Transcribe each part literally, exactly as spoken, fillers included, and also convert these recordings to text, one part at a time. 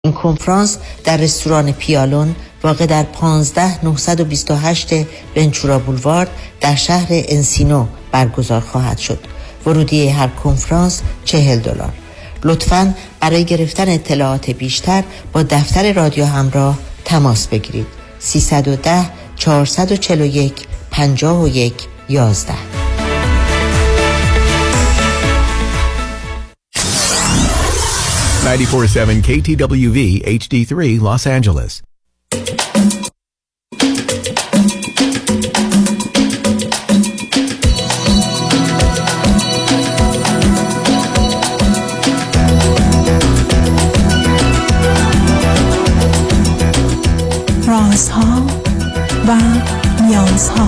این کنفرانس در رستوران پیالون واقع در پانزده نهصد و بیست و هشت ونچورا بولوارد در شهر انسینو برگزار خواهد شد. ورودی هر کنفرانس چهل دلار. لطفاً برای گرفتن اطلاعات بیشتر با دفتر رادیو همراه تماس بگیرید. سیصد و ده چهارصد و چهل و یک پنجاه و یک یازده. ninety-four point seven K T W V H D three Los Angeles. رازها و نیازها.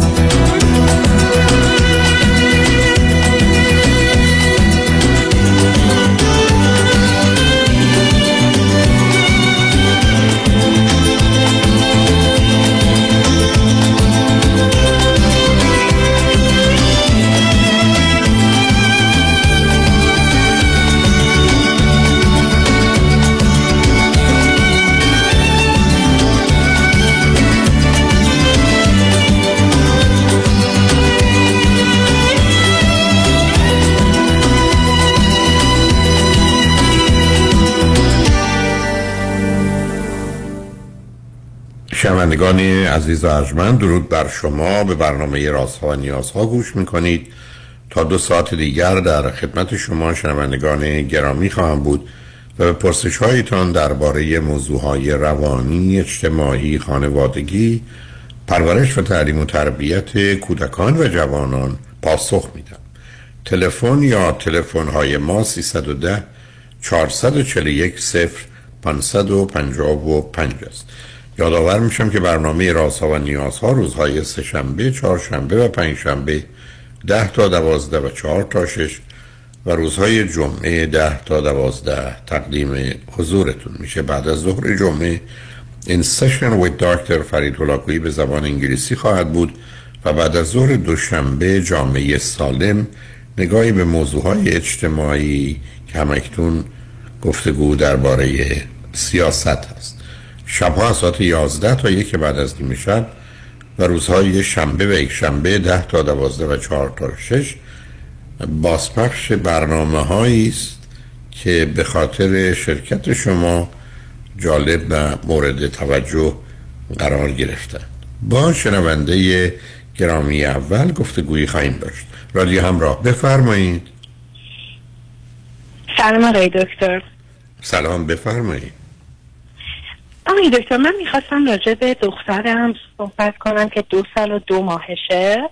شنوندگان عزیز و ارجمند، درود بر شما. به برنامه رازها و نیازها گوش میکنید. تا دو ساعت دیگر در خدمت شما شنوندگان گرامی خواهم بود و به پرسش هایتان درباره موضوعهای روانی، اجتماعی، خانوادگی، پرورش و تعلیم و تربیت کودکان و جوانان پاسخ میدم. تلفن یا تلفن های ما سیصد و ده چهارصد و چهل و یک صفر پانصد و پنجاه و پنج است. یادآور میشم که برنامه رازها و نیازها روزهای سه شنبه، چهار شنبه و پنج شنبه ده تا دوازده و چهار تا شش و روزهای جمعه ده تا دوازده تقدیم حضورتون میشه. بعد از ظهر جمعه این سشن with دکتر فرید هلاکویی به زبان انگلیسی خواهد بود و بعد از ظهر دوشنبه جامعه سالم، نگاهی به موضوعهای اجتماعی که همکنون گفتگو درباره سیاست هست. شبها از ساعت یازده تا یک بعد از نیمه شب و روزهای شنبه و یک شنبه ده تا دوازده و چهار تا شش بازپخش برنامه هایی است که به خاطر شرکت شما جالب و مورد توجه قرار گرفتن. با شنونده گرامی اول گفتگویی خواهیم داشت. رادیو همراه، بفرمایید. سلام آقای دکتر. سلام، بفرمایید. آقای دکتر، من میخواستم راجع به دخترم صحبت کنم که دو سال و دو ماهشه.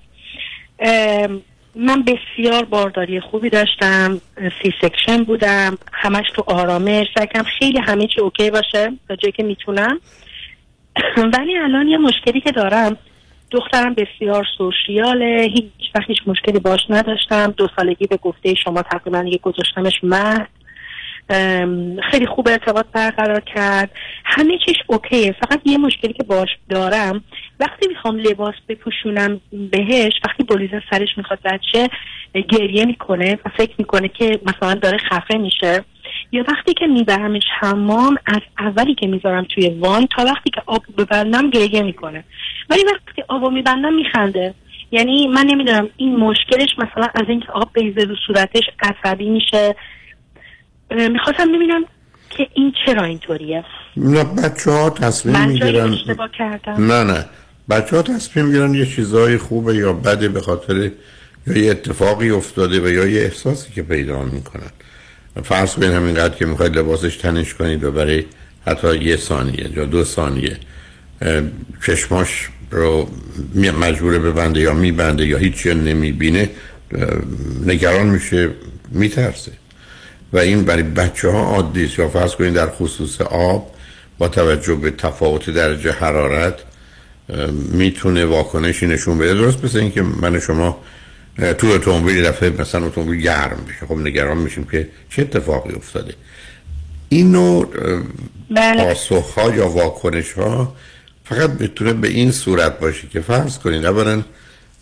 من بسیار بارداری خوبی داشتم، سی سکشن بودم، همش تو آرامش، سعی خیلی همه چی اوکی باشه تا جایی که میتونم. ولی الان یه مشکلی که دارم، دخترم بسیار سوشیاله، هیچ وقت هیچ مشکلی باش نداشتم. دو سالگی به گفته شما تقریبا یه گذاشتمش مهد، خیلی خوب ارتباط برقرار کرد، همه چیش اوکیه. فقط یه مشکلی که باش دارم، وقتی میخوام لباس بپوشونم بهش، وقتی بلیز سرش میخواد رد شه گریه میکنه و فکر میکنه که مثلا داره خفه میشه. یا وقتی که میبرمش حمام، از اولی که میذارم توی وان تا وقتی که آب ببندم گریه میکنه، ولی وقتی آبو میبندم میخنده. یعنی من نمیدونم این مشکلش مثلا از اینکه آب بریزه رو صورتش عصبی میشه. میخواستم ببینم که این چرا اینطوریه. نه، بچه ها تصمیم میگیرن. اشتباه کردم. نه نه بچه ها تصمیم میگیرن یه چیزای خوبه یا بده به خاطر یا یه اتفاقی افتاده و یا یه احساسی که پیدا میکنن. فرض کنید همینقدر که میخواید لباسش تنش کنید و برای حتی یه ثانیه یا دو ثانیه چشماش رو مجبوره ببنده یا میبنده یا هیچی نمیبینه، نگران میشه، میترسه و این برای بچه ها عادی است. یا فرض کنید در خصوص آب با توجه به تفاوت درجه حرارت میتونه واکنشی نشون بده. درست مثل این که من شما تو اتومبیل دفعه مثلا اتومبیل گرم بشه، خب نگران میشیم که چه اتفاقی افتاده. اینو پاسخ‌ها یا واکنش‌ها فقط بتونه به این صورت باشه که فرض کنید اولا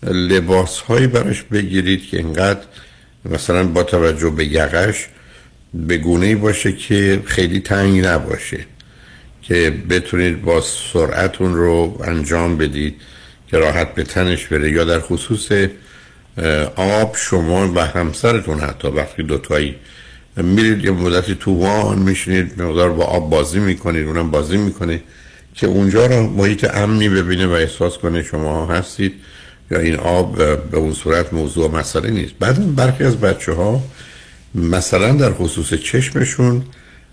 لباس‌هایی براش بگیرید که اینقدر مثلا با توجه به یقش به گونه‌ای باشه که خیلی تنگ نباشه که بتونید با سرعت اون رو انجام بدید که راحت به تنش بره. یا در خصوص آب شما و همسرتون حتی وقتی دوتایی میرید یه مدتی تو وان میشینید مقدار با آب بازی میکنید، اونم بازی میکنه که اونجا رو محیط امنی ببینه و احساس کنه شما هستید یا این آب به اون صورت موضوع مسئله نیست. بعد برخی از بچه ها مثلا در خصوص چشمشون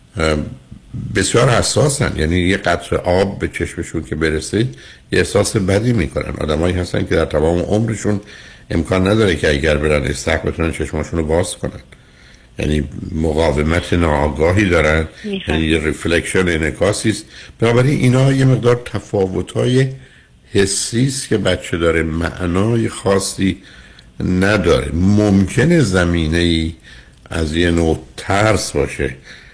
بسیار حساسن، یعنی یه قطره آب به چشمشون که برسه یه احساس بدی میکنن. آدمایی هستن که در تمام عمرشون امکان نداره که اگر برن استخ بتونن چشماشون رو باز کنن، یعنی مقاومت ناآگاهی دارن، یعنی یه ریفلکشن، انعکاسی است. بنابراین اینا یه مقدار تفاوت‌های حسی است که بچه داره، معنای خاصی نداره. ممکنه زمینه‌ای از یه نوع ترس باشه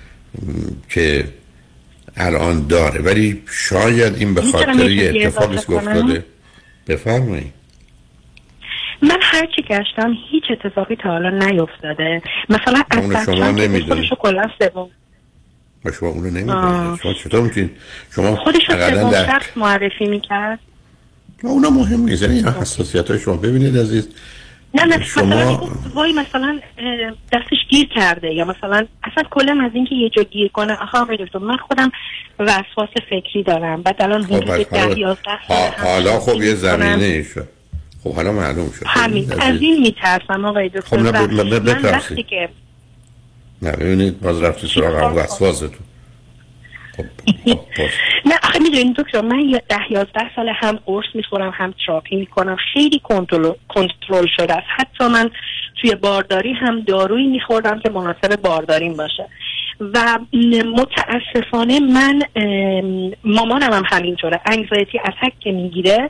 که الان داره، ولی شاید این به خاطر یه اتفاقی که افتاده. بفرمایید. من هر چی گشتم هیچ اتفاقی تا حالا نیفتاده. مثلا اون شما نمیدونید. خودشو کلا سوم. شما اونو نمیدونید. شما چطور میتونید؟ شما خودشو سوم شخص معرفی میکرد. اونا مهم نیست. یعنی حساسیت‌های شما ببینید عزیز. نه نه شما وای مثلا دستش گیر کرده یا مثلا اصلا کلا از اینکه یه جا گیر کنه. آخه آقای دکتر من خودم وسواس فکری دارم. بعد الان حدود ده یازده سال حالا خب یه زمینه شد. خب حالا معلوم شد. همین از این میترسم آقای دکتر. خب نه من وقتی که نه ببینید باز رفتی سراغ وسواستون. خب نه آخه میدونید دکتر من یه ده یازده سال هم قرص میخورم هم تراپی میکنم، خیلی کنترل کنترل شده است. حتی من توی بارداری هم دارویی میخوردم که مناسب بارداریم باشه و متاسفانه من مامانم هم همینطوره، انگزایتی اتک که میگیره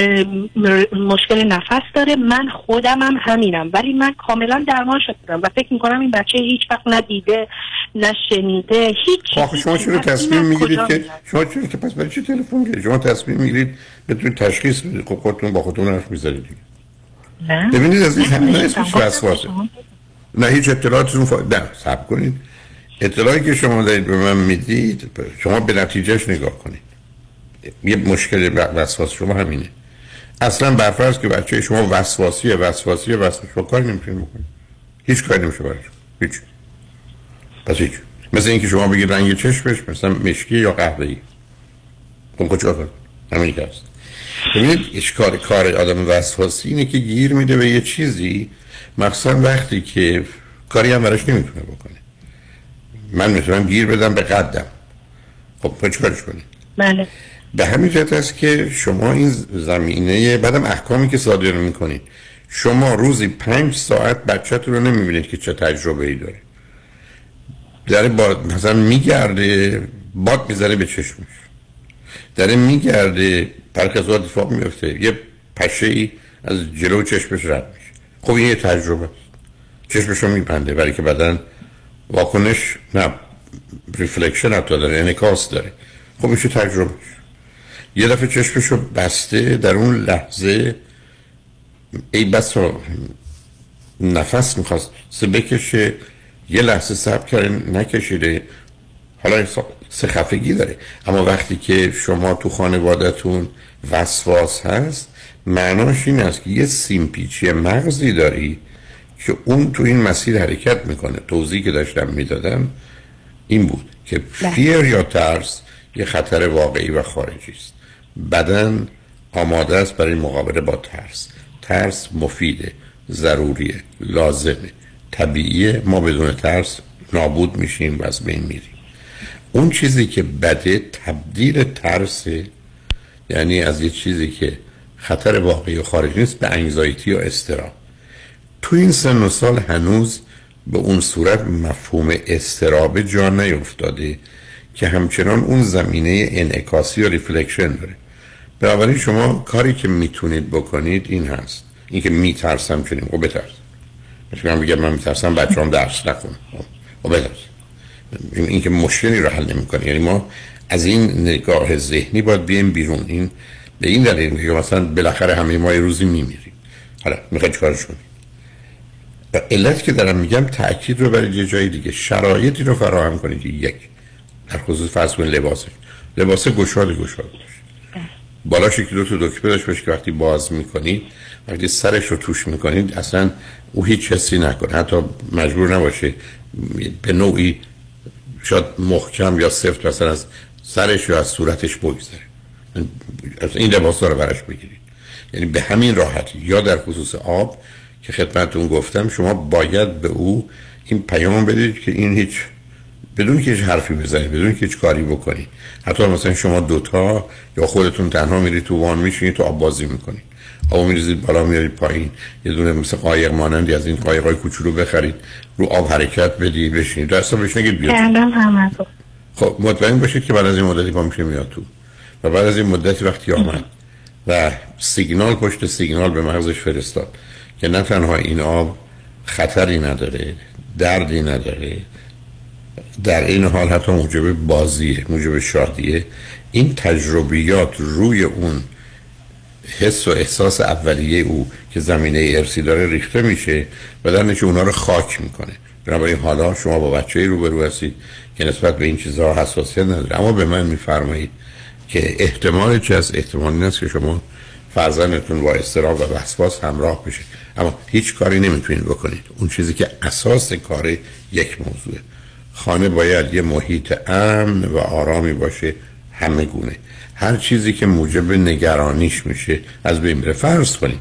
مشکل نفس داره. من خودم هم همینم، ولی من کاملا درمان شدم و فکر میکنم این بچه هیچ وقت ندیده نشنیده هیچ چیزی. شما چرا تصمیم میگیرید که شما چرا که پس برای چه تلفن گیرید؟ شما تصمیم میگیرید بتونید تشخیص بدید. خب خودتون با خودتون حرف میزنید دیگه. نه ببینید از این همه اسمش وسواسه. نه هیچ اطلاعاتتون فا... نه صبر کنید. اطلاعی که شما دارید به من میدید شما به نتیجهش نگاه کنید. یه مشکل وسواس شما همینه. اصلا برفرض که بچه شما وسواسیه وسواسیه وسواس شما کاری نمیتونید بکنید. هیچ کاری نمیشه براش. هیچ. پس هیچ. مثل اینکه شما بگید رنگ چشمش مثلا مشکی یا قهوه‌ای. خب کجا کنید؟ همین که هست. ببینید اشکال کار آدم وسواسی اینه که گیر میده به یه چیزی، مخصوصا وقتی که کاری هم براش نمیتونه بکنه. من میتونم گیر بدم به قدم. خب چه کارش کنید؟ بله. به همین جهت است که شما این زمینه بعدم احکامی که صادر میکنید، شما روزی پنج ساعت بچه‌تون رو نمیبینید که چه تجربه‌ای داره. داره با مثلا میگرده باد میزنه به چشمش، داره میگرده پرکز وقت اتفاق میفته یه پشه‌ای از جلو چشمش رد میشه. خب این یه تجربه است. چشمش رو میپنده برای که بدن واکنش نه ریفلکشن حتی داره، انعکاس داره. خب میشه تجربهش. یه دفعه چشمشو بسته در اون لحظه ای بس رو نفس میخواست بکشه، یه لحظه صبر کرده نکشیده، حالا سه خفگی داره. اما وقتی که شما تو خانوادتون وسواس هست معناش این است که یه سیمپیچی مغزی داری که اون تو این مسیر حرکت میکنه. توضیحی که داشتم میدادم این بود که فیر یا ترس یه خطر واقعی و خارجی است. بدن آماده است برای مقابله با ترس. ترس مفیده، ضروریه، لازمه، طبیعیه. ما بدون ترس نابود میشیم و از بین میریم. اون چیزی که بده تبدیل ترسه، یعنی از یه چیزی که خطر واقعی و خارجی نیست به انگزایتی و اضطراب. تو این سن و سال هنوز به اون صورت مفهوم اضطراب جا نیفتاده که همچنان اون زمینه انعکاسی و ریفلکشن داره. بنابراین شما کاری که میتونید بکنید این هست، این که میترسم چنین خب بترس. مثلا من بگم من میترسم بچه‌ام درس نکنه خب بترس. این که مشکلی رو حل نمی‌کنه. یعنی ما از این نگاه ذهنی باید بیایم بیرون. این به این دلیل که مثلا بالاخره همه ما یه روزی میمیریم. حالا میخواید چیکارش کنید؟ علت که دارم میگم تأکید رو برای یه جای دیگه، شرایطی رو فراهم کنید که یک در خصوص فرض کنید لباسش لباس گشاد گشاد باشه، بالاش یکی دو تا دکمه داشته باشه که وقتی باز میکنید، وقتی سرش رو توش میکنید اصلا او هیچ حسی نکنه، حتی مجبور نباشه به نوعی شاید محکم یا سفت مثلا از سرش یا از صورتش بگذره. این لباس رو برش بگیرید. یعنی به همین راحتی. یا در خصوص آب که خدمتتون گفتم، شما باید به او این پیام بدید که این هیچ بدون که هیچ حرفی بزنید، بدون که هیچ کاری بکنید، حتی مثلا شما دوتا یا خودتون تنها میرید تو وان میشینید تو آب بازی میکنید، آب میریزید بالا میارید پایین، یه دونه مثل قایق مانندی از این قایقای کوچولو بخرید، رو آب حرکت بدید، بشینید دستا بهش نگید بیاد. کردم همه رو. خب مطمئن باشید که بعد از این مدتی پا میشه میاد تو، و بعد از این مدتی وقتی آمد و سیگنال پشت سیگنال به مغزش فرستاد که نه تنها این آب خطری نداره، دردی نداره، در این حال حتی موجب بازیه، موجب شادیه، این تجربیات روی اون حس و احساس اولیه او که زمینه ارثی داره ریخته میشه و در نتیجه اونا رو خاک میکنه. بنابراین حالا شما با بچه‌ای روبرو هستید که نسبت به این چیزها حساسیت نداره، اما به من میفرمایید که احتمال چه از احتمال این است که شما فرزندتون با اضطراب و وسواس همراه بشه، اما هیچ کاری نمیتونید بکنید. اون چیزی که اساس کار یک موضوعه، خانه باید یه محیط امن و آرامی باشه، همه گونه. هر چیزی که موجب نگرانیش میشه از بین بره. فرض کنید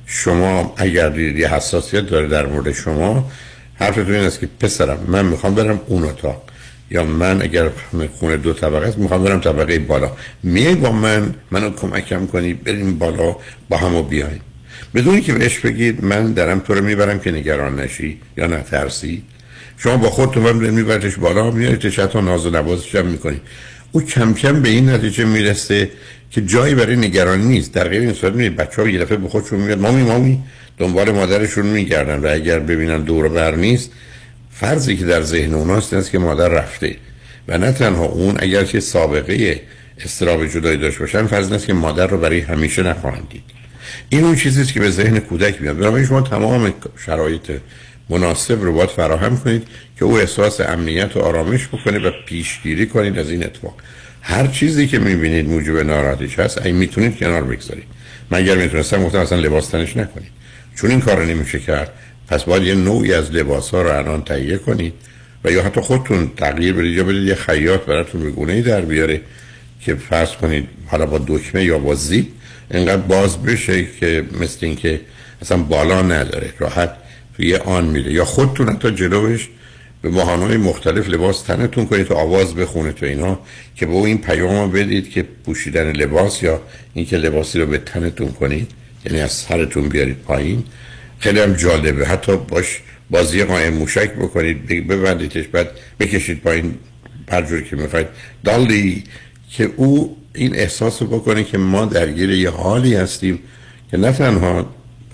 شما اگر دیدید یه حساسیت داره در مورد شما، حرفتون این است که پسرم من میخوام برم اون اتاق، یا من اگر خونه دو طبقه است میخوام برم طبقه بالا، میای با من منو کمکم کنی بریم بالا با همو بیایم، بدونی که بهش بگید من درم تو رو میبرم که نگران نشی یا نترسی. شما با خودتون من میبرتش بالا، میارید چطور ناز و نوازش هم میکنید. او کم کم به این نتیجه میرسه که جایی برای نگرانی نیست. در غیر این صورت میبینید بچه‌ها یه دفعه به خودشون میاد مامی مامی دنبال مادرشون میگردن و اگر ببینن دور و بر نیست، فرضی که در ذهن اوناست است که مادر رفته و نه تنها اون، اگر که سابقه اضطراب جدایی داشته باشن، فرض است که مادر رو برای همیشه نخواهند دید. این اون چیزیست که به ذهن کودک میاد. بنابراین شما تمام شرایط مناسب رو باید فراهم کنید که او احساس امنیت و آرامش بکنه و پیشگیری کنید از این اتفاق. هر چیزی که میبینید موجب ناراحتیش هست، اگه میتونید کنار بگذارید. مگر میتونستم گفتم اصلا لباس تنش نکنید، چون این کارو نمیشه کرد. پس باید یه نوعی از لباس‌ها رو الان تهیه کنید و یا حتی خودتون تغییر بدید یا بدید یه خیاط براتون به گونه‌ای در بیاره که فرض کنید حالا با دکمه یا با زیپ اینقدر باز بشه که مثل این که اصلا بالا نداره، راحت توی آن میره. یا خودتون حتی جلوش به بهانه‌های مختلف لباس تنتون کنید تا آواز بخونه تو اینا، که با این پیامو بدید که پوشیدن لباس یا اینکه لباسی رو به تنتون کنید، یعنی از سرتون بیارید پایین، خیلی هم جالبه. حتی باش بازی قایم موشک بکنید، ببندیدش بعد بکشید پایین هر جوری که میخواید، دالی که او این احساس رو بکنه که ما درگیر یه حالی هستیم که نه تنها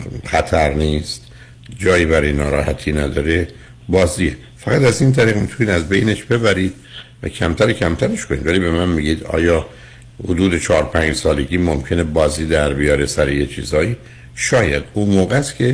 خطر نیست، جایی برای ناراحتی نداره، بازیه. فقط از این طریق میتونید از بینش ببرید و کمتر کمترش کنید. ولی به من میگید آیا حدود چهار پنج سالگی ممکنه بازی در بیاره سر یه چیزایی؟ شاید اون موقع است که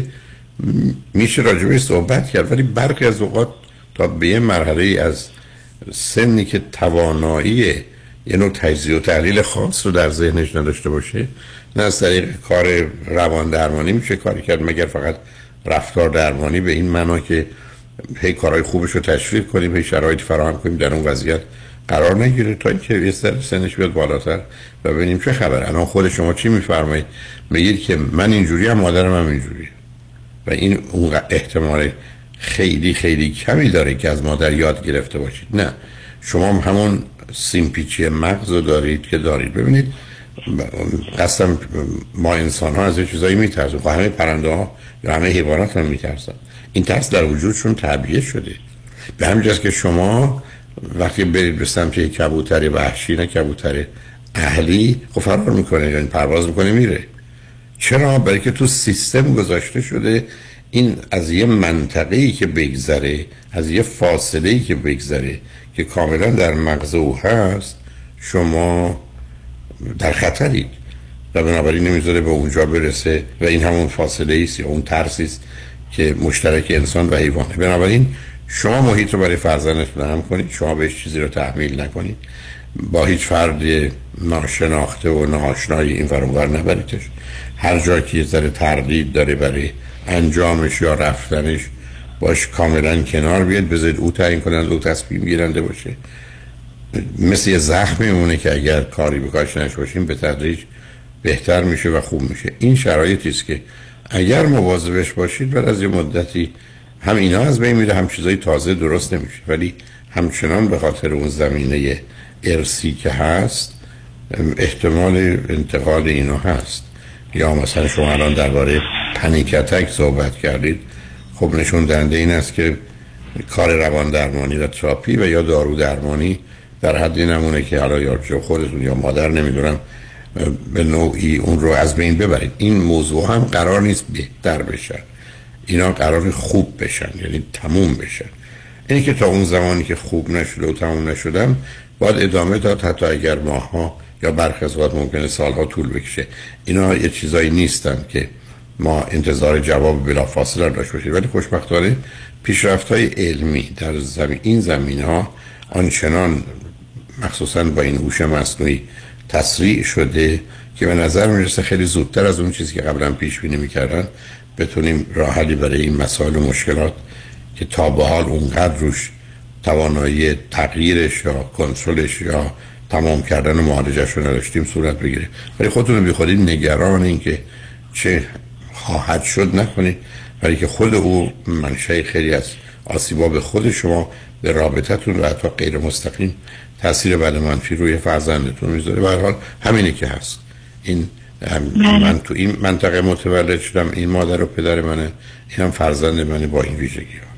میشه راجبه صحبت کرد، ولی برخی از اوقات تا به یه مرحله از سنی که توانایی یه نوع تجزیه و تحلیل خاص رو در ذهنش نداشته باشه، نه از طریق کار روان درمانی میشه کاری کرد، مگر فقط رفتار درمانی، به این معنا که هی کارهای خوبش رو تشویق کنیم، هی شرایط فراهم کنیم در اون وضعیت قرار نگیره تا اینکه یه سر سنش بیاد بالاتر و ببینیم چه خبر. الان خود شما چی میفرمایید؟ میگید که من اینجوری هم مادرم هم اینجوری، و این اون احتمال خیلی خیلی کمی داره که از مادر یاد گرفته باشید. نه، شما هم همون سیمپیچی مغز رو دارید که دارید. ببینید قسم ما انسان ها از یه چیزایی میترسیم، خب همه پرنده ها یا همه حیوانات هم میترسن. این ترس در وجودشون تعبیه شده. به همین جاست که شما وقتی برید به سمت یک کبوتر وحشی، نه کبوتر اهلی، خب فرار میکنه، یعنی پرواز میکنه میره. چرا؟ برای که تو سیستم گذاشته شده این از یه منطقه‌ای که بگذره، از یه فاصله‌ای که بگذره که کاملا در مغز او هست، شما در خطرید و بنابراین نمیذاره به اونجا برسه و این همون فاصله است یا اون ترسی است که مشترک انسان و حیوانه. بنابراین شما محیط رو برای فرزندتون هم کنید، شما بهش چیزی رو تحمیل نکنید، با هیچ فرد ناشناخته و ناآشنایی این ور اون ور نبریدش. هر جا که یه ذره تردید داره برای انجامش یا رفتنش باش کاملا کنار بیاد، بذارید او تعیین کنه، او تصمیم گیرنده باشه. مثل یه زخم میمونه که اگر کاری بکارش نشه باشیم به تدریج بهتر میشه و خوب میشه. این شرایطی است که اگر مواظبش باشید بعد از یه مدتی هم اینا از بین میره، هم چیزای تازه درست نمیشه، ولی همچنان به خاطر اون زمینه ارسی که هست احتمال انتقال اینا هست. یا مثلا شما الان درباره پنیک اتک صحبت کردید، خب نشون دهنده این است که کار روان درمانی و تراپی و یا دارو درمانی در حدی نمونه که حالا یا خودتون یا مادر نمیدونم به نوعی اون رو از بین ببرید. این موضوع هم قرار نیست بهتر بشن، اینا قرار خوب بشن، یعنی تموم بشن. اینی که تا اون زمانی که خوب نشده و تموم نشدن باید ادامه داد، حتی اگر ماها یا برخی از وقت ممکنه سالها طول بکشه. اینا یه چیزایی نیستن که ما انتظار جواب بلافاصله داشته باشیم، ولی خوشبختانه پیشرفت‌های علمی در زمین این زمینه‌ها آنچنان مخصوصا با این هوش مصنوعی تسریع شده که به نظر میرسه خیلی زودتر از اون چیزی که قبلا پیش بینی می‌کردن بتونیم راه حلی برای این مسائل و مشکلات که تا به حال اونقدر روش توانایی تغییرش یا کنترلش یا تمام کردن و معالجه‌اش رو نداشتیم صورت بگیره. ولی خودتون رو بیخودید نگران این که چه خواهد شد نکنید، برای که خود او منشأ خیلی از آسیبا به خود شما، به رابطتون و حتی غیر مستقیم تاثیر بد منفی روی فرزندتون میذاره. به هر حال همینه که هست. این من تو این منطقه متولد شدم، این مادر و پدر منه، اینم فرزند منه با این ویژگی ها.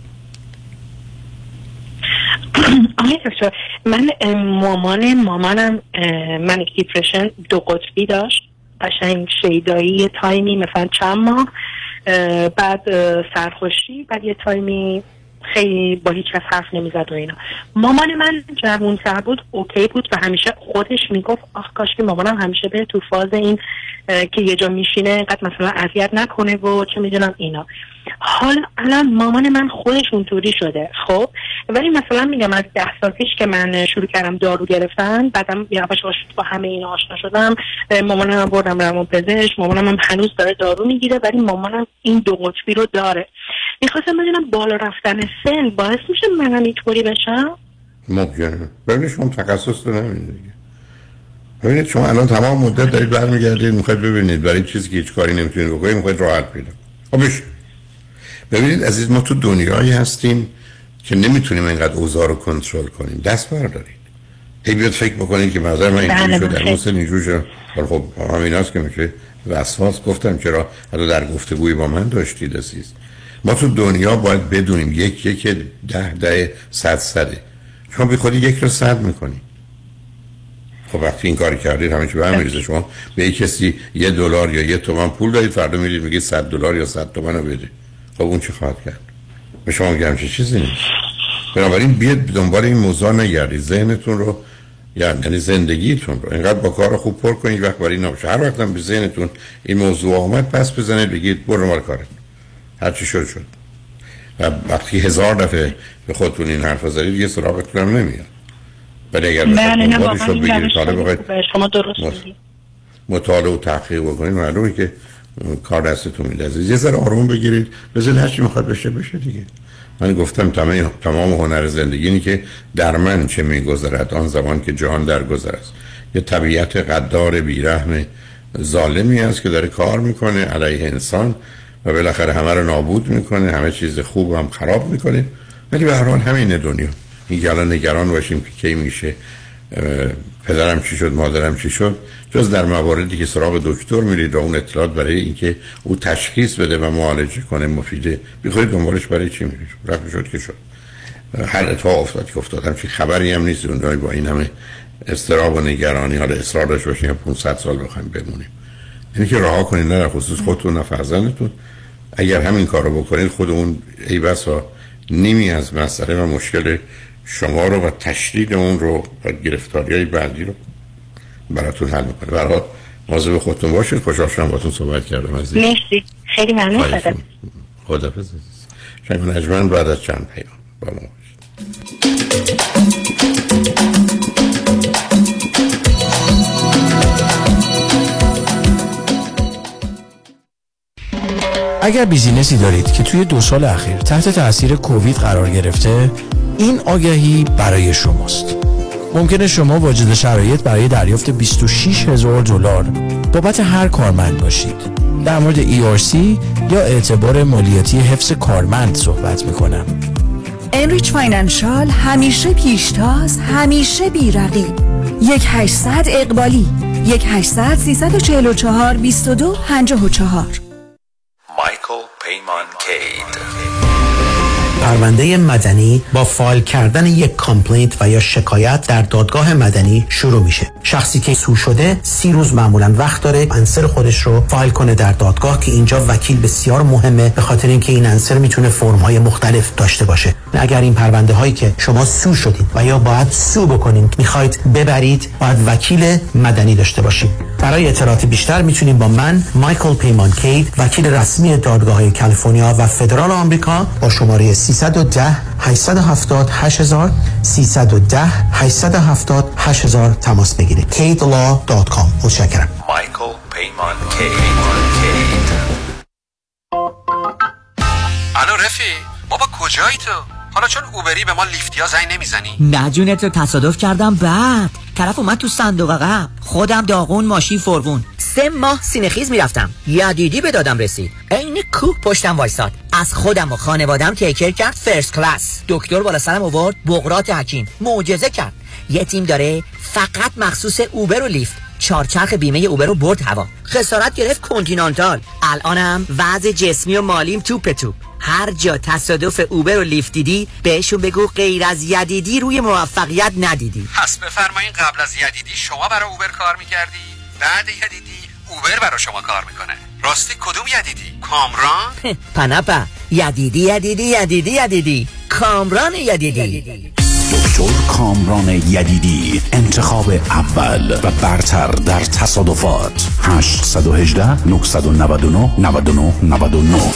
آقای دکتر، من مامان مامانم من دیپرشن دو قطبی داشت، قشنگ شیدایی تایمی مثلا چند ماه، بعد سرخوشی، بعد یه تایمی خیلی با هیچ کس حرف نمیزد و اینا. مامان من جوان‌تر بود، اوکی بود و همیشه خودش میگفت آخ کاش که مامانم همیشه به تو فاز این که یه جا میشینه اینقدر مثلا اذیت نکنه و چه میدونم اینا. حالا الان مامان من خودش اونطوری شده. خب ولی مثلا میگم از ده سال پیش که من شروع کردم دارو گرفتن، بعدم یواش یواش با همه اینا آشنا شدم، مامانم بردم روانپزشک، مامانم هم هنوز داره دارو میگیره، ولی مامانم این دو قطبی رو داره. میخواستم بدونم بالا رفتن سن باعث میشه منم اینطوری بشم؟ ممکنه. ببینید شما تخصص رو نمیدید دیگه. ببینید شما الان تمام مدت دارید برمیگردید میخواید ببینید برای چیزی که هیچ کاری نمیتونید بکنید میخواید راحت پیدا. خب ببینید عزیز، ما تو دنیایی هستیم که نمیتونیم اینقدر اوضاع رو کنترل کنیم. دست بردارید. هی بیاد فکر بکنید که مثلا من اینجوری شدم، مثلا اینجوری شدم. خب همیناست که میشه وسواس. گفتم چرا حالا در گفتگوی با من داشتید عزیز. ما تو دنیا باید بدونیم یک یک ده ده صد صده. شما بی خودی یک رو صد میکنید. خب وقتی این کار کردید همه چی به هم میریزه. شما به یک کسی یه دلار یا یه تومن پول دادید، فردا میرید میگید صد دلار یا صد تومن رو بده. خب اون چی خواهد کرد؟ به شما میگم چه چیزی نیست. بنابراین بیاد دنبال این موضوع نگردید. ذهنتون رو یعنی زندگیتون رو اینقدر با کار خوب پر کنید وقت برای نباشه. هر وقت هم به ذهنتون این موضوع آمد پس بزنید بگید برو مال کارت. هر چی شد شد. و وقتی هزار دفعه به خودتون این حرف زدید یه سراغتون هم نمیاد. ولی اگر مثلا خودش رو بگیرید حالا بخواید شما درست میگید مطالعه و تحقیق بکنید معلومه که کار دستتون میاد. عزیز یه ذره آروم بگیرید، بذارید هر چی میخواد بشه بشه دیگه. من گفتم تمام تمام هنر زندگی اینه که در من چه میگذرد آن زمان که جهان درگذر است. یه طبیعت غدار بیرحم ظالمی است که داره کار میکنه علیه انسان و بالاخره همه رو نابود میکنه، همه چیز خوب هم خراب میکنه. ولی به هر حال همین دنیا. این الان نگران باشیم که کی میشه پدرم چی شد مادرم چی شد، جز در مواردی که سراغ دکتر میرید و اون اطلاعات برای اینکه او تشخیص بده و معالجه کنه مفیده، بخواید دنبالش برای چی میرید؟ رفت شد که شد. هر اتفاق افتاد که افتاد، همچین خبری هم نیست اونجایی با این همه استراب و نگرانی حالا اصرار داشته باشیم پانصد سال بخوایم بمونیم. یعنی که رها کنید، نه در خصوص خودتون نه فرزندتون. اگر همین کارو بکنید خود اون ای بسا نیمی از مسئله و مشکل شما رو و تشدید اون رو و گرفتاری‌های بعدی رو براتون حل می‌کنه. به هر حال مواظب خودتون باشید. خوشحال شدم باهاتون صحبت کردم عزیز. مرسی. خیلی ممنون شدم. خداحافظ. شنگ نجمن بعد از چند پیام با ما باشید. اگر بیزینسی دارید که توی دو سال اخیر تحت تاثیر کووید قرار گرفته، این آگهی برای شماست. ممکنه شما واجد شرایط برای دریافت بیست و شش هزار دلار بابت هر کارمند باشید. در مورد ای آر سی یا اعتبار مالیاتی حفظ کارمند صحبت میکنم. انریچ فاینانشال همیشه پیشتاز، همیشه بی‌رقیب. یک هشتصد اقبالی، یک هشتصد سیصد و چهل و چهار بیست و دو پنجاه و چهار. مایکل پیمان کید. پرونده مدنی با فایل کردن یک کامپلینت و یا شکایت در دادگاه مدنی شروع میشه. شخصی که سو شده سی روز معمولا وقت داره انسر خودش رو فایل کنه در دادگاه که اینجا وکیل بسیار مهمه، به خاطر اینکه این انسر میتونه فرم‌های مختلف داشته باشه. اگر این پرونده هایی که شما سو شدید و یا باید سو بکنید میخواید ببرید، باید وکیل مدنی داشته باشید. برای اطلاعات بیشتر میتونید با من مایکل پیمان کید، وکیل رسمی دادگاه‌های کالیفرنیا و فدرال آمریکا، با شماره سیصد و ده هشتصد و هفتاد هشت هزار سیصد و ده هشتصد و هفتاد هشت هزار تماس بگیرید. کید لا دات کام. متشکرم. مایکل پیمان کید. الو رفی، بابا کجایی تو؟ حالا چون اوبری به ما لیفتیا زنگ نمیزنی؟ نه جونت رو تصادف کردم بعد طرف اومد تو صندوق عقب، خودم داغون ماشین فرغون، سه ماه سینه‌خیز میرفتم، یدیدی به دادم رسید، عین کوه پشتم وایساد، از خودم و خانوادم تیکر کرد فرست کلاس، دکتر بالا سرم آورد، بقرات حکیم معجزه کرد. یه تیم داره فقط مخصوص اوبر و لیفت، چارچرخ بیمه اوبر رو برد هوا، خسارت گرفت کنتینانتال. الانم وضع جسمی و مالیم توپ توپ. هر جا تصادف اوبر و لیفت دیدی بهشون بگو غیر از یدیدی روی موفقیت ندیدی. پس بفرمایین قبل از یدیدی شما برای اوبر کار میکردی، بعد یدیدی اوبر برای شما کار میکنه. راستی کدوم یدیدی؟ کامران؟ پناپا یدیدی یدیدی یدیدی یدیدی کامران یدیدی. دکتر کامران یدیدی، انتخاب اول و برتر در تصادفات. هشت یک هشت نه نه نه نه نه نه نه.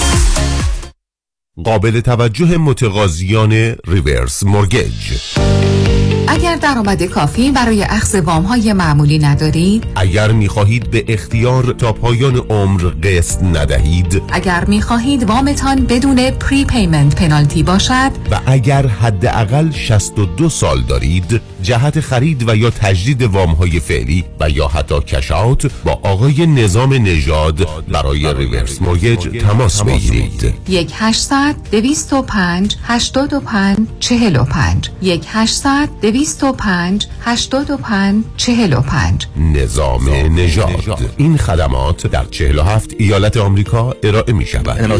قابل توجه متقاضیان ریورس مورگیج. اگر درآمد کافی برای اخذ وام‌های معمولی ندارید، اگر می‌خواهید به اختیار تا پایان عمر قسط ندهید، اگر می‌خواهید وامتان بدون پری پیمنت پنالتی باشد و اگر حداقل شصت و دو سال دارید، جهت خرید و یا تجدید وام‌های فعلی و یا حتی کش آوت با آقای نظام نژاد برای ریورس مورگیج تماس بگیرید. یک هشتصد دویست و پنج هشتاد و پنج چهل و پنج یک هشتصد دویست و پنج هشتاد و پنج چهل و پنج. نظام نژاد. این خدمات در چهل و هفت ایالت آمریکا ارائه می شود.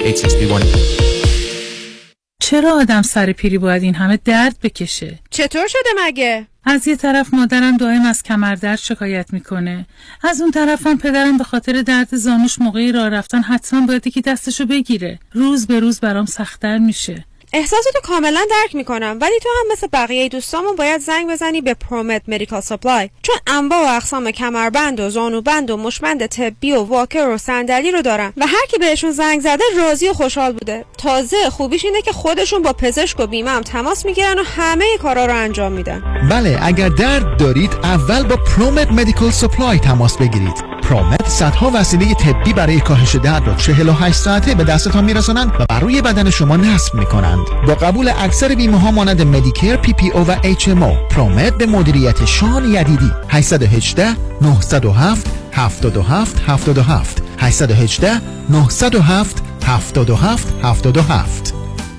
چرا آدم سر پیری باید این همه درد بکشه؟ چطور شده مگه؟ از یه طرف مادرم دائم از کمردرد شکایت میکنه، از اون طرفم پدرم به خاطر درد زانوش موقعی راه رفتن حتما باید یکی دستشو بگیره. روز به روز برام سخت‌تر میشه. احساساتو کاملا درک میکنم، ولی تو هم مثل بقیه دوستامون باید زنگ بزنی به پرومت مدیکال سپلای، چون انواع و اقسام کمربند و زانوبند و مشمند طبی و واکر و صندلی رو دارن و هر کی بهشون زنگ زده راضی و خوشحال بوده. تازه خوبیش اینه که خودشون با پزشک و بیمه هم تماس میگیرن و همه کارا رو انجام میدن. بله، اگر درد دارید اول با پرومت مدیکال سپلای تماس بگیرید. پرومت صدها وسیله طبی برای کاهش درد را چهل و هشت ساعته به دستتان میرسانند و بر روی بدن شما نصب میکنند. با قبول اکثر بیمه ها مانند مدیکر، پی پی او و اچ ام او، پرومت به مدیریت شان یدیدی. هشت یک هشت نه صفر هفت هفت هفت هفت هفت هشت یک هشت نه صفر هفت هفت هفت هفت هفت.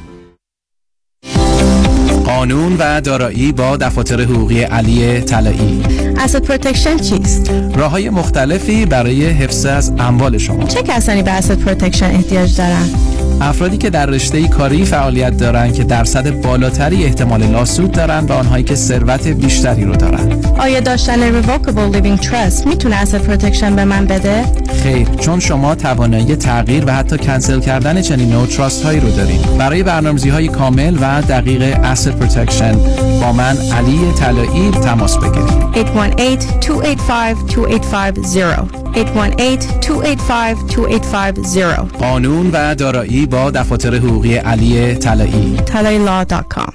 قانون و دارایی با دفاتر حقوقی علی طلایی. asset protection چیست؟ راه‌های مختلفی برای حفظ از اموال شما. چه کسانی به asset protection احتیاج دارند؟ افرادی که در رشته کاری فعالیت دارند که درصد بالاتری احتمال لاسود دارند و آنهایی که ثروت بیشتری رو دارند. آیا داشتن revocable living trust میتونه asset protection به من بده؟ خیر، چون شما توانایی تغییر و حتی کنسل کردن چنین نوع تراست هایی رو دارید. برای برنامه‌ریزی‌های کامل و دقیق asset protection با من علی طلایی تماس بگیرید. eight one eight, two eight five, two eight five zero eight one eight, two eight five, two eight five zero. قانون و دارایی با دفاتر حقوقی علی طلایی طلایی لا دات کام.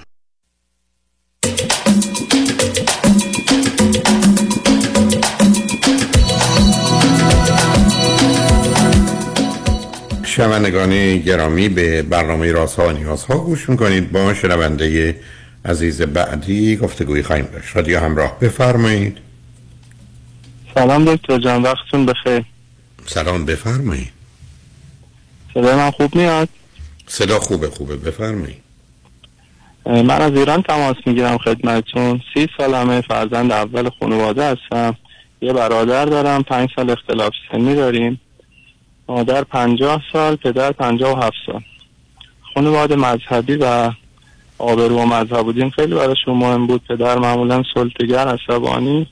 شنوندگان گرامی، به برنامه رازها و نیازها گوش میکنید. با شنونده عزیز بعدی گفتگوی خواهیم داشت. رادیو همراه، بفرمایید. سلام دکتر جان، وقتتون بخیر. سلام، بفرمایید. صدای من خوب میاد؟ صدا خوبه خوبه بفرمایید. من از ایران تماس میگیرم خدمتتون. سی سالمه، فرزند اول خانواده هستم. یه برادر دارم، پنج سال اختلاف سنی داریم. مادر پنجاه سال، پدر پنجاه و هفت سال. خانواده مذهبی و آبرو و مذهب بودیم، خیلی براشون مهم بود. پدر معمولا سلطه‌گر، عصبانی،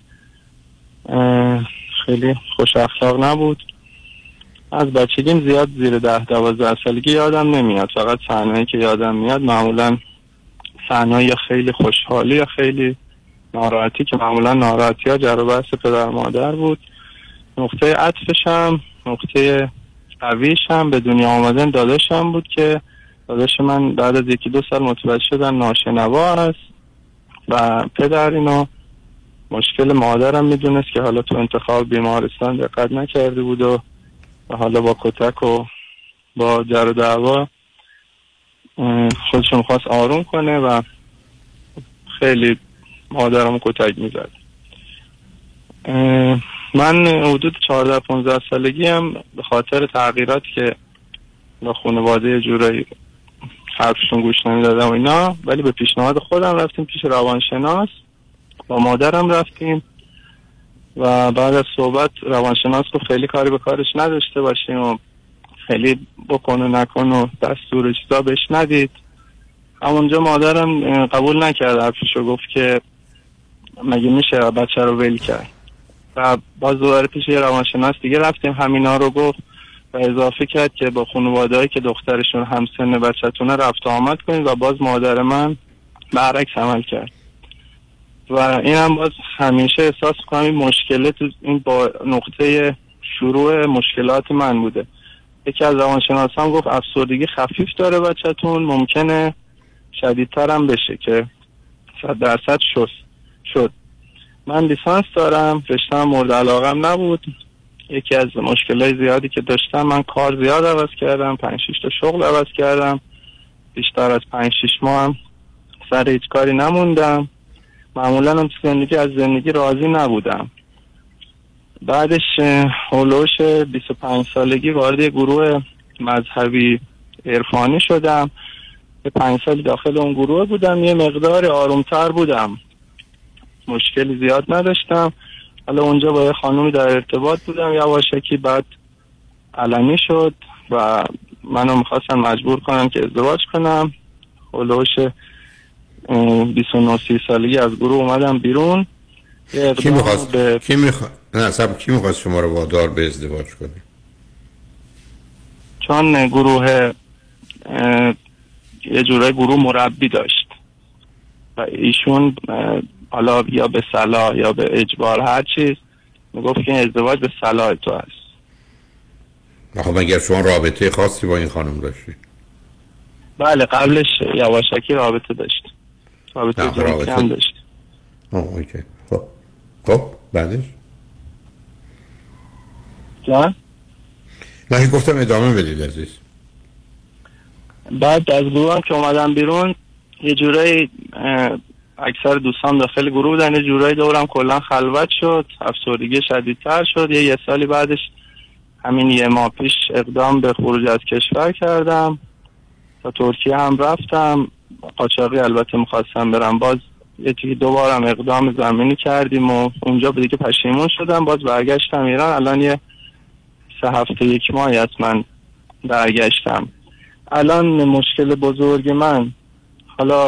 خیلی خوش اخلاق نبود. از بچگیم زیاد زیر ده دوازده سالگی یادم نمیاد، فقط صحنه‌ای که یادم میاد معمولا صحنه‌ای یا خیلی خوشحالی یا خیلی ناراحتی که معمولا ناراحتی ها جر و بحث پدر مادر بود. نقطه عطفشم، نقطه قویشم به دنیا آمدن داداشم بود که داداش من بعد از یکی دو سال متوجه شدن ناشنوا است و پدر اینو مشکل مادرم میدونست که حالا تو انتخاب بیمارستان دقت نکرده بود و حالا با کتک و با جر و دعوا خودشون خواست آروم کنه و خیلی مادرم کتک میزد. من حدود چهارده پانزده سالگی هم به خاطر تغییراتی که با خانواده جورایی حرفشون گوش نمیدادم و اینا، ولی به پیشنهاد خودم رفتیم پیش روانشناس، با مادرم رفتیم و بعد از صحبت روانشناس گفت خیلی کاری به کارش نداشته باشیم و خیلی بکن و نکن و دستور چیزا بهش ندید. همونجا مادرم قبول نکرد حرفشو، گفت که مگه میشه بچه رو ول کرد و باز دوباره پیش یه روانشناس دیگه رفتیم، همینا رو گفت و اضافه کرد که با خانواده‌ای که دخترشون همسن بچه‌تونه رفت آمد کنید و باز مادر من برعکس عمل کرد و این هم باز همیشه احساس کنم این مشکله تو این با نقطه شروع مشکلات من بوده. یکی از روانشناسان گفت افسردگی خفیف داره بچه‌تون، ممکنه شدیدتر هم بشه که صد درصد شد شد من لیسانس دارم، رشته‌ام مورد علاقم نبود. یکی از مشکلات زیادی که داشتم، من کار زیاد عوض کردم، پنج شش تا شغل عوض کردم، بیشتر از پنج شش ماه هم سر هیچ کاری نموندم. معمولا هم زندگی از زندگی راضی نبودم. بعدش هولوش بیست و پنج سالگی وارد گروه مذهبی عرفانی شدم. به پنج سال داخل اون گروه بودم، یه مقدار آرومتر بودم، مشکلی زیاد نداشتم. حالا اونجا با یه خانومی در ارتباط بودم یواشکی، بعد علنی شد و منو میخواستن مجبور کنم که ازدواج کنم. هولوش بیست و نه سی سالگی از گروه اومدم بیرون. کی میخواست به... کی میخواست نه سب کی میخواست شما رو وادار به ازدواج کنه؟ چون گروه یه جورای گروه مربی داشت و ایشون حالا یا به صلاح یا به اجبار هر چیز میگفت که ازدواج به صلاح تو هست. خب اگر شما رابطه خاصی با این خانم داشتی؟ بله قبلش یواشکی رابطه داشت، رابطه جنسی هم داشت. آه اوکی. خب خب بعدش؟ جان؟ نه گفتم ادامه بدید عزیز. بعد از گروه هم که اومدم بیرون یه جورایی اکثر دوستان داخل گروه بودن، یه جورایی دورم کلا خلوت شد، افسردگی شدیدتر شد. یه یه سالی بعدش همین یه ماه پیش اقدام به خروج از کشور کردم، تا ترکیه هم رفتم، قاچاقی البته میخواستم برم، باز یکی دوبارم اقدام زمینی کردیم و اونجا به دیگه پشیمون شدم، باز برگشتم ایران. الان یه سه هفته یک ماهی است من برگشتم. الان مشکل بزرگ من حالا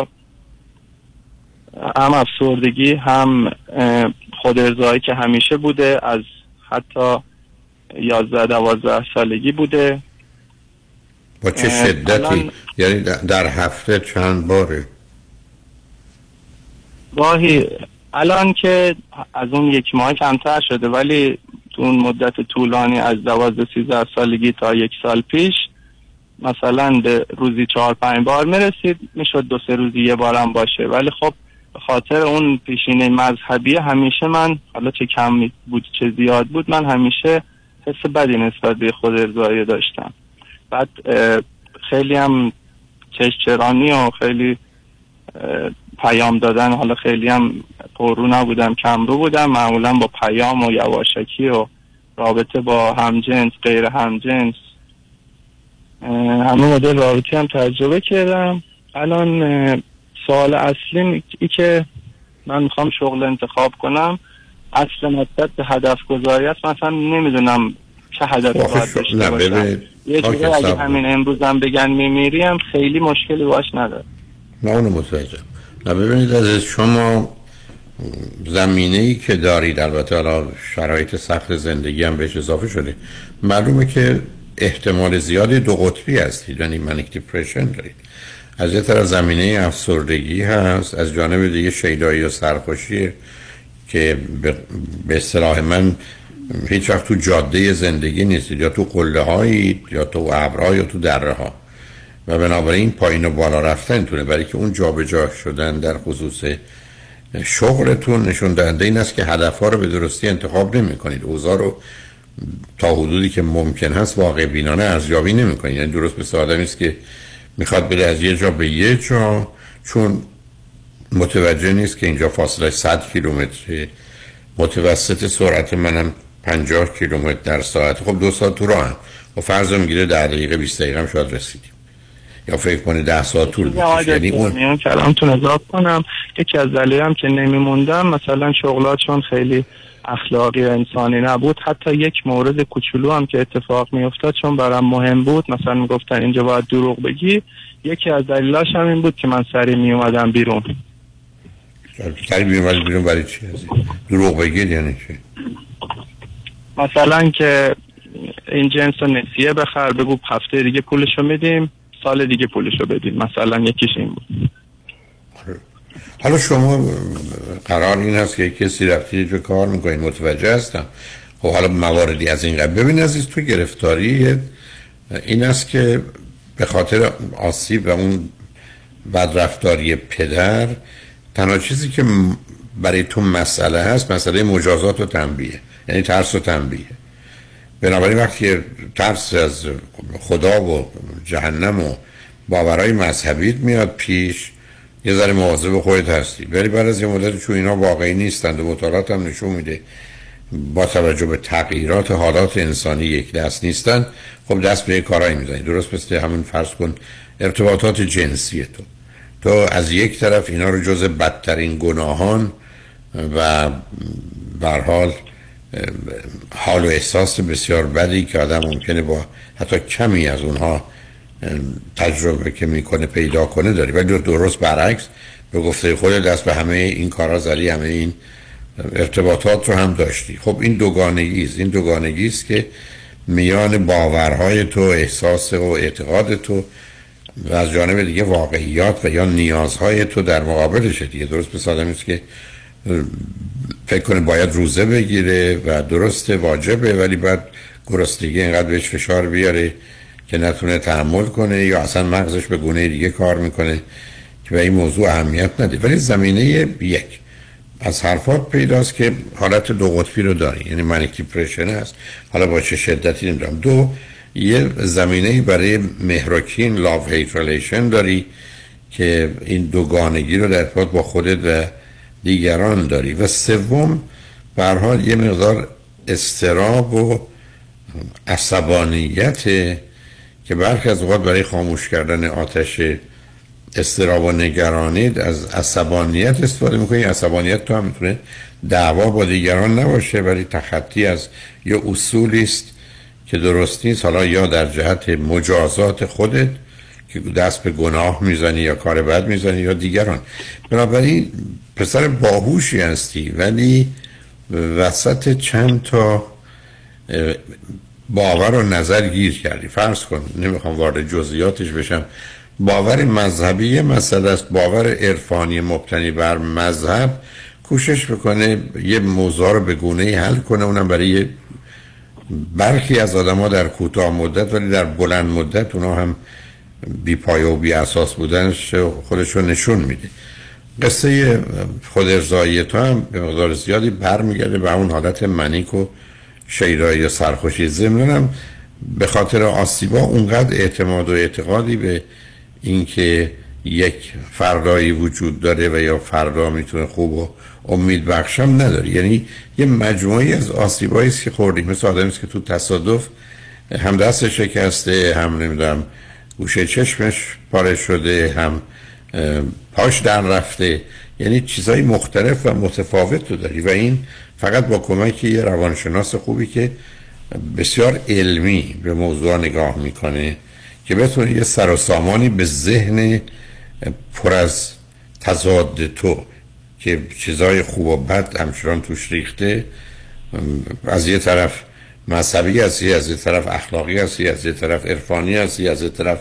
هم افسردگی هم خود ارضایی که همیشه بوده، از حتی یازده دوازده سالگی بوده. با چه شدتی؟ یعنی در هفته چند باره؟ گاهی الان که از اون یک ماه کمتر شده، ولی تو اون مدت طولانی از دوازده سیزده سالگی تا یک سال پیش مثلا به روزی چهار پنج بار میرسید، میشد دو سه روزی یه بارم باشه. ولی خب به خاطر اون پیشینه مذهبی همیشه من، حالا چه کم بود چه زیاد بود، من همیشه حس بدی نسبت به خود ارضایی داشتم. بعد خیلی هم چشچرانی و خیلی پیام دادن، حالا خیلی هم پررو نبودم، کمرو بودم، معمولا با پیام و یواشکی و رابطه با همجنس غیر همجنس همه مدل رابطی هم تجربه کردم. الان سوال اصلی ای که من میخوام شغل انتخاب کنم، اصل مدت به هدف گذاری است. مثلا نمیدونم چه هدفی باید داشته باشم. یه جوری اگه همین امروزم بگن میمیریم خیلی مشکلی باش نداره. نه اونو متوجه. نه ببینید از شما زمینه‌ای که دارید، البته حالا شرایط سخت زندگی هم بهش اضافه شده، معلومه که احتمال زیادی دو قطبی هستید، یعنی منیک دیپرشن دارید. از یه طرف زمینه افسردگی هست، از جانب دیگه شیدایی و سرخوشی که به اصطلاح من هیچ وقت تو جاده زندگی نیستید، یا تو قله هایید یا تو ابرها یا تو دره ها، و بنابراین پایین و بالا رفتن تونه، برای که اون جابجا شدن در خصوص شغلتون نشون دهنده این است که هدفها رو به درستی انتخاب نمی کنید، اوضاع رو تا حدودی که ممکن هست واقع بینانه ارزیابی نمی کنید. یعنی درست مثل آدمی است که میخواد بره از یه جا به یه جا، چون متوجه نیست که اینجا فاصله صد کیلومتر، متوسط سرعت منم پنجاه کیلومتر در ساعت، خب دو ساعت تو راه هم و فرض میگیره در دقیقه بیست دقیقه هم شاید رسیدیم، یا فکر کنید ده ساعت طول میکشه. یعنی اون کلامتون اضافه کنم، یکی از دلایلم که نمیموندم مثلا شغلات چون خیلی اخلاقی و انسانی نبود، حتی یک مورد کوچولو هم که اتفاق میافتاد چون برام مهم بود، مثلا میگفتن اینجا باید دروغ بگی، یکی از دلایلش هم این بود که من سری میومدم بیرون. سری میومدم بیرون برای چی؟ دروغ بگی یعنی چی؟ مثلا که این جنس رو نسیه بخر، بگو هفته دیگه پولشو میدیم، سال دیگه پولشو بدیم، مثلا یکیش این بود. حالا شما قرار این هست که کسی رفتی جو کار میکنید، متوجه هستم. خب حالا مواردی از این قبل ببین عزیز، تو گرفتاری این است که به خاطر آسیب و اون بدرفتاری پدر، تنها چیزی که برای تو مسئله هست مسئله مجازات و تنبیه، یعنی ترس و تنبیه. بنابراین وقتی ترس از خدا و جهنم و باورهای مذهبیت میاد پیش، یه ذره مواظب خودت هستی. ولی بعد از یه مدت چون اینا واقعی نیستند و مطالعات هم نشون میده با توجه به تغییرات حالات انسانی یک دست نیستن، خب دست به کارایی میزنی. درست مثل همین فرض کن ارتباطات جنسی تو تو از یک طرف اینا رو جز بدترین گناهان و به هر حال حال و احساس بسیار بدی که آدم ممکنه با حتی کمی از اونها تجربه که میکنه پیدا کنه داری، ولی درست برعکس به گفته خود دست به همه این کارا زدی، همه این ارتباطات رو هم داشتی. خب این دوگانگی است، این دوگانگی است که میان باورهای تو، احساس و اعتقاد تو و از جانب دیگه واقعیات و یا نیازهای تو در مقابلشه دیگه. درست مثل آدمی است که فکر کنه باید روزه بگیره و درسته واجبه، ولی بعد گرسنگی اینقدر بهش فشار بیاره که نتونه تحمل کنه، یا اصلا مغزش به گونه دیگه کار میکنه که به این موضوع اهمیت نده. ولی زمینه یک از حرفات پیداست که حالت دو قطبی رو داری، یعنی منیک دیپرشن هست، حالا با چه شدتی نمیدونم. دو، یه زمینه برای مهراکین لاو هیت ریلیشن داری که این دوگانگی رو در ارتباط با خودت و دیگران داری. و سوم به هر حال یه مقدار اضطراب و عصبانیت که برخی از اوقات برای خاموش کردن آتش اضطراب و نگرانی از عصبانیت استفاده میکنی. عصبانیت تو هم میتونه دعوا با دیگران نباشه، ولی تخطی از یه اصولی است که درست نیست، حالا یا در جهت مجازات خودت که دست به گناه میزنی یا کار بد میزنی یا دیگران. بنابراین پسر باهوشی هستی، ولی وسط چند تا باور و نظر گیر کردی. فرض کن، نمیخوام وارد جزئیاتش بشم، باور مذهبی مسئله است، باور عرفانی مبتنی بر مذهب کوشش بکنه یه موضوع رو به گونه‌ای حل کنه، اونم برای برخی از آدم‌ها در کوتاه مدت، ولی در بلند مدت اونا هم بی پایه و بی اساس بودنش خودش رو نشون میده. قصه خود ارضایی تو هم به مقدار زیادی برمیگرده به اون حالت منیک و شیدایی و سرخوشی. ضمناً هم به خاطر آسیبا اونقدر اعتماد و اعتقادی به اینکه یک فردایی وجود داره و یا فردا میتونه خوب و امید بخشم نداری. یعنی یه مجموعی از آسیبایی است که خوردیم، مثل آدمی است که تو تصادف هم دست شکسته، هم نمیدونم گوشه چشمش پاره شده، هم پاش در رفته. یعنی چیزهای مختلف و متفاوت تو داری و این فقط با کمک یه روانشناس خوبی که بسیار علمی به موضوع نگاه میکنه که بتونه یه سر و سامانی به ذهن پر از تضاد تو که چیزای خوب و بد همچنان توش ریخته، از یه طرف مذهبی هستی، از یه طرف اخلاقی هستی، از یه طرف عرفانی هستی، از یه طرف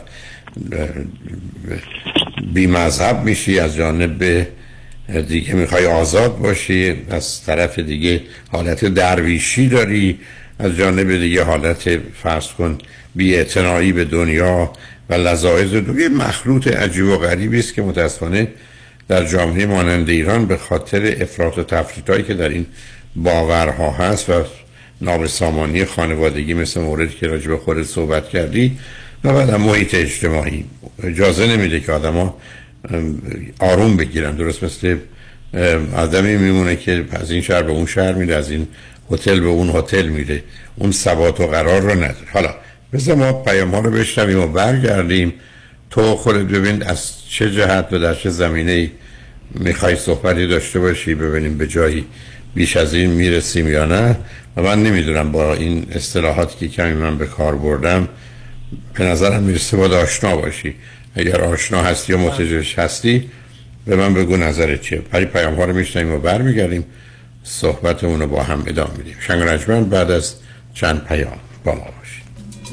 بی مذهب میشی، از جانب دیگه میخوای آزاد باشی، از طرف دیگه حالت درویشی داری، از جانب دیگه حالت فرض کن بی اعتنایی به دنیا و لذاذ دنیا. مخلوط عجیب و غریبی است که متاسفانه در جامعه مانند ایران به خاطر افراط و تفریطایی که در این باورها هست و نابسامانی خانوادگی مثل موردی که راجع به خودت صحبت کردی و بعد هم محیط اجتماعی اجازه نمیده که آدما آروم بگیرن. درست مثل آدمی میمونه که از این شهر به اون شهر میره، از این هتل به اون هتل میره، اون ثبات و قرار رو نداره. حالا بذار ما پیام ها رو بشنویم و برگردیم. تو خودت ببین از چه جهت و در چه زمینه‌ای میخوای صحبتی داشته باشی، ببینیم به جایی بیش از این میرسیم یا نه. و من نمیدونم با این اصطلاحاتی که کمی من به کار بردم به نظرم میرسه باید آشنا باشی. اگر آشنا هستی یا متوجه هستی به من بگو نظرت چیه. پری پیام ها رو میشنیم و برمیگردیم صحبتمون رو با هم ادامه میدیم. شنگ و نجمن بعد از چند پیام با ما باشید.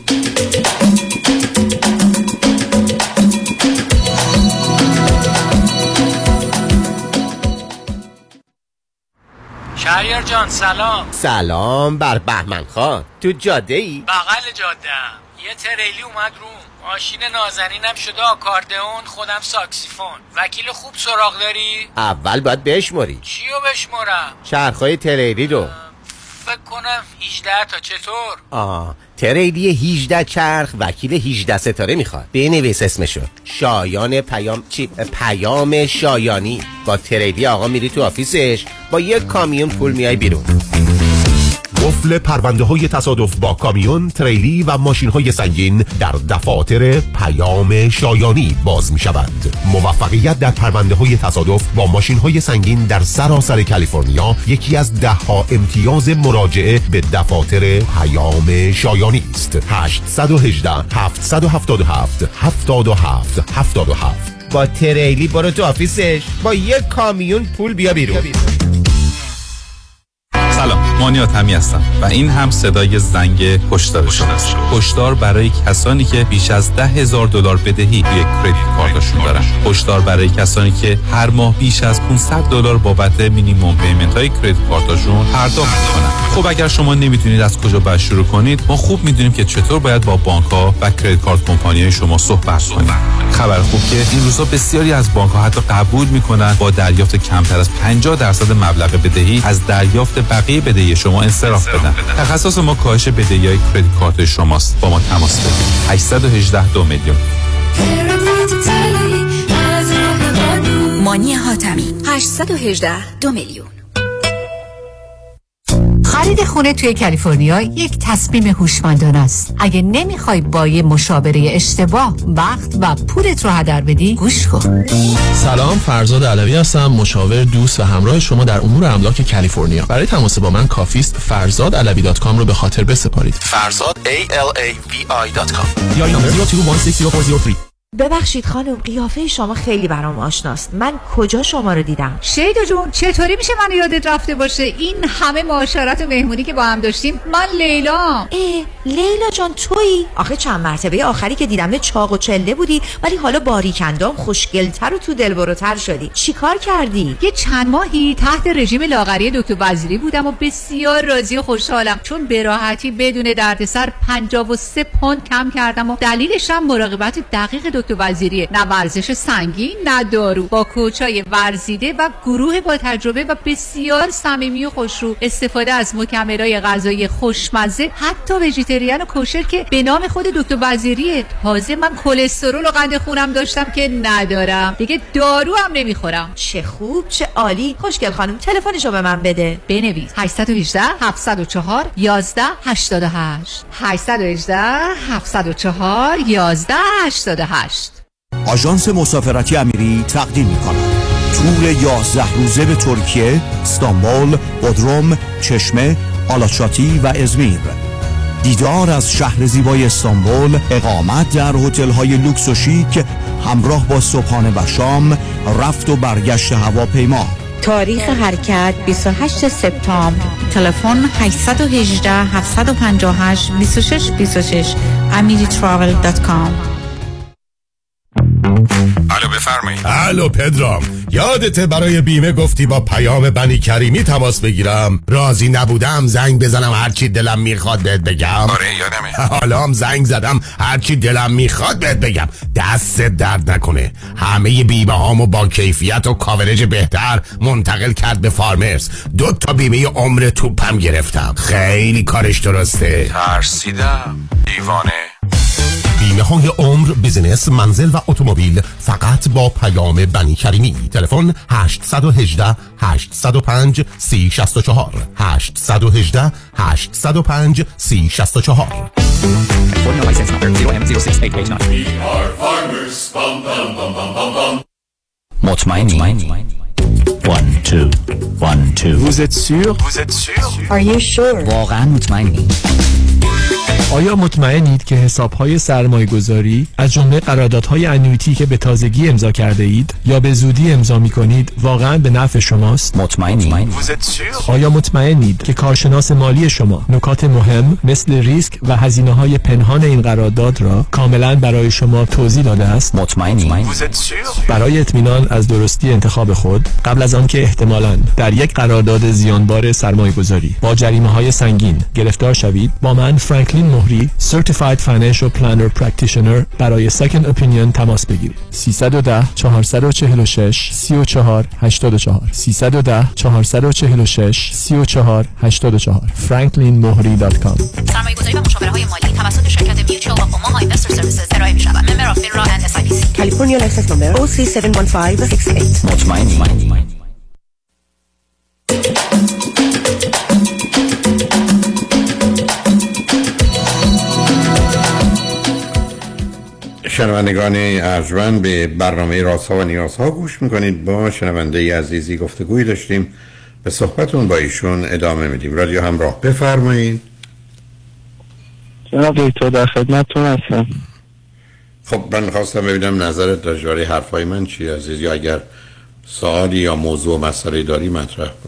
شهریار جان سلام. سلام بر بهمن خان. تو جاده ای؟ بغل جاده ام. یه تریلی اومد روم، ماشین نازنینم شده آکاردئون، خودم ساکسیفون. وکیل خوب سراغ داری؟ اول باید بشماری. چیو بشمارم؟ چرخهای تریلی رو. فکر کنم هجده تا. چطور؟ آه تریلی هجده چرخ وکیل هجده ستاره میخواد. بنویس اسمشو، شایان پیام چی پیام شایانی. با تریلی آقا میری تو آفیسش، با یک کامیون پول میای بیرون. قفل پرونده های تصادف با کامیون، تریلی و ماشین های سنگین در دفاتر پیام شایانی باز می شود. موفقیت در پرونده های تصادف با ماشین های سنگین در سراسر کالیفرنیا یکی از ده ها امتیاز مراجعه به دفاتر پیام شایانی است. هشت یک هشت هفت هفت هفت هفت هفت هفت هفت. با تریلی برو تو آفیسش، با یک کامیون پول بیا بیرون. سلام، مانیات همی هستم و این هم صدای زنگ هشدار شماست. هشدار برای کسانی که بیش از ده هزار دلار بدهی روی کریدیت کارتشون دارن. هشدار برای کسانی که هر ماه بیش از پانصد دلار بابت مینیمم پیمنت های کریدیت کارتشون پرداخت میکنن. خب اگر شما نمیتونید از کجا باید شروع کنید، ما خوب میدونیم که چطور باید با بانک ها و کریدیت کارت کمپانی های شما صحبت کنید. خبر خوب که این روزا بسیاری از بانک ها حتی قبول میکنن با دریافت کمتر از پنجاه درصد مبلغ بدهی از دریافت بقیه بدهی شما انصراف بدن. تخصص ما کاهش بدهی‌های کریدیت کارت شماست. با ما تماس بگیرید. هشت یک هشت دو میلیون. مانی حاتمی هشت یک هشت دو میلیون. خرید خونه توی کالیفرنیا یک تصمیم هوشمندانه است. اگه نمیخوای با یه مشاوره اشتباه وقت و پولت رو هدر بدی، گوش کن. سلام، فرزاد علوی هستم، مشاور دوست و همراه شما در امور املاک کالیفرنیا. برای تماس با من کافی است فرزاد علوی دات کام رو به خاطر بسپارید. فرزاد A L A V I دات کام یا نامبر صفر دو یک شش صفر چهار صفر سه. ببخشید خانم، قیافه شما خیلی برام آشناست. من کجا شما رو دیدم؟ شیدا جون چطوری میشه من یادت رفته باشه؟ این همه معاشرت و مهمونی که با هم داشتیم. من لیلا. اه لیلا جان تویی؟ آخه چند مرتبه آخری که دیدم چاق و چله بودی، ولی حالا باریکندام خوشگلتر و تو دلبروتر شدی. چیکار کردی؟ یه چند ماهی تحت رژیم لاغری دکتر وزیری بودم و بسیار راضی و خوشحالم، چون به راحتی بدون دردسر پنجاه و سه پوند کم کردم و دلیلش هم مراقبت دقیق دکتر وزیریه. نه ورزش سنگین، نه دارو، با کوچای ورزیده و گروه با تجربه و بسیار صمیمی و خوشرو. استفاده از مکمل‌های غذایی خوشمزه، حتی ویژیتریان و کوشر که به نام خود دکتر وزیریه. تازه من کلسترول و قند خونم داشتم که ندارم. دیگه دارو هم نمیخورم. چه خوب، چه عالی. خوشگل خانم تلفنشو به من بده. بنویس: هشت یک هشت هفت صفر چهار یازده هشتاد و هشت هشت یک هشت هفت صفر چهار یازده هشتاد و هشت. آژانس مسافرتی امیری تقدیم می‌کند تور یازده روزه به ترکیه، استانبول، بودروم، چشمه، آلاچاتی و ازمیر. دیدار از شهر زیبای استانبول، اقامت در هتل‌های لوکس و شیک همراه با صبحانه و شام، رفت و برگشت هواپیما. تاریخ حرکت بیست و هشتم سپتامبر. تلفن هشت یک هشت هفت پنج هشت دو شش دو شش amiri travel دات کام. الو بفرمایید. الو پدرام، یادته برای بیمه گفتی با پیام بنی کریمی تماس بگیرم؟ راضی نبودم زنگ بزنم هرچی دلم میخواد بهت بگم. آره یادمه. حالا هم زنگ زدم هرچی دلم میخواد بهت بگم. دست درد نکنه، همه بیمه هامو با کیفیت و کاورج بهتر منتقل کرد به فارمرز. دو تا بیمه عمر توپم گرفتم. خیلی کارش درسته. ترسیدم دیوانه. بیمه های عمر، بیزینس، منزل و اتومبیل فقط با پیام بنی کریمی. تلفن هشت یک هشت هشت صفر پنج سه شش چهار هشت یک هشت هشت صفر پنج سه شش چهار. مطمئنی؟ one two one two. Vous êtes sûr? Vous êtes sûr? Are you sure? واقعا مطمئنی؟ آیا مطمئنید که حساب‌های سرمایه‌گذاری از جمله قراردادهای انویتی که به تازگی امضا کرده اید یا به زودی امضا می‌کنید واقعاً به نفع شماست؟ مطمئنی؟ Vous êtes sûr? آیا مطمئنید که کارشناس مالی شما نکات مهم مثل ریسک و هزینه‌های پنهان این قرارداد را کاملاً برای شما توضیح داده است؟ مطمئنی؟ Vous êtes sûr? برای اطمینان از درستی انتخاب خود قبل از آنکه احتمالاً در یک قرارداد زیانبار سرمایه‌گذاری با جریمه‌های سنگین گرفتار شوید، با من فرانکلین مهری Certified Financial Planner Practitioner برای Second Opinion تماس بگیرید. سیصد و ده چهارصد و چهل و شش سی و چهار هشتاد و چهار سیصد و ده چهارصد و چهل و شش سی و چهار هشتاد و چهار فرانکلین موهری دات کام. سرمایه‌گذاری و مشاوره های مالی توسط شرکت میوچوال و اوماها اینوستر سرویسز ارائه می‌شود. ممبر اف فینرا اند اس آی پی سی. کالیفرنیا لایسنس نمبر او سی هفت یک پنج شش هشت. مطمئنی؟ شنوندگان ارجمند به برنامه رازها و نیازها گوش میکنید. با شنونده عزیزی گفتگوی داشتیم، به صحبتون با ایشون ادامه میدیم. رادیو همراه، بفرمایید. جناب دکتر در خدمتتون هستم. خب من خواستم ببینم نظرت درباره حرفای من چیه عزیز، یا اگر سوالی یا موضوع و مسئله داری مطرح کن.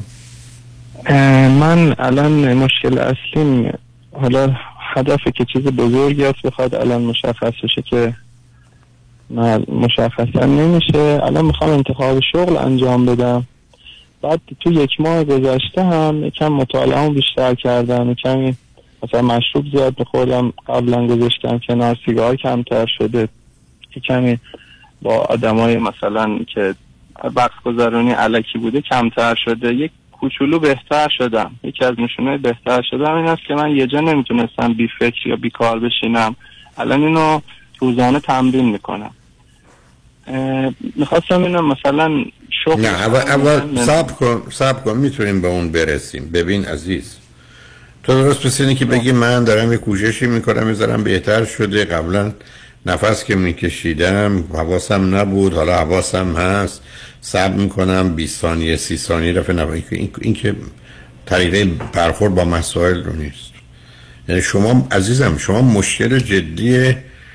من الان مشکل اصلیم، حالا هدفه که چیز بزرگی هست بخواد الان مشخص بشه که مشخصا نمیشه. الان میخوام انتخاب شغل انجام بدم. بعد تو یک ماه گذشته هم یکم مطالعه‌مو بیشتر کردم، کمی مثلا مشروب زیاد بخوردم، قبلا گذاشتم کنار، سیگار کمتر شده، کمی با آدمای مثلا که وقت گذرونی الکی بوده کمتر شده، یک کوچولو بهتر شدم. یکی از نشونه بهتر شدم این است که من یه جا نمیتونستم بی فکر یا بی کار بشینم، الان اینو روزانه تمرین میکنم. میخواستم اینو مثلا شغل نه اول, اول صبر کن صبر کن میتونیم به اون برسیم. ببین عزیز، تو درست مثل اینی که بگی من دارم یه کوششی میکنم میذارم بهتر شده، قبلا نفس که میکشیدم حواسم نبود حالا حواسم هست، صبر میکنم بیست ثانیه سی ثانیه دفعه نبود. این, این که طریقه برخورد با مسائل رو نیست. یعنی شما عزیزم، شما مشکل جدی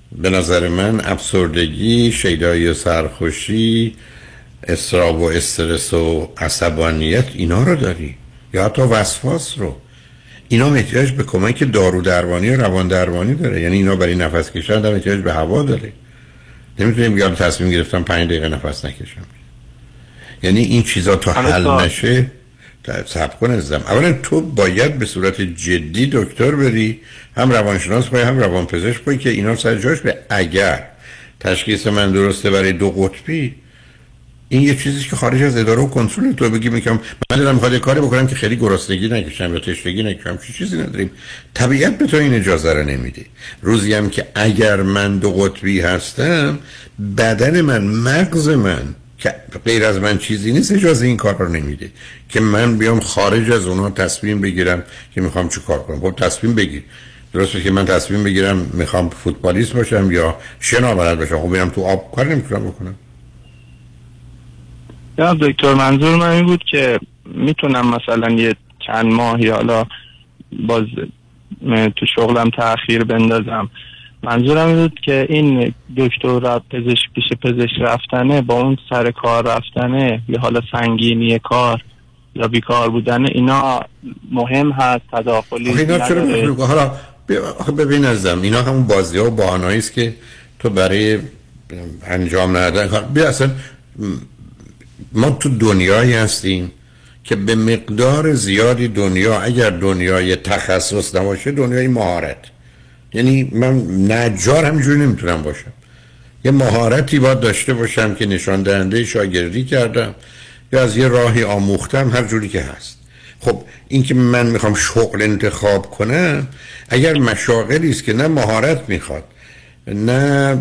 به نظر من افسردگی، شیدایی و سرخوشی، اضطراب و استرس و عصبانیت، اینا رو داری، یا حتی وسواس رو. اینا احتیاج به کمک دارو درمانی و روان درمانی داره. یعنی اینا برای نفس کشیدن هم احتیاج به هوا داره. نمیتونیم بگم تصمیم گرفتم پنج دقیقه نفس نکشم. یعنی این چیزا تا حل نشه صبر کن عزیزم. اولا تو باید به صورت جدی دکتر بری، هم روانشناس باید هم روانپزشک باید که اینا سر جاش به. اگر تشخیص من درسته برای دو قطبی، این یه چیزی که خارج از اداره و کنترل تو. بگی میگم من دارم میخواد کاری بکنم که خیلی گرسنگی نکشم یا تشنگی نکشم، چی چیزی نداریم. طبیعت به تو این اجازه رو نمیده. روزی هم که اگر من دو قطبی هستم، بدن من، مغز من که غیر از من چیزی نیست، اجازه این کار رو نمیده که من بیام خارج از اونها تصمیم بگیرم که میخوام چی کار کنم. خب تصمیم بگیر. درسته که من تصمیم بگیرم میخوام فوتبالیست باشم یا شنا بلد باشم، خب برم تو آب کار نمیتونم بکنم. یا دکتر منظور من این بود که میتونم مثلا یه چند ماهی حالا باز تو شغلم تأخیر بندازم. منظورم این بود که این دکتر پزشک پیش پزشک رفتنه با اون سر کار رفتنه یا حالا سنگینی کار یا بیکار بودن، اینا مهم هست تداخلی اینا چرا میخوام؟ حالا ببین ازم اینا همون بازی ها و بحانه‌ای است که تو برای انجام ندادن کار. بیا اصلا ما تو دنیایی هستیم که به مقدار زیادی دنیا، اگر دنیای تخصص نباشه، دنیای مهارت. یعنی من نجار همینجوری نمیتونم باشم، یه مهارتی باید داشته باشم که نشان دهنده شاگردی کردم یا از یه راهی آموختم، هر جوری که هست. خب این که من میخوام شغل انتخاب کنم، اگر مشاغلی است که نه مهارت میخواد نه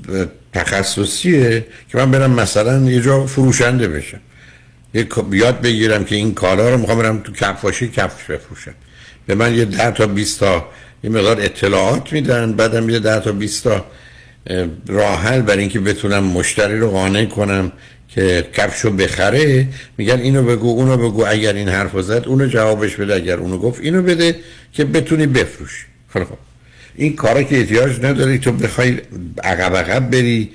تخصصیه، که من برم مثلا یه جا فروشنده بشم، یاد بگیرم که این کالا رو میخوام برم تو کفاشی کفش بفروشم، به من یه ده تا بیست تا یه مقدار اطلاعات میدن، بعدم یه ده تا بیست تا راه حل برای اینکه بتونم مشتری رو قانع کنم که کفشو بخره. میگن اینو بگو اونو بگو، اگر این حرفو زد اونو جوابش بده، اگر اونو گفت اینو بده که بتونی بفروشی. خب این کارا که احتیاج نداری تو بخوای عقب عقب بری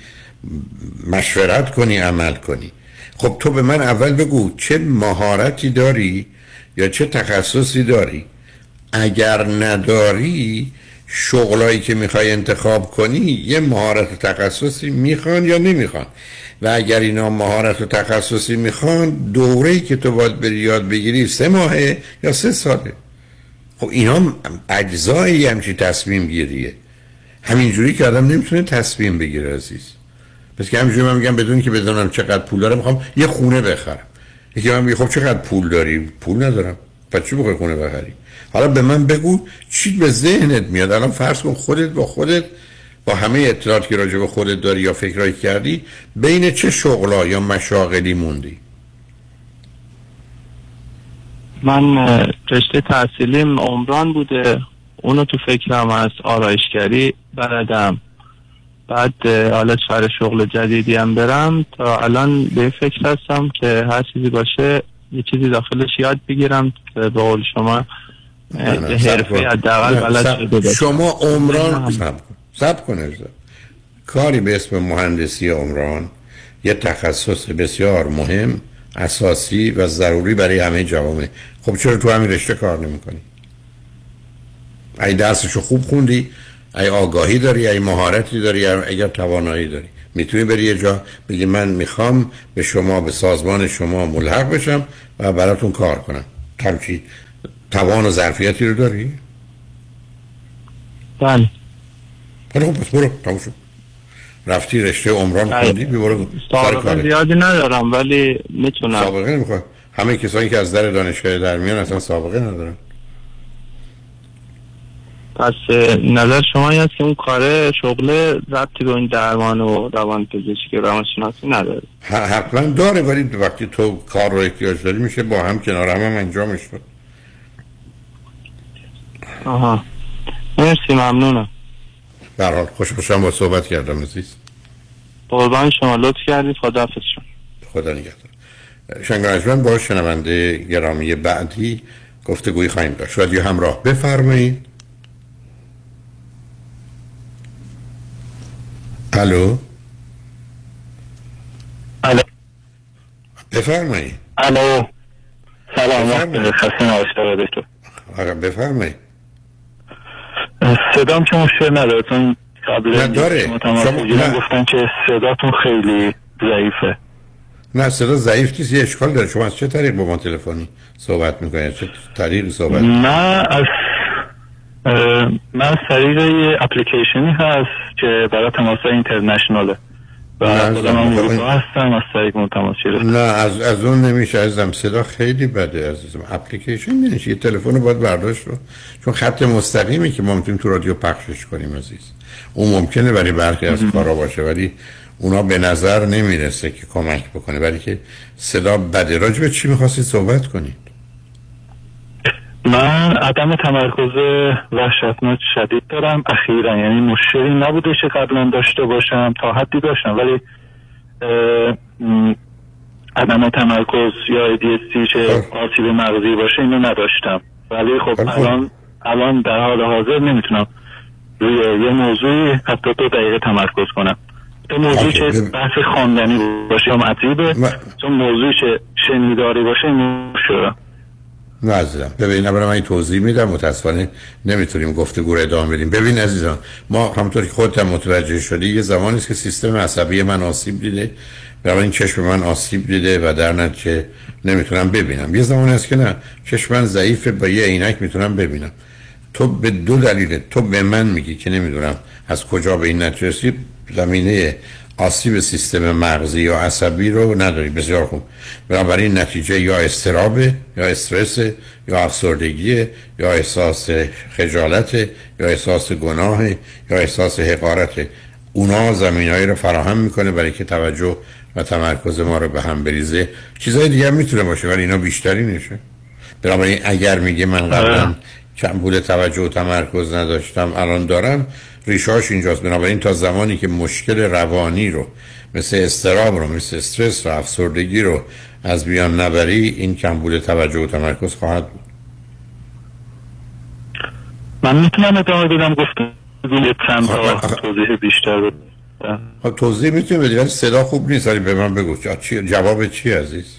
مشورت کنی عمل کنی. خب تو به من اول بگو چه مهارتی داری یا چه تخصصی داری. اگر نداری، شغلایی که میخوای انتخاب کنی یه مهارت و تخصصی میخوان یا نمیخوان، و اگر اینا مهارت و تخصصی میخوان، دوره‌ای که تو باید بری یاد بگیری سه ماهه یا سه ساله. خب اینا اجزایی همچی تصمیم گیریه. همینجوری که آدم نمیتونه تصمیم بگیره عزیز. پس که همینجوری من میگم بدون که بدونم چقدر پول دارم میخوام یه خونه بخرم، یکی من میگه خب چقدر پول داری؟ پول ندارم. پس چی بخوای خونه بخری؟ حالا به من بگو چی به ذهنت میاد. الان فرض کن خودت با خودت با همه اطلاعاتی که راجع به خودت داری یا فکرایی کردی، بین چه شغلا یا مشاغلی موندی؟ من رشته تحصیلیم عمران بوده، اونو تو فکرم از آرایشگری بلدم. بعد حالا چهار شغل جدیدی هم برم، تا الان به فکر هستم که هر چیزی باشه یه چیزی داخلش یاد بگیرم که به قول شما حرفه حداقل بلد شده باشه. شما عمران صبر کنید، کاری به اسم مهندسی عمران یه تخصص بسیار مهم، اساسی و ضروری برای همه جوامع. خب چرا تو همین رشته کار نمی‌کنی؟ ای درسشو خوب خوندی، ای آگاهی داری، ای مهارتی داری، اگر توانایی داری، میتونی بری یه جا بگی من میخوام به شما، به سازمان شما ملحق بشم و براتون کار کنم. همچی توان و ظرفیتی رو داری؟ بله. خب پس برو تموم شد. رفتی رشته عمران خوندی، برو سر کارت. زیادی ندارم ولی میتونم. سابقه نمیخواد. همه کسایی که از در دانشگاه در میان اصلا سابقه ندارن. پس نظر شما این است که اون کار شغل ربطی به این درمان و روان پزشکی و روانشناسی نداره؟ حتما داره، ولی وقتی تو کار رو احتیاج داری میشه با هم کنار هم, هم انجامش بده. آها، مرسی، ممنونم. به هر حال خوشحالم با صحبت کردم عزیز. قربان شما، لطف کردید. خداحافظ شما. خدا نگهدار. شنگانجمن با شنونده گرامی بعدی گفتگوی خواهیم داشت. رادیو همراه، بفرمایید. الو الو بفرمایید. الو سلام وقت خسته نباشید دکتر. آقا بفرمایید. صدام که مشکل نداره چون قبل نداره. شما گفتن که صداتون خیلی ضعیفه. نه صدا ضعیف نیست، یه اشکال داره. شما از چه طریق با ما تلفنی صحبت میکنید؟ چه طریقی صحبت میکنید؟ من از من از طریق یه اپلیکیشنی هست که برای تماس اینترنشناله و خودم هم اروپا هستم، از طریق اون تماس گرفتم. نه از از اون نمیشه عزیزم، صدا خیلی بده عزیزم. اپلیکیشن نمیشه، یه تلفن رو باید برداشت رو، چون خط مستقیمی که ما میتونیم تو رادیو پخشش کنیم عزیز. اون ممکنه برای برخی از کارا باشه ولی اونا به نظر نمیرسه که کمک بکنه، ولی که صدا بده. راجع به چی می‌خواستید صحبت کنید؟ من عدم تمرکز وحشتناک شدید دارم اخیراً، یعنی مشکلی نبوده که قبلا داشته باشم، تا حدی داشتم ولی عدم تمرکز یا ای دی اس تی که آسیب مغزی باشه اینو نداشتم، ولی خب الان الان در حال حاضر نمیتونم روی یه موضوعی حتی دو دقیقه تمرکز کنم. یه موضوعی که بحث خواندنی باشه هم عجیبه، چون موضوعی که شنیداری باشه این شده. نه عزیزم ببین، برای من توضیح میدم، متاسفانه نمیتونیم گفتگو رو ادامه بدیم. ببین عزیزان، ما همونطور که خودت متوجه شدی یه زمانی است که سیستم عصبی من آسیب دیده، برای این چشم من آسیب دیده و در نتیجه نمیتونم ببینم. یه زمانی است که نه، چشم من ضعیفه، با یه عینک میتونم ببینم. تو به دو دلیل تو به من میگی که نمیدونم از کجا به این نتیجه رسید، زمینه آسیب سیستم مغزی یا عصبی رو نداری. بسیار خوب. بنابراین نتیجه یا اضطرابه یا استرس یا افسردگی یا احساس خجالت یا احساس گناه یا احساس حقارت. اونا زمینه‌ای رو فراهم میکنه برای که توجه و تمرکز ما رو به هم بریزه. چیزای دیگه میتونه باشه ولی اینا بیشتری نشه. بنابراین اگر میگه من قبلا کمبود توجه و تمرکز نداشتم الان دارم، ریشاش اینجاست. بنابراین تا زمانی که مشکل روانی رو مثل اضطراب رو، مثل استرس رو، افسردگی رو از بیان نبری، این کمبود توجه و تمرکز خواهد بود. من میتونم ادامه بدم گفتم یه چند تا توضیح بیشتر بدم. خب توضیح میتونی بدی ولی صدا خوب نیست. ولی به من بگو چی جواب چی عزیز؟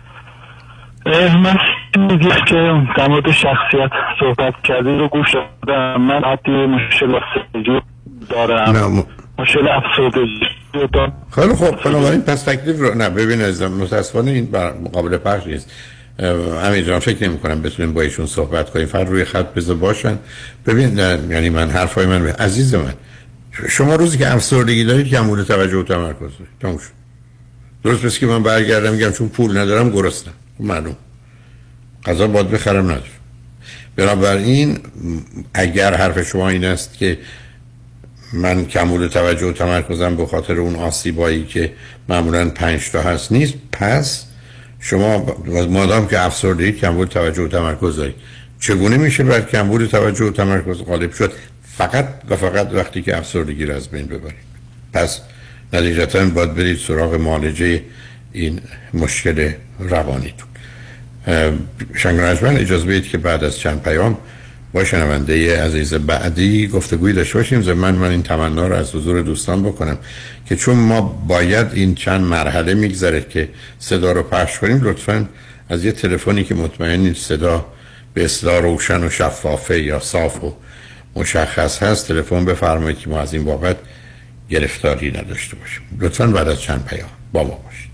من میگه که در مورد شخصیت صحبت کردی رو گوش دادم. من حتی مشکل افسردگی دارم، مشکل افسردگی دارم. خیلی خوب، بنابراین پس تکلیف رو نه ببین عزیزم، متاسفانه این مقابل پخش نیست. امیر جان فکر نمی کنم بتونیم با ایشون صحبت کنیم، فقط روی خط بذار باشن. ببین یعنی من حرفای من به عزیز من، شما روزی که افسردگی دارید کمبود توجه و تمرکز دارید، تموم شد. درست مثل که من برگردم میگم چون پول ندارم گرسنم، معلوم غذا باید بخرم ندارم. بنابراین اگر حرف شما این است که من کمبود توجه و تمرکزم به خاطر اون آسیبایی که معمولاً پنج تا هست نیست، پس شما مادام که افسردگی کمبود توجه و تمرکز دارید، چگونه میشه بر کمبود توجه و تمرکز غالب شد؟ فقط و فقط وقتی که افسردگی رو از بین ببرید. پس نتیجتاً باید برید سراغ معالجه این مشکل روانیتون. شنگرانجمن اجازه بدید که بعد از چند پیام با شنونده عزیز بعدی گفتگوی داشته باشیم. زمین من این تمنا رو از حضور دوستان بکنم که چون ما باید این چند مرحله میگذره که صدا رو پخش کنیم، لطفاً از یه تلفنی که مطمئنید صدا به اصطلاح روشن و شفافه یا صاف و مشخص هست تلفن بفرمایید که ما از این بابت گرفتاری نداشته باشیم. لطفاً بعد از چند پیام با ما باشید.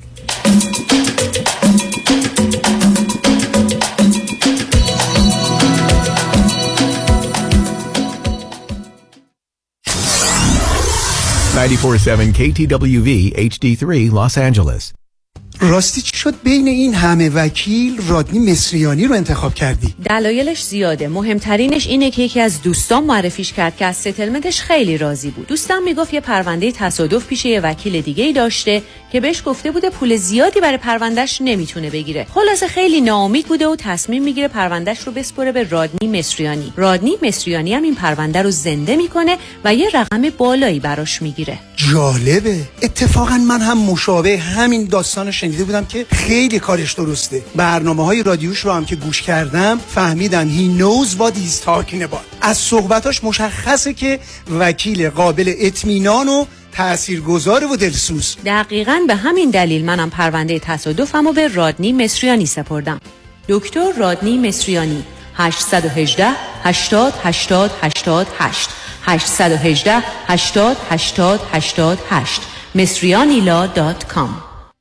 ninety-four point seven K T W V H D three Los Angeles. راستی چی شد بین این همه وکیل رادنی مصریانی رو انتخاب کردی؟ دلایلش زیاده. مهمترینش اینه که یکی از دوستان معرفیش کرد که از ستلمنتش خیلی راضی بود. دوستم میگفت یه پرونده تصادف پیش یه وکیل دیگه‌ای داشته که بهش گفته بوده پول زیادی برای پروندهش نمیتونه بگیره. خلاصه خیلی ناامید بوده و تصمیم میگیره پروندهش رو بسپره به رادنی مصریانی. رادنی مصریانی هم این پرونده رو زنده میکنه و یه رقم بالایی براش میگیره. جالبه. اتفاقا من هم مشابه همین داستان شنیده بودم که خیلی کارش درسته. برنامه‌های رادیوش رو هم که گوش کردم فهمیدم he knows what he's talking about. از صحبتاش مشخصه که وکیل قابل اطمینان و تاثیرگذار و دلسوز. دقیقاً به همین دلیل منم پرونده تصادفمو به رادنی مصریانی سپردم. دکتر رادنی مصریانی. هشت یک هشت هشتاد هشتاد هشتاد هشت هشت یک هشت هشتاد هشتاد هشتاد هشت مصریانیلا دات کام.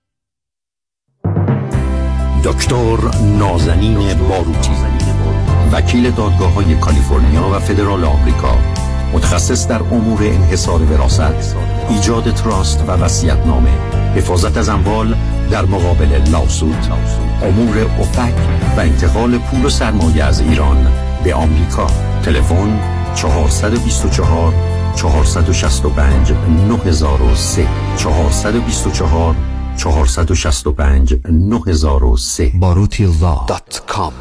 دکتر نازنین باروتی، وکیل دادگاه‌های کالیفرنیا و فدرال آمریکا، متخصص در امور انحصار وراثت، ایجاد تراست و وصیت‌نامه، حفاظت از اموال در مقابل لاسود، امور افک و انتقال پول و سرمایه از ایران به آمریکا. تلفن چهار دو چهار چهار شش پنج نه صفر صفر سه چهار دو چهار چهار شش پنج نه صفر صفر سه باروتی لا دات کام.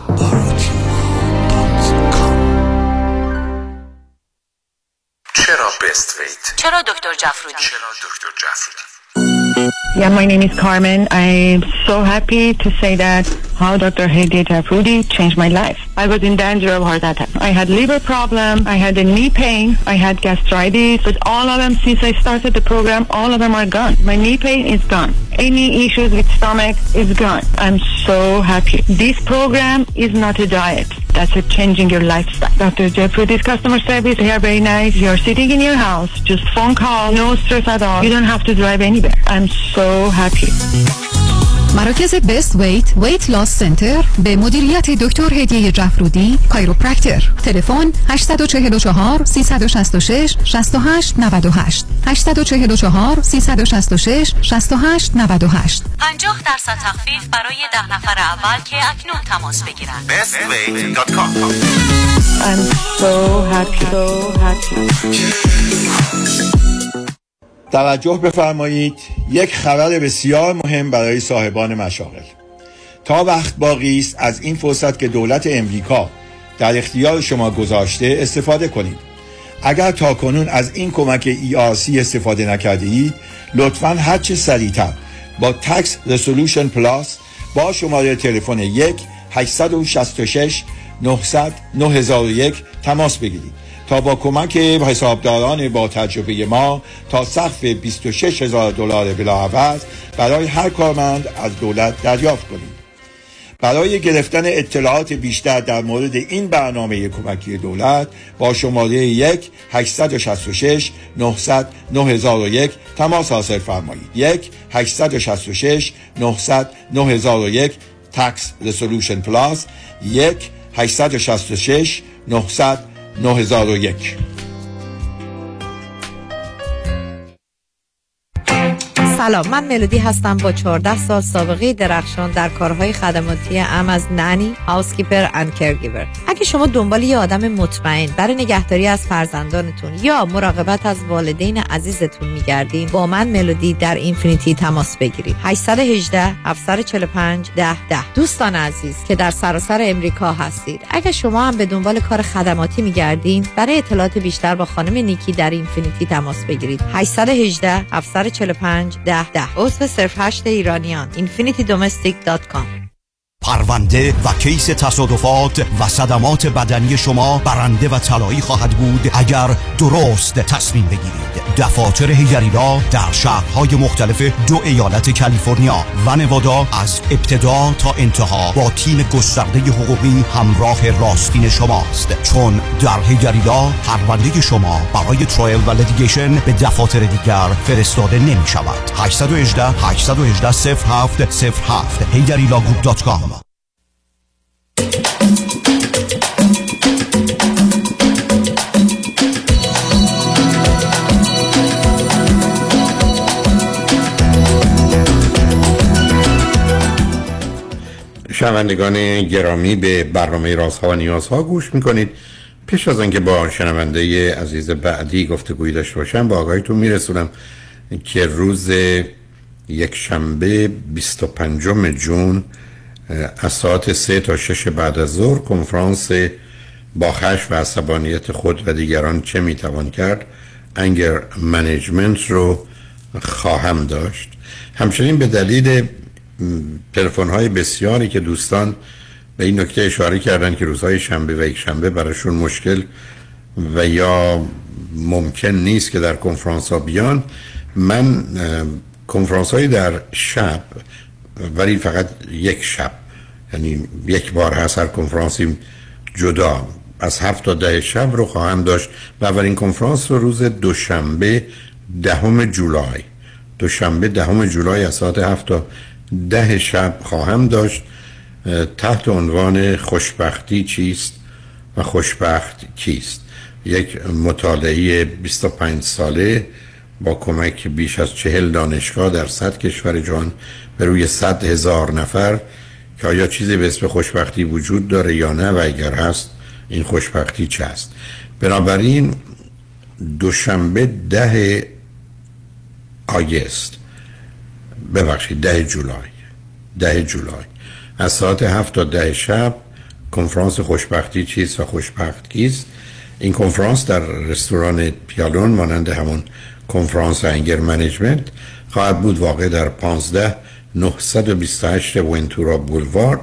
چرا بست ویت؟ چرا دکتر جعفرودی؟ چرا دکتر جعفرودی؟ Yeah, my name is Carmen. I'm so happy to say that how Doctor Hedi Jafroudi changed my life. I was in danger of heart attack. I had liver problem. I had a knee pain. I had gastritis. But all of them, since I started the program, all of them are gone. My knee pain is gone. Any issues with stomach is gone. I'm so happy. This program is not a diet. That's a changing your lifestyle. Doctor Jafroudi's customer service, they are very nice. You're sitting in your house, just phone call, no stress at all. You don't have to drive anywhere. I'm so happy. مراکز بست ویت ویت لاس سنتر به مدیریت دکتر هدیه جعفرودی کایروپرکتر. تلفن هشت چهار چهار سه شش شش شش هشت نه هشت هشت چهار چهار سه شش شش شش هشت نه هشت. پنجاه درصد تخفیف برای ده نفر اول که اکنون تماس بگیرند. بست ویت دات کام. I'm so happy. So happy. توجه بفرمایید، یک خبر بسیار مهم برای صاحبان مشاغل. تا وقت باقی است از این فرصت که دولت امریکا در اختیار شما گذاشته استفاده کنید. اگر تاکنون از این کمک ای آر سی استفاده نکرده اید، لطفاً هر چه سریعتر با تکس رسولوشن پلاس با شماره تلفن یک هشت شش شش نه صفر صفر نه صفر یک تماس بگیرید تا با کمک حسابداران با تجربه ما تا سقف بیست و شش هزار دلار بلاعوض برای هر کارمند از دولت دریافت کنید. برای گرفتن اطلاعات بیشتر در مورد این برنامه کمکی دولت با شماره یک هشت شش شش نه صفر صفر نه صفر یک تماس حاصل فرمایید. یک هشت شش شش نه صفر صفر نه صفر یک تکس رسولوشن پلاس یک هشت شش شش نه صفر صفر نه صفر یک. سلام، من ملودی هستم با چهارده سال سابقه درخشان در کارهای خدماتی ام از نانی، هاوسکیپر اند کرگیور. اگه شما دنبال یه آدم مطمئن برای نگهداری از فرزندانتون یا مراقبت از والدین عزیزتون میگردین، با من ملودی در اینفینیتی تماس بگیرید. هشت یک هشت هفت چهار پنج ده ده. دوستان عزیز که در سراسر امریکا هستید، اگه شما هم به دنبال کار خدماتی میگردین، برای اطلاعات بیشتر با خانم نیکی در اینفینیتی تماس بگیرید. هشت یک هشت هفت چهار پنج ده ده. عضو صرف هشت ایرانیان. اینفینیتی دومستیک دات کام. پرونده و کیس تصادفات و صدمات بدنی شما برنده و طلایی خواهد بود اگر درست تصمیم بگیرید. دفاتر هیجریلا در شهرهای مختلف دو ایالت کالیفرنیا و نوادا از ابتدا تا انتها با تیم گسترده حقوقی همراه راستین شماست، چون در هیجریلا پرونده شما برای ترایل و لیتیگیشن به دفاتر دیگر فرستاده نمی شود. هشت یک هشت هشت یک هشت صفر هفت صفر هفت هیجریلا گروپ دات کام. شنوندگان گرامی، به برنامه رازها و نیازها گوش میکنید. پیش از اینکه با شنونده عزیز بعدی گفتگویی داشته باشم، با آگاهیتون میرسونم که روز یک شنبه بیست و پنجم ژوئن از ساعت سه تا شش بعد از ظهر کنفرانس با خشم و عصبانیت خود و دیگران چه میتوان کرد، انگر منیجمنت رو خواهم داشت. همچنین به دلیل تلفن‌های بسیاری که دوستان به این نکته اشاره کردن که روزهای شنبه و یک شنبه براشون مشکل و یا ممکن نیست که در کنفرانس ها بیان، من کنفرانس هایی در شب، ولی فقط یک شب، یعنی یک بار هست هر کنفرانسی جدا، از هفت تا ده شب رو خواهم داشت و اولین کنفرانس رو روز دوشنبه دهم جولای دوشنبه دهم جولای از ساعت هفت تا ده شب خواهم داشت تحت عنوان خوشبختی چیست و خوشبخت کیست. یک مطالعه بیست و پنج ساله با کمک بیش از چهل دانشگاه در صد کشور جهان به روی صد هزار نفر که آیا چیزی به اسم خوشبختی وجود داره یا نه و اگر هست این خوشبختی چه است. بنابراین دوشنبه ده آگست ببخشید ده جولای ده جولای از ساعت هفت تا ده شب کنفرانس خوشبختی چیست و خوشبخت کیست. این کنفرانس در رستوران پیالون مانند همون کنفرانس انگر منیجمنت خواهد بود، واقع در پانزده نهصد و بیست و هشت ونتورا بولوارد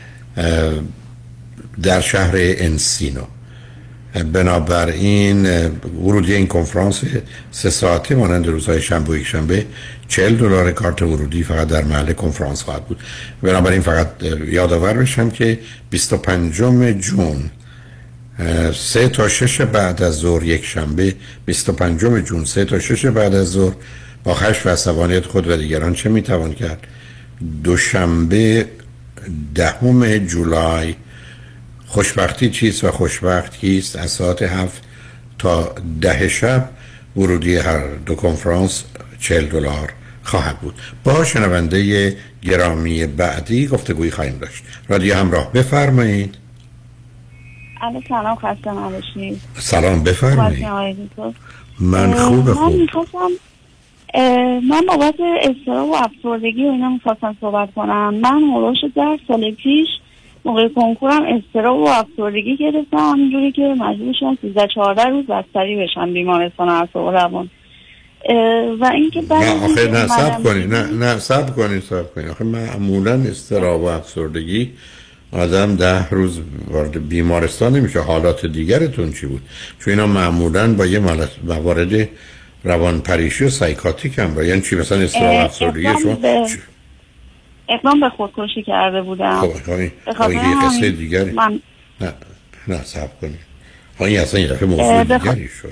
در شهر انسینو. بنابراین ورودی این کنفرانس سه ساعته مانند روزهای شنبه و یک شنبه چهل دلار کارت ورودی فقط در محل کنفرانس خواهد بود. بنابراین فقط یادآور بشم که بیست و پنجم جون سه تا شش بعد از ظهر یک شنبه بیست و پنجم جون سه تا شش بعد از ظهر با خشم و عصبانیت خود و دیگران چه میتوان کرد. دوشنبه دهم جولای خوشبختی چیست و خوشبخت کیست از ساعت هفت تا ده شب. ورودی هر دو کنفرانس چهل دلار خواهد بود. با شنونده گرامی بعدی گفتگویی خواهیم داشت. رادیو همراه، بفرمایید. الو سلام، خسته نباشید. سلام، بفرمایید. من خوب خوب من میخواستم من بابت اضطراب و افسردگی و اینا میخواستم صحبت کنم. من هلوش ده سال پیش موقع کنکورم اضطراب و افسردگی گرفتم، همینجوری که مجبور شدم سیزده چهارده روز بستری بشم بیمارستان اعصاب و روان. و اینکه بعد نه آخه نه صبر کنید نه نه صبر کنید صبر کنید آخه معمولا اضطراب و افسردگی آدم ده روز وارد بیمارستان نمیشه. حالات دیگرتون چی بود؟ چون اینا معمولا با یه موارد روان پریشی و سایکاتیک هم با یعنی چی، مثلا اضطراب و افسردگی شما اقدام به خودکشی کرده بودم. خب خب یه قصه دیگری من... نه نه صبر کنید این اصلا یه دفعه موضوع بخ... دیگری شد.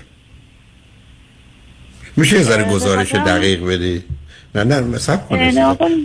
میشه یه ذره گزارش دقیق بدی؟ نه نه صبر کنید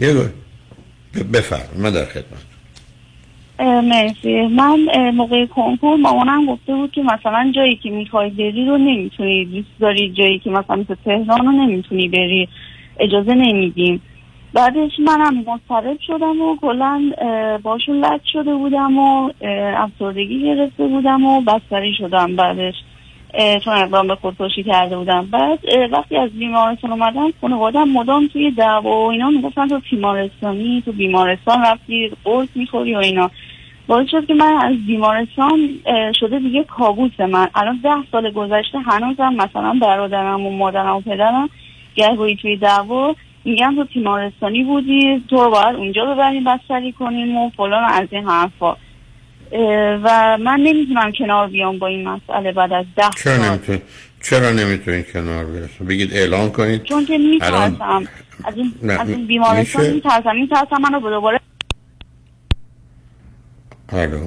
بفرم من در خدمت. مرسی. من موقع کنکور مامانم گفته بود که مثلا جایی که میخوای بری رو نمیتونی، دوست داری جایی که مثلا مثل تهران رو نمیتونی بری، اجازه نمیدیم. بعدش منم مضطرب شدم و کلا باشون لج شده بودم و افسردگی گرفته بودم و بستری شدم بعدش، چون اقدام به خودکشی کرده بودم. بعد وقتی از بیمارستان اومدم خانواده‌ام مدام توی دعوا و اینا میگفتن تو بیمارستانی، تو بیمارستان رفتی قرص میخوری و اینا. باعث شد که من از بیمارستان شده دیگه کابوس من. الان ده سال گذشته هنوزم مثلا برادرم و مادرم و پدرم گهگاهی توی دعوا میگن تو بیمارستانی بودی، تو رو باید اونجا ببریم بستری کنیم و فلان از این حرفا. و من نمیتونم کنار بیام با این مسئله بعد از ده چرا سال. نمیتونی؟ چرا نمیتونید کنار بیاید؟ بگید اعلان کنید. چون که میترسم از این, از این بیمارستان میترسم میترسم منو به دوباره. الو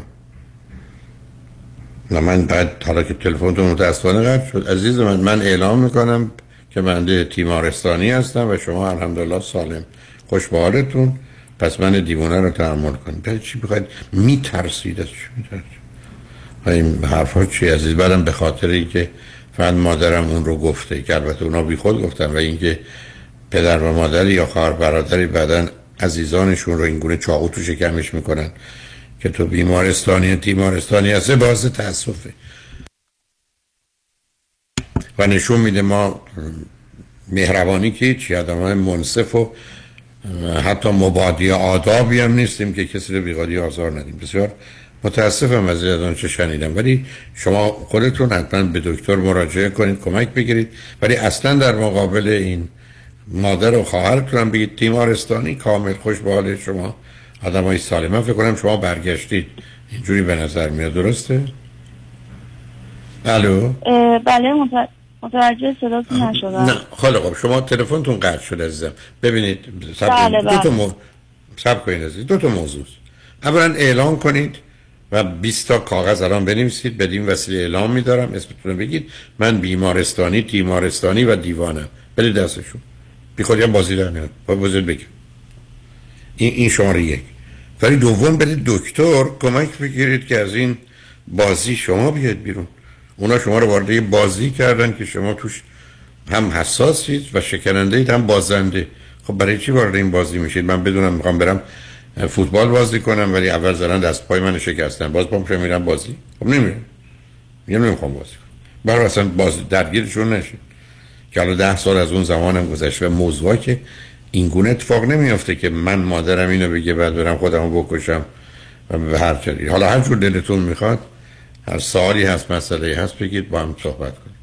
نه من بعد حالا که تلفنتون متاسفانه قطع شد عزیز من، من اعلام میکنم که بنده تیمارستانی هستم و شما الحمدلله سالم خوش به حالتون، پس من دیوانه رو تحمل کنید. بعد چی بخواید میترسید؟ از چی میترسید؟ این حرفا چی عزیز؟ بعدم به خاطر اینکه فقط مادرم اون رو گفته که البته اونا بی خود گفتن و اینکه پدر و مادری یا خواهر برادری بعدن عزیزانشون رو اینگونه چاقو تو شکمش میکنن که تو بیمارستانی تیمارستانی هسته، باعث تأسفه و نشون میده ما مهربانی که چی آدمای منصف و حتی مبادی آدابی هم نیستیم که کسی رو بیقادی آزار ندیم. بسیار متاسفم از این چه شنیدم، ولی شما خودتون حتما به دکتر مراجعه کنید، کمک بگیرید، ولی اصلا در مقابل این مادر و خواهرتون هم بگید تیمارستانی. کامل خوش به حال شما آدمای سالم. من فکر کنم شما برگشتید اینجوری به نظر میاد، درسته؟ الو بله متوجه صداتون نشدم. نه خیلی خوب، شما تلفنتون قطع شده عزیزم. ببینید بله دو تا مو... سب کنید عزیز، دو تا موضوع. اولا اعلام کنید و بیست تا کاغذ الان بنویسید، بدین وسیله اعلام می‌دارم، اسمتون رو بگید، من بیمارستانی، تیمارستانی و دیوانم. بدید دستشون. بی خودی هم بازی در میاد. با بازید بگید. این این شماره یک. ولی دوم برید دکتر کمک بگیرید که از این بازی شما بیاد بیرون. اونا شما رو وارد یه بازی کردن که شما توش هم حساسید و شکننده اید هم بازنده. خب برای چی وارد این بازی میشید؟ من بدونم میخوام برم فوتبال بازی کنم ولی اول زدن دست پای من شکستن، باز پام میرم بازی. خب نمیرم. میگم نمیخوام بازی کنم. برای اصلا بازی درگیرشون نشید. که حالا ده سال از اون زمانم گذشته و موضوعی که این گونه اتفاق نمیافته که من مادرم اینو بگه بعد برم خودمو بکشم و به هر چیزی. حالا هر جور دلتون میخواد، هر سوالی هست، مسئله هست، بگید با هم صحبت کنیم.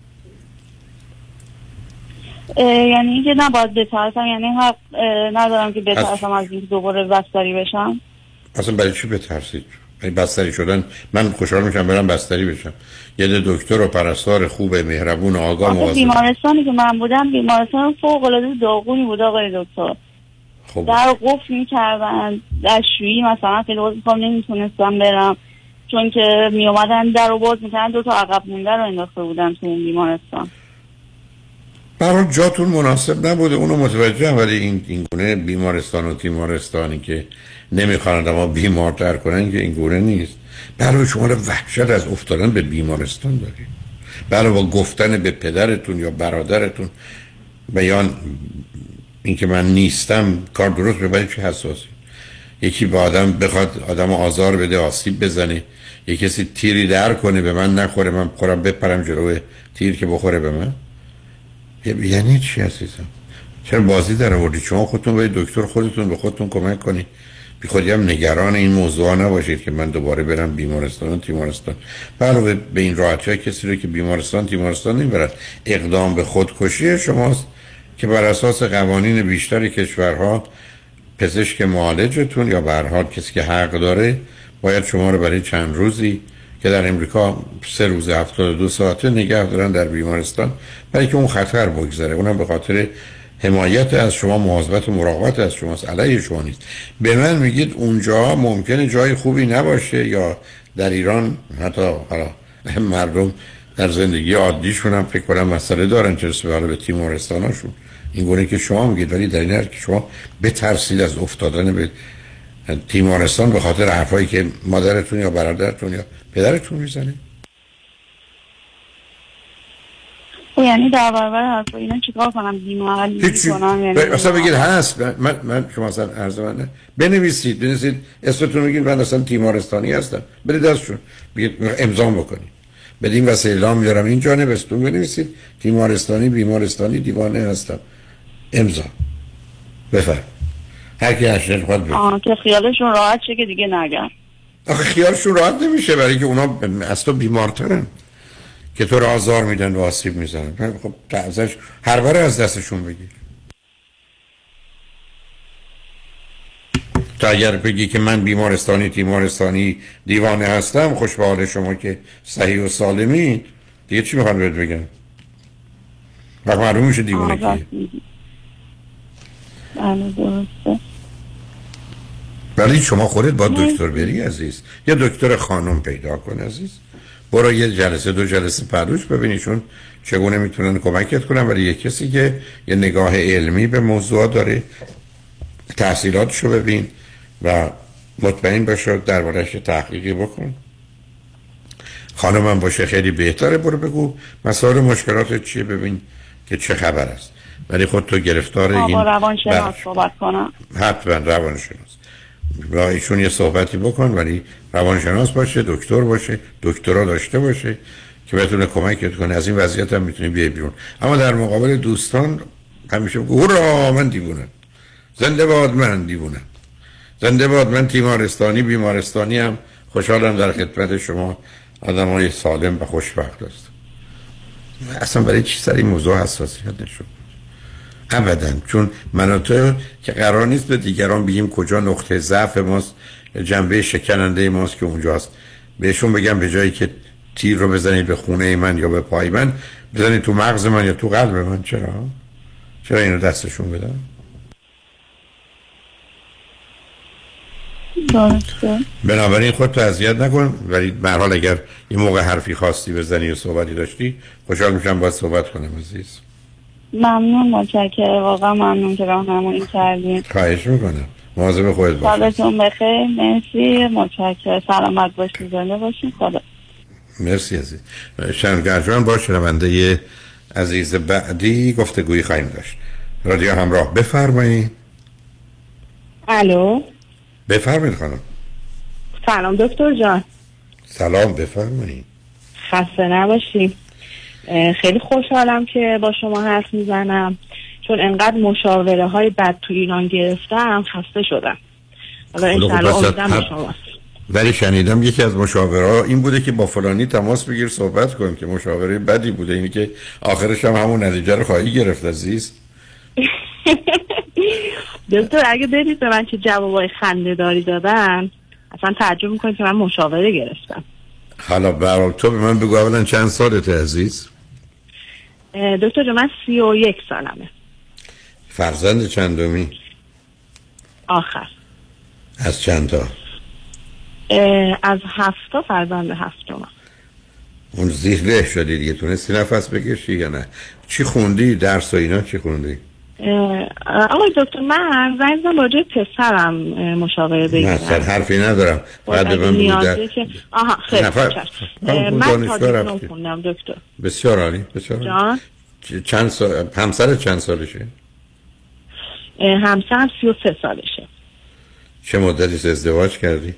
یعنی اینکه نباید بترسم، یعنی حق ندارم که بترسم از اینکه دوباره بستری بشم. اصلا برای چی بترسید؟ بستری شدن من خوشحال میشم برم بستری بشم. یه دکتر و پرستار خوب مهربون و آگاه مواظب. بیمارستانی که من بودم بیمارستان فوق العاده داغونی بود آقای دکتر. خب در قفل میکردن، دستشویی مثلا خیلی وقت میخوام نمیتونستم برم چون که میومدن در رو باز میکردن، دو تا عقب مونده رو انداخته بودم تو اون بیمارستان. برای جاتون مناسب نبوده، اونو متوجهم، ولی این این گونه بیمارستان و تیمارستانی که نمیخوان اما بیمارتر کنن که این گونه نیست. برای شما رو وحشت از افتادن به بیمارستان دارید. برای با گفتن به پدرتون یا برادرتون بیان اینکه من نیستم کار درست ببرید چه حساسی. یکی با آدم بخواد آدم آزار بده، آسیب بزنه، یکی کسی تیری در کنه به من نخوره، من خورم بپرم جلوی تیر که بخوره به من. یعنی چی عزیزم؟ چرا بازی در آوردید؟ شما خودتون به دکتر خودتون به خودتون کمک کنید. بی خودی هم نگران این موضوع نباشید که من دوباره برم بیمارستان و تیمارستان. علاوه به این راحتی کسی رو که بیمارستان تیمارستان نمیبرد، اقدام به خودکشی شماست که بر اساس قوانین بیشتر کشورها پزشک معالجتون یا به هر حال کسی که حق داره باید شما رو برای چند روزی که در امریکا سه روز هفتاد و دو ساعته نگه دارن در بیمارستان برای که اون خطر بگذره. اونم به خاطر حمایت از شما، مواظبت و مراقبت از شماست، علیه شما نیست. به من میگید اونجا ممکنه جای خوبی نباشه یا در ایران حتی حالا مردم در زندگی عادیشون هم فکر کنم مسئله دارن چه رسه به تیمارستاناشون. این گونه که شما میگید، ولی در این حال که شما بترسید از افتادن به تیمارستان به خاطر حرفایی که مادرتون یا برادرتون یا پدرتون میزنه. یعنی در برابر حرفا اینا چیکار کنم؟ بیمار میکنم یعنی اصلا بگید هست. من من شما اصلا عرض من بنویسید بنویسید اسمتون بگید من اصلا تیمارستانی هستم، برید دستشون بگید امضا بکنید، بدین واسه اعلام میارم اینجا نوشتون بنویسید تیمارستانی بیمارستانی دیوانه هستم، امضا بفرم. هر کی هشت خود بگید آه که خیالشون راحت شه که دیگه نگن. آخه خیالشون راحت نمیشه برای که اونا از تو بیمارترن که تو رو آزار میدن و آسیب میزنن. خب ازش هر باره از دستشون بگیر. تا اگر بگی که من بیمارستانی تیمارستانی دیوانه هستم، خوش به حال شما که صحیح و سالمی، دیگه چی میخوان بهت بگن؟ وقت معلوم میشه دیوانه کیه. بله درسته. ولی شما خودت با دکتر بری عزیز، یه دکتر خانم پیدا کن عزیز، برو یه جلسه دو جلسه پروش ببینیشون چگونه میتونن کمکت کنن. ولی یه کسی که یه نگاه علمی به موضوع داره، تحصیلاتشو ببین و مطمئن باشه درباره‌اش تحقیقی بکن. خانمم باشه خیلی بهتره، برو بگو مسائل مشکلات چیه، ببین که چه خبر است. ولی خود تو گرفتار این با روانشناس صحبت کنم. حتما روانشناس با ایشون یه صحبتی بکن، ولی روانشناس باشه، دکتر باشه، دکترا داشته باشه که بتونه کمکت کنه. از این وضعیت هم میتونی بیای بیرون. اما در مقابل دوستان همیشه بگو هورا من دیوونم، زنده باد من دیوونم، زنده باد من تیمارستانی بیمارستانی هم خوشحالم در خدمت شما آدمای سالم و خوشبخت است. اصلا برای چی سر این موضوع حساسیت نشون؟ ابداً. چون مناطق که قرار نیست به دیگران بگیم کجا نقطه ضعف ماست، جنبه شکننده ماست که اونجاست، بهشون بگم به جایی که تیر رو بزنید به خونه من یا به پای من، بزنی تو مغز من یا تو قلب من؟ چرا؟ چرا اینو دستشون بدم؟ درسته. بنابراین خودتو اذیت نکن، ولی به هر حال اگر یه موقع حرفی خواستی بزنی و صحبتی داشتی خوشحال میشم باید صحبت کنم عزیز. ممنون، متشکرم، واقعا ممنون که راهنمایی کردین. خواهش میکنم، مواظب خودت باش. سالتون بخیر. مرسی، متشکرم، سلامت باشین، زنده باشین. خدا. مرسی عزیز. شنگرجان با شنونده عزیز بعدی گفتگویی خواهیم داشت. رادیو همراه، بفرمایید. الو، بفرمایید خانم. سلام دکتر جان. سلام، بفرمایید. خسته نباشی. خیلی خوشحالم که با شما حرف میزنم، چون انقدر مشاوره های بد تو ایران گرفتم خسته شدم. حالا انشالله امیدم به شماست. ولی شنیدم یکی از مشاورها این بوده که با فلانی تماس بگیر صحبت کن، که مشاوره بدی بوده، اینی که آخرش هم همون نتیجه رو خواهی گرفت عزیز. دکتر اگه بدید به من چه جوابای خنده داری دادن اصلا تعجب میکنید که من مشاوره گرفتم. حالا برای تو به من بگو اولا چند سالته عزیز؟ دکتر جو من سی و یک سالمه. فرزند چندمی؟ آخر. از چند تا؟ از هفتا فرزند هفتم. اون زیره شدی دیگه، تونستی نفس بکشی یا نه؟ چی خوندی؟ درس و اینا چی خوندی؟ آقای دکتر من زنگزم با جای پسرم مشاوره بگیرم. مثلا حرفی ندارم بعد به من بوده که... آها خیلی نفر... من تا دیگه خوندم دکتر. بسیار عالی، بسیار عالی. چند سال همسر چند سالشه؟ همسرم سی و سه سالشه. چه مدتی ازدواج کردید؟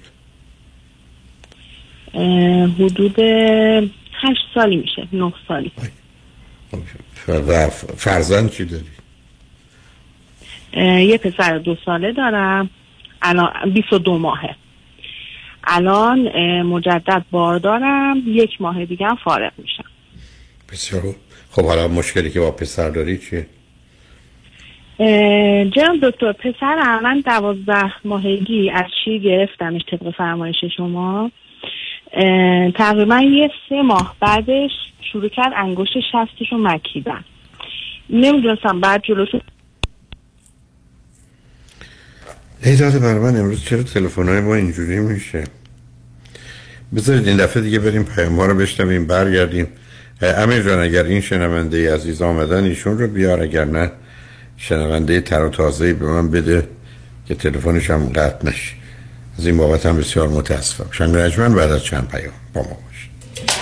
حدود هشت سالی میشه، نه سالی. و فرزند چی داری؟ یه پسر دو ساله دارم، الان بیست و دو ماهه. الان مجدد بار دارم، یک ماه دیگه هم فارغ میشم. بسیار خب. حالا مشکلی که با پسر داری چیه؟ جناب دکتر پسرم من دوازده ماهگی از شیر گرفتمش طبق فرمایش شما. تقریبا یه سه ماه بعدش شروع کرد انگشت شستش رو مکیدن. نمیدونستم بعد جلوش ای داده بر من امروز چرا تلفن‌های ما اینجوری میشه؟ بذارید این دفعه دیگه بریم پیام‌ها رو بشنویم برگردیم. امیر جان اگر این شنونده عزیز آمدن ایشون رو بیار، اگر نه شنونده تر و تازه‌ای به من بده که تلفنش هم قطع نشه. از این بابت هم بسیار متاسفم. شنگرجمن بعد از چند پیام با ما باشید.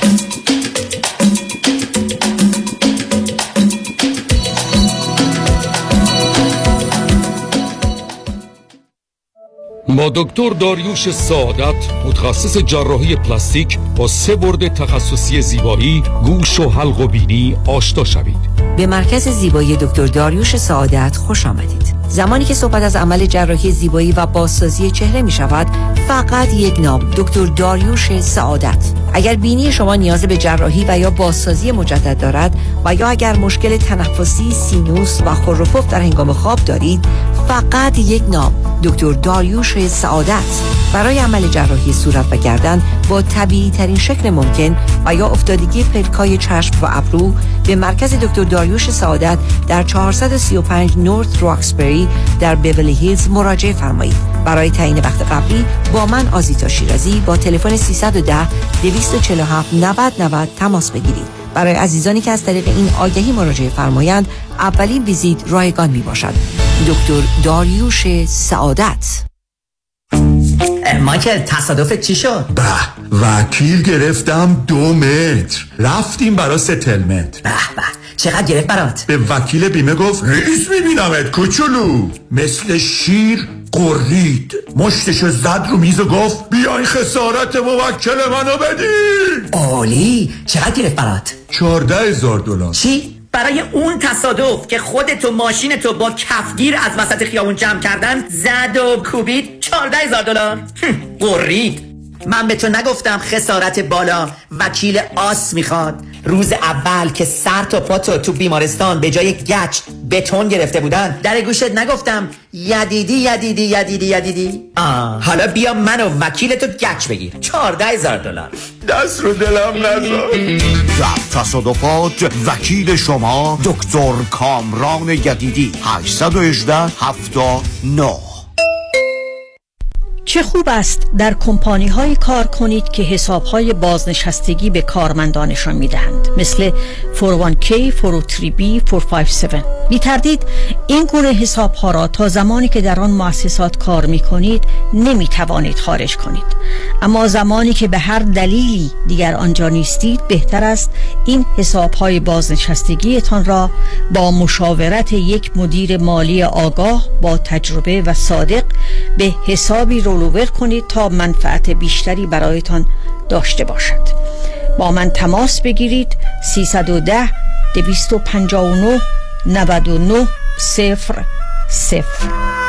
با دکتر داریوش سعادت متخصص جراحی پلاستیک با سه برد تخصصی زیبایی، گوش و حلق و بینی آشنا شوید. به مرکز زیبایی دکتر داریوش سعادت خوش آمدید. زمانی که صحبت از عمل جراحی زیبایی و بازسازی چهره می شود، فقط یک نام، دکتر داریوش سعادت. اگر بینی شما نیاز به جراحی و یا بازسازی مجدد دارد و یا اگر مشکل تنفسی، سینوس و خور و پف در هنگام خواب دارید، فقط یک نام، دکتر داریوش سعادت. برای عمل جراحی صورت و گردن با طبیعی ترین شکل ممکن و یا افتادگی پلکای چشم و ابرو به مرکز دکتر داریوش سعادت در چهارصد و سی و پنج نورت راکسبری در بیولی هیلز مراجعه فرمایید. برای تعیین وقت قبلی با من آزیتا شیرازی با تلفن سیصد و ده دویست و چهل و هفت نود نود تماس بگیرید. برای عزیزانی که از طریق این آگهی مراجعه فرمایند، اولین ویزیت رایگان می باشد. دکتر داریوش سعادت. مایکل تصادف چی شد؟ به وکیل گرفتم دو متر، رفتیم برای ستلمنت. به به چقدر گرفت برات؟ به وکیل بیمه گفت رئیس میبینمت کوچولو، مثل شیر قرید، مشتشو زد رو میز و گفت بیای خسارت موکل منو بدین. عالی. چقدر گرفت برات؟ چهارده هزار دلار. چی؟ برای اون تصادف که خودتو ماشینتو با کفگیر از وسط خیابون جمع کردن زد و کوبید چهارده هزار دلار؟ قرید. من به تو نگفتم خسارت بالا وکیل آس میخواد؟ روز اول که سر تا پا تو تو بیمارستان به جای گچ بتون گرفته بودن در گوشت نگفتم یدیدی یدیدی یدیدی یدیدی؟ آه. حالا بیا من و وکیل تو گچ بگیر چهارده هزار دلار. دست رو دلم نذار. در تصادفات وکیل شما دکتر کامران یدیدی. هشت یک هشت هفت نه. چه خوب است در کمپانی های کار کنید که حساب های بازنشستگی به کارمندانشان می دهند، مثل فور او وان کی، فور او تری بی، فور پنجاه هفت. بی تردید این گونه حساب ها را تا زمانی که در آن مؤسسات کار می کنید نمی توانید خارج کنید، اما زمانی که به هر دلیلی دیگر آنجا نیستید بهتر است این حساب های بازنشستگیتان را با مشاورت یک مدیر مالی آگاه با تجربه و صادق به حسابی رولوور کنید تا منفعت بیشتری برایتان داشته باشد. با من تماس بگیرید سیصد و ده دویست و پنجاه و نه نود و نه صفر صفر.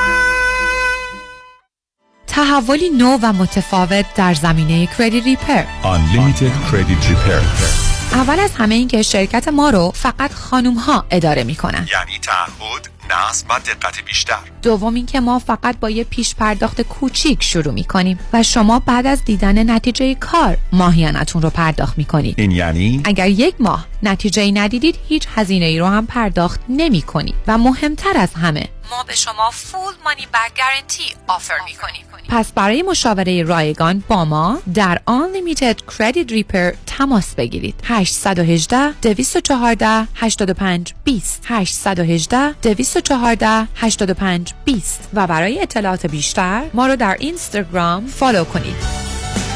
تحولی نو و متفاوت در زمینه کردیت ریپر. Unlimited Credit Repair. اول از همه این که شرکت ما رو فقط خانوم ها اداره می کنن. یعنی تعهد، نظم و دقت بیشتر. دوم این که ما فقط با یه پیش پرداخت کوچیک شروع می کنیم و شما بعد از دیدن نتیجه کار ماهیانتون رو پرداخت می کنید. این یعنی اگر یک ماه نتیجه ندیدید هیچ هزینه ای رو هم پرداخت نمی کنید و مهمتر از همه ما به شما فول مانی بک گارانتی آفر می کنیم. پس برای مشاوره رایگان با ما در Unlimited Credit Repair تماس بگیرید. هشت یک هشت دویست و چهارده هشتاد و پنج بیست هشت یک هشت دویست و چهارده هشتاد و پنج بیست و برای اطلاعات بیشتر ما رو در اینستاگرام فالو کنید.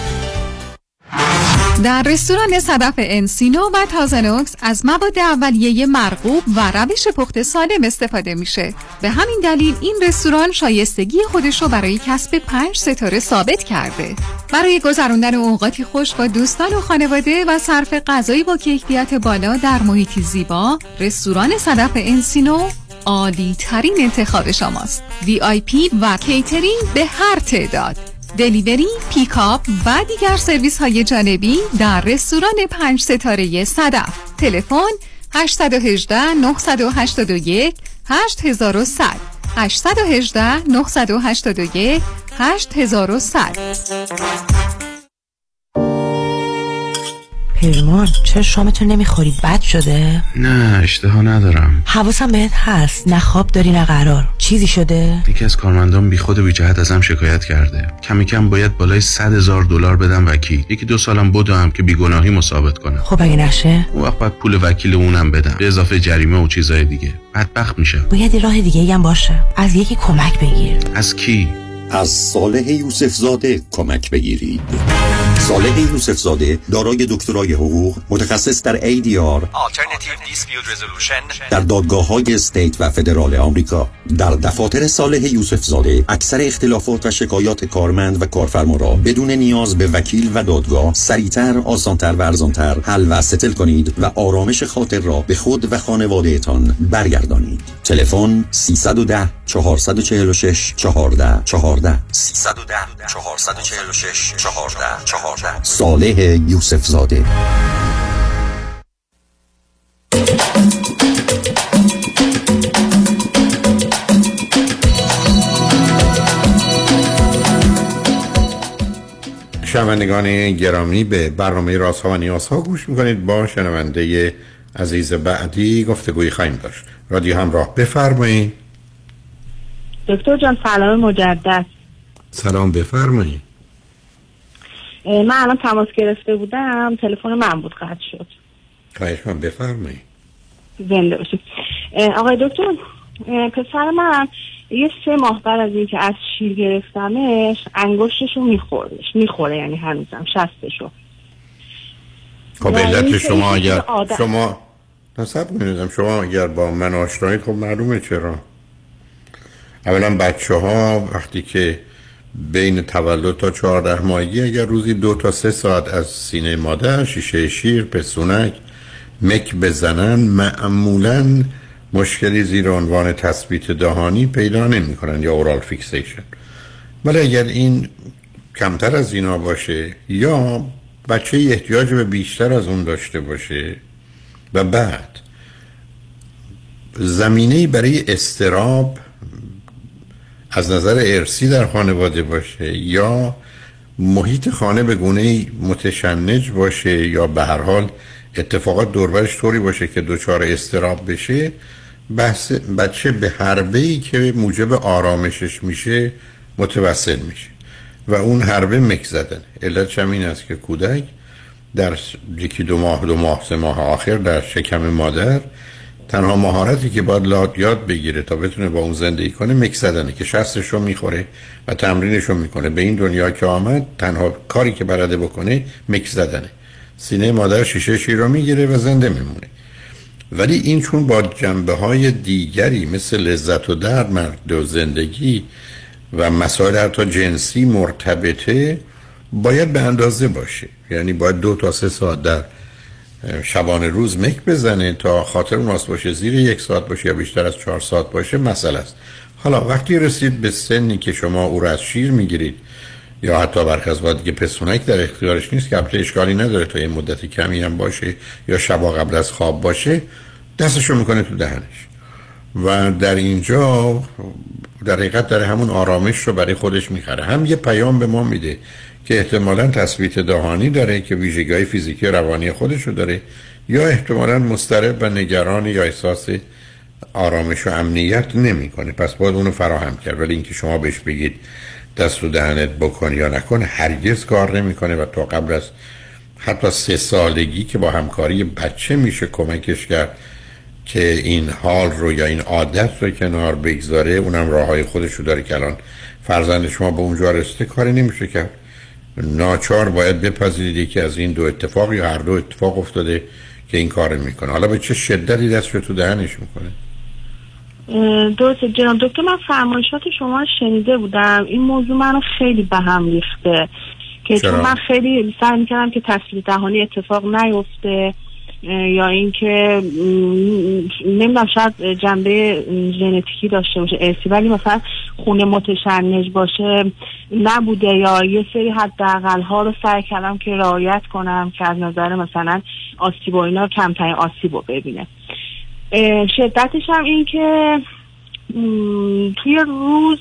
در رستوران صدف انسینو و تازنوکس از مواد اولیه مرغوب و روش پخت سالم استفاده میشه. به همین دلیل این رستوران شایستگی خودش رو برای کسب پنج ستاره ثابت کرده. برای گذراندن اوقاتی خوش با دوستان و خانواده و صرف غذایی با کیفیت بالا در محیطی زیبا، رستوران صدف انسینو عالی ترین انتخاب شماست. وی آی پی و کیترینگ به هر تعداد، دلیوری، پیکاپ و دیگر سرویس های جانبی در رستوران پنج ستاره صدف. تلفن هشت یک هشت نه هشت یک هشت صفر صفر صفر هشت یک هشت نه هشت یک هشت صفر صفر صفر. پیمان چرا شامتو نمیخوری؟ بد شده؟ نه اشتها ندارم. حواسم بهت هست، نه خواب داری نه قرار. چیزی شده؟ یکی از کارمندان بی خود و بی جهت ازم شکایت کرده. کمی کم باید بالای صد هزار دلار بدم وکیل. یکی دو سالم بدم که بیگناهی ثابت کنم. خب اگه نشه اون وقت باید پول وکیل اونم بدم به اضافه جریمه و چیزای دیگه. بدبخت میشم. باید راه دیگه هم باشه. از یکی کمک بگیر. از کی؟ از صالح یوسف زاده کمک بگیرید. صالح یوسف زاده دارای دکترای حقوق، متخصص در ای دی آر Alternative Dispute Resolution در دادگاه‌های استیت و فدرال آمریکا. در دفاتر صالح یوسف زاده اکثر اختلافات و شکایات کارمند و کارفرما را بدون نیاز به وکیل و دادگاه سریعتر، آسانتر و ارزانتر حل و ستل کنید و آرامش خاطر را به خود و خانواده‌تان برگردانید. تلفن سیصد و ده چهارصد و چهل و شش چهارده چهارده سیصد و ده چهارصد و چهل و شش چهارده چهارده. صالح یوسف زاده. شنوندگان گرامی به برنامه رازها و نیازها گوش میکنید. با شنونده عزیز بعدی گفتگوی خواهیم داشت. رادیو همراه، بفرمایید. دکتر جان سلام مجدد. سلام، بفرمایید. من الان تماس گرفته بودم، تلفن من بود قطع شد. خواهش کنم بفرمایید. زنده باشید. آقای دکتر، پسر من یه سه ماه بعد از اینکه از شیر گرفتمش انگشتشو میخوردش میخوره یعنی هنوزم شستشو. خب علت شما اگر شما نصب میدونم شما اگر با من آشنایید خب معلومه چرا. اولا بچه ها وقتی که بین تولد تا چهارده ماهگی اگر روزی دو تا سه ساعت از سینه مادر شیشه شیر پسونک مک بزنن معمولاً مشکلی زیر عنوان تثبیت دهانی پیدا نمی کنن یا اورال فیکسیشن. ولی اگر این کمتر از اینا باشه یا بچه احتیاج به بیشتر از اون داشته باشه و بعد زمینه‌ای برای اضطراب از نظر ارثی در خانواده باشه یا محیط خانه به گونه‌ای متشنج باشه یا به هر حال اتفاقات دوربرش طوری باشه که دچار اضطراب بشه، بحث بچه به حربه‌ای که موجب آرامشش میشه متوسل میشه و اون حربه مک زدن. علتش هم این است که کودک در یکی دو ماه دو ماه سه ماه آخر در شکم مادر تنها مهارتی که باید یاد بگیره تا بتونه با اون زندگی کنه مک زدنه که شستش رو میخوره و تمرینش رو میکنه. به این دنیا که آمد تنها کاری که بلده بکنه مک زدنه. سینه مادر شیشه شیر رو میگیره و زنده میمونه. ولی این چون با جنبه های دیگری مثل لذت و درد، مرد و زندگی و مسائل حتی جنسی مرتبطه، باید به اندازه باشه. یعنی باید دو تا سه ساعت در شبانه روز مک بزنه تا خاطر اون باشه، زیر یک ساعت باشه یا بیشتر از چهار ساعت باشه مسئله است. حالا وقتی رسید به سنی که شما او را از شیر میگیرید یا حتی برخلاف وقتی که پستونک در اختیارش نیست که البته اشکالی نداره تا یه مدت کمی هم باشه یا شبا قبل از خواب باشه، دستشو میکنه تو دهنش و در اینجا در حقیقت داره همون آرامش رو برای خودش میخره. هم یه پیام به ما میده که احتمالاً تثبیت دهانی داره که ویژگی‌های فیزیکی و روانی خودش رو داره، یا احتمالاً مضطرب و نگران یا احساس آرامش و امنیت نمیکنه، پس باید اونو فراهم کرد. ولی اینکه شما بهش بگید دست رو دهنت بکن یا نکن هرگز کار نمیکنه و تا قبل از حتی سه سالگی که با همکاری بچه میشه کمکش کرد که این حال رو یا این عادت رو کنار بگذاره. اونم راههای خودش رو داره که الان فرزند شما به اونجا رسیده، کاری نمیشه کرد. ناچار باید بپذیرید که از این دو اتفاق یا هر دو اتفاق افتاده که این کار میکنه. حالا به چه شدتی دست رو تو دهنش میکنه؟ درست جناب دکتر، من فرمایشات شما رو شنیده بودم. این موضوع منو خیلی به هم ریخته که چون من خیلی سعی میکردم که تثبیت دهانی اتفاق نیفته یا اینکه نمیدونم شاید جنبه ژنتیکی داشته باشه، ارثی، ولی مثلا خونه متشنج باشه نبوده یا یه سری حداقل ها رو سعی کردم که رعایت کنم که از نظر مثلا آسیب و اینا کمترین آسیب رو ببینه. شدتش هم این که توی روز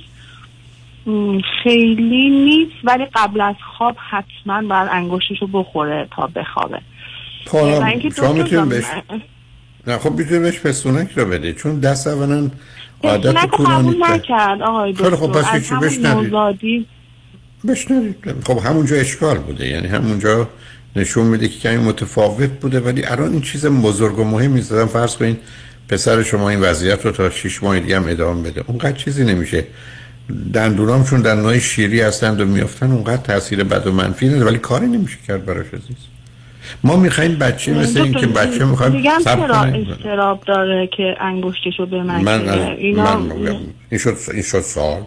خیلی نیست ولی قبل از خواب حتما باید انگشتش رو بخوره تا بخوابه. حالا شما میتونیم بهش نه خب میتونیم بهش پستونک رو بده چون دست اولا عادت کورانی نکرد آقای دکتر. خب پس هیچی بشنوید بشنوید خب همونجا اشکال بوده، یعنی همونجا نشون میده که کمی متفاوت بوده. ولی الان این چیز بزرگ و مهمی زدم، فرض کنین پسر شما این وضعیت رو تا شش ماه دیگه هم ادامه بده، اونقدر چیزی نمیشه. دندونام چون دندونای شیری هستند و میافتن اونقدر تاثیر بد و منفی نداره، ولی کاری نمیشه کرد براش عزیز. ما میخوایم بچه مثل این که بچه میخوایم میگم چرا استراب داره که انگشتشو به من من اینا من این شد این شد سوال.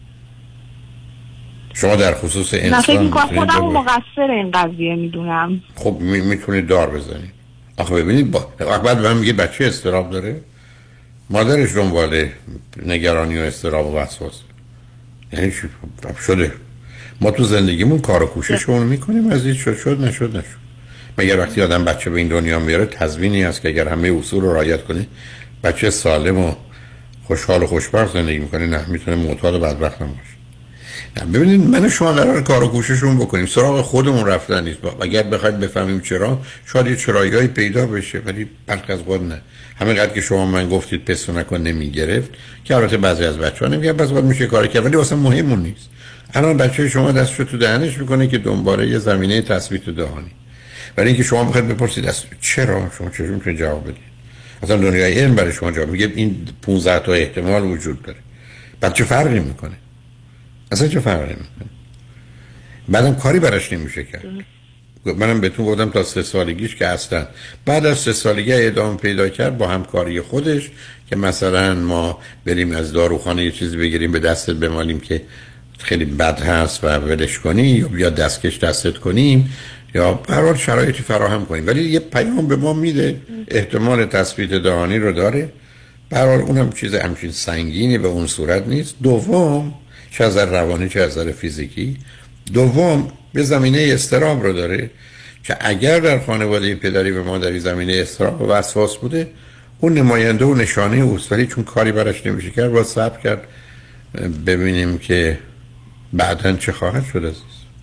شما در خصوص انسان نه فکر خودم مقصر این قضیه میدونم. خب می میتونید دار بزنید. آخه ببینید با بعد به من میگید بچه استراب داره، مادرش دنبال نگرانی و استراب و وسواس، یعنی چی شده؟ ما تو زندگیمون کار و کوششمون میکنیم، از این شد شد نشد نشد. مگر وقتی آدم بچه به این دنیا میاره تضمینی هست که اگر همه اصول رو رعایت کنه بچه سالم و خوشحال و خوشبخت زندگی میکنه؟ نه، میتونه معتاد و بدبخت هم باشه. نه ببینید من و شما قرار کار و کوششمون بکنیم، سراغ خودمون رفتن نیست. اگر بخواید بفهمیم چرا شاید یه چرایی‌هایی پیدا بشه، ولی برخی از وقت نه. همینقدر که شما من گفتید پستونک رو نمیگرفت که البته بعضی از بچه‌ها نمیگن، بعضی وقت میشه کار کرد، ولی واسه مهمون نیست. الان بچه شما دستشو تو دهنش میکنه که دنباله یه زمینه تثبیت دهانی، ولی اینکه شما بخواید بپرسید از چرا، شما چجوری میتونید جواب بدید؟ اصلا دنیای علم برای شما جواب میگه این پانزده تا احتمال وجود داره. بعد چه فرقی میکنه؟ اصلا چه فرقی میکنه؟ بعدم کاری براش نمیشه کرد. منم بهتون گفتم تا سه سالگیش که اصلا بعد از سه سالگی ادامه پیدا کرد با همکاری خودش که مثلا ما بریم از داروخانه یه چیزی بگیریم به دستت بمالیم که خیلی بد هست و ولش کنی، یا بیا دستکش دستت کنیم، یا برای شرایطی فراهم کنیم. ولی یه پیام به ما میده، احتمال تثبیت دهانی رو داره، برای اونم چیز همچین سنگینی به اون صورت نیست. دوم چه از روانی چه از فیزیکی. دوم به زمینه استراب رو داره، که اگر در خانواده پدری و مادری زمینه اضطراب و وسواس بوده اون نماینده و نشانه اوست، ولی چون کاری براش نمیشه کرد باید صبر کرد ببینیم که بعداً چه خواهد شد. عزیز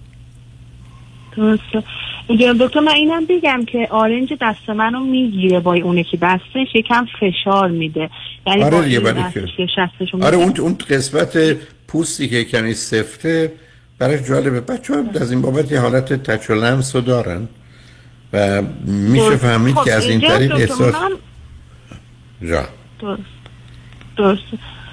درسته. دکتر من اینم بگم که آرنج دست منو میگیره با اونه که دستش یکم فشار میده، یعنی آره با دیگه این که دستش آره اون اون قسمت پوستی که کمی سفته براش جالبه. بچه ها از این بابت یه حالت تچ و لمس رو دارن و میشه فهمید خب که از این طریق احساس من... جا درست درست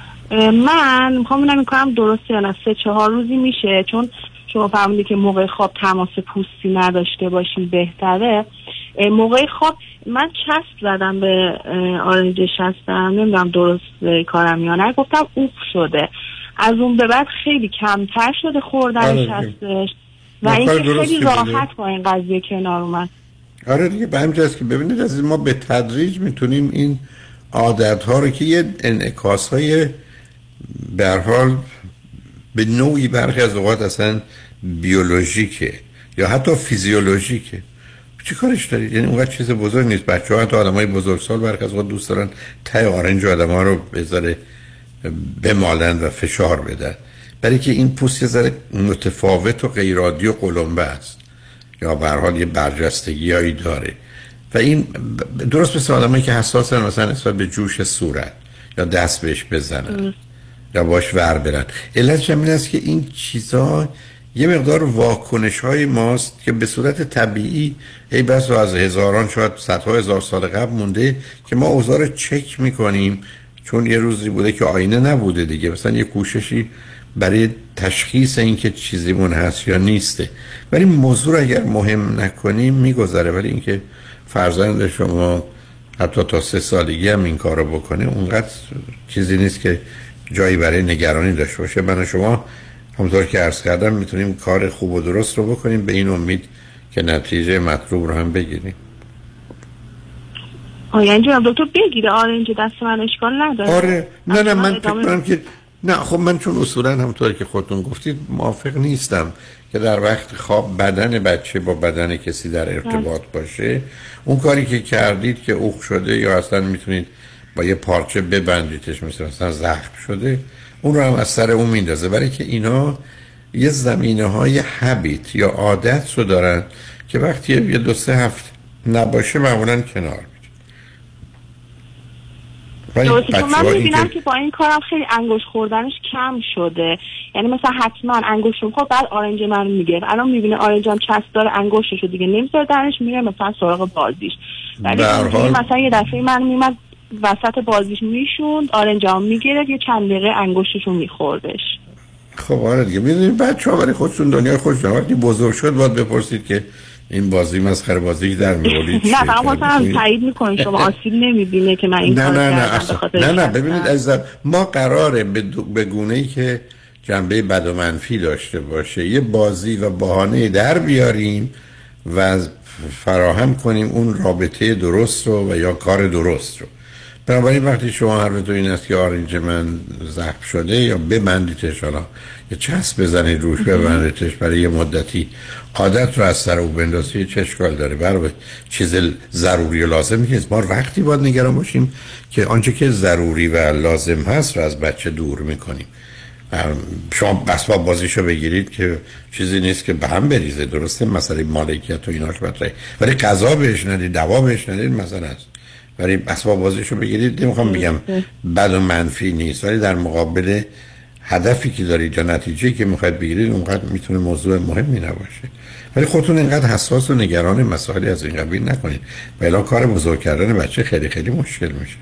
من میخوام ببینم این کارم درسته یا نه. سه چهار روزی میشه، چون شما فهمیدی که موقع خواب تماس پوستی نداشته باشیم بهتره. موقع خواب من چسب زدم به آرنج شستم، نمیدونم درست کارم یا نه، گفتم اوف شده. از اون به بعد خیلی کمتر شده خوردن شستش و اینکه خیلی راحت با این قضیه کنار اومد. آره دیگه به همین جاست که ببینید از ما به تدریج میتونیم این عادت ها رو که یه انعکاس های به هر حال به نوعی برخی از اوقات اصلا بیولوژیکه یا حتی فیزیولوژیکه، چی کارش دارید؟ یعنی اونقدر چیز بزرگ نیست. بچه ها حتی آدم های بزرگسال برخی از اوقات دوست دارن ته آرنج آدم ها رو بذاره بمالن و فشار بدن، برای که این پوست یه ذره متفاوت و غیرعادی و قلمبه است یا به هر حال یه برجستگی هایی داره و این درست مثل آدمایی که حساسن مثلا نسبت به جوش صورت یا دست بهش بزنن یا باش ور برن. علتش این است که این چیزا یه مقدار واکنش های ماست که به صورت طبیعی ای بس از هزاران شاید صدها هزار سال قبل مونده که ما اوضاع رو چک میکنیم، چون یه روزی بوده که آینه نبوده دیگه، مثلا یه کوششی برای تشخیص این که چیزیمون هست یا نیسته. ولی موضوع رو اگر مهم نکنیم میگذره، ولی اینکه فرزند شما حتی تا سه سالگی هم این کار رو بکنه اونقدر چیزی نیست که جایی برای نگرانی داشته باشه. من و شما همونطور که عرض کردم میتونیم کار خوب و درست رو بکنیم به این امید که نتیجه مطلوب رو هم بگیریم. آره جناب دکتر بگیره آرنج دست من اشکال نداره. آره نه نه من فکر کنم که نه. خب من چون اصولا همونطور که خودتون گفتید موافق نیستم که در وقت خواب بدن بچه با بدن کسی در ارتباط باشه. اون کاری که کردید که اوخ شده یا اصلا میتونید با یه پارچه ببندیدش مثلا اصلا زخم شده، اون رو هم از سر اون میندازه، برای که اینا یه زمینه های هابیت یا عادت رو دارن که وقتی یه دو سه هفته نباشه معمولا کنار میره. درسته. من میبینم که با این کارم خیلی انگوش خوردنش کم شده، یعنی مثلا حتما انگوشم خب بعد آرنج من میگه، الان میبینه آرنجم چسب داره انگوششو دیگه نمیذاره درش، میره مثلا سراغ بازیش. ولی حال... مثلا یه دفعه من میمد وسط بازیش میشوند آرنجام میگیره یه چند دقیقه انگشتشو میخوردش. خب آره دیگه میدونید بچه‌ها برای خودشون دنیای خودشون وقتی بزرگ شد باید بپرسید که این بازی مسخره بازی در میولید نه فقط مثلا تایید میکنید شما آسیب نمیبینه که من این نه کارو نه نه کردم. نه نه ببینید عزیزم ما قراره به گونه‌ای که جنبه بد و منفی داشته باشه یه بازی و بهانه در بیاریم و فراهم کنیم اون رابطه درست رو و یا کار درست رو. بنابراین وقتی شما حرفتون این است که آرنج من زخم شده یا ببندیدش، حالا یه چسب بزنید روش ببندیدش برای یه مدتی عادت رو از سر او بندازید، چه اشکال داره؟ برای چیز ضروری و لازم نیست. ما وقتی باید نگران باشیم که آنچه که ضروری و لازم هست رو از بچه دور میکنیم. شما اسباب بازیشو بگیرید که چیزی نیست که به هم بریزه، درسته مسئله مالکیت و ایناش مطرحه، ولی غذا بهش ندید، دوا بهش ندید مثلا است. ولی اسباب بازیشو بگیرید، نمیخوام بگم بد و منفی نیست، ولی در مقابل هدفی که دارید یا نتیجه‌ای که میخواید بگیرید اونقدر میتونه موضوع مهمی نباشه. ولی خودتون اینقدر حساس و نگران مسائلی از این قبیل نکنید و الا کار بزرگ کردن بچه خیلی خیلی مشکل میشه.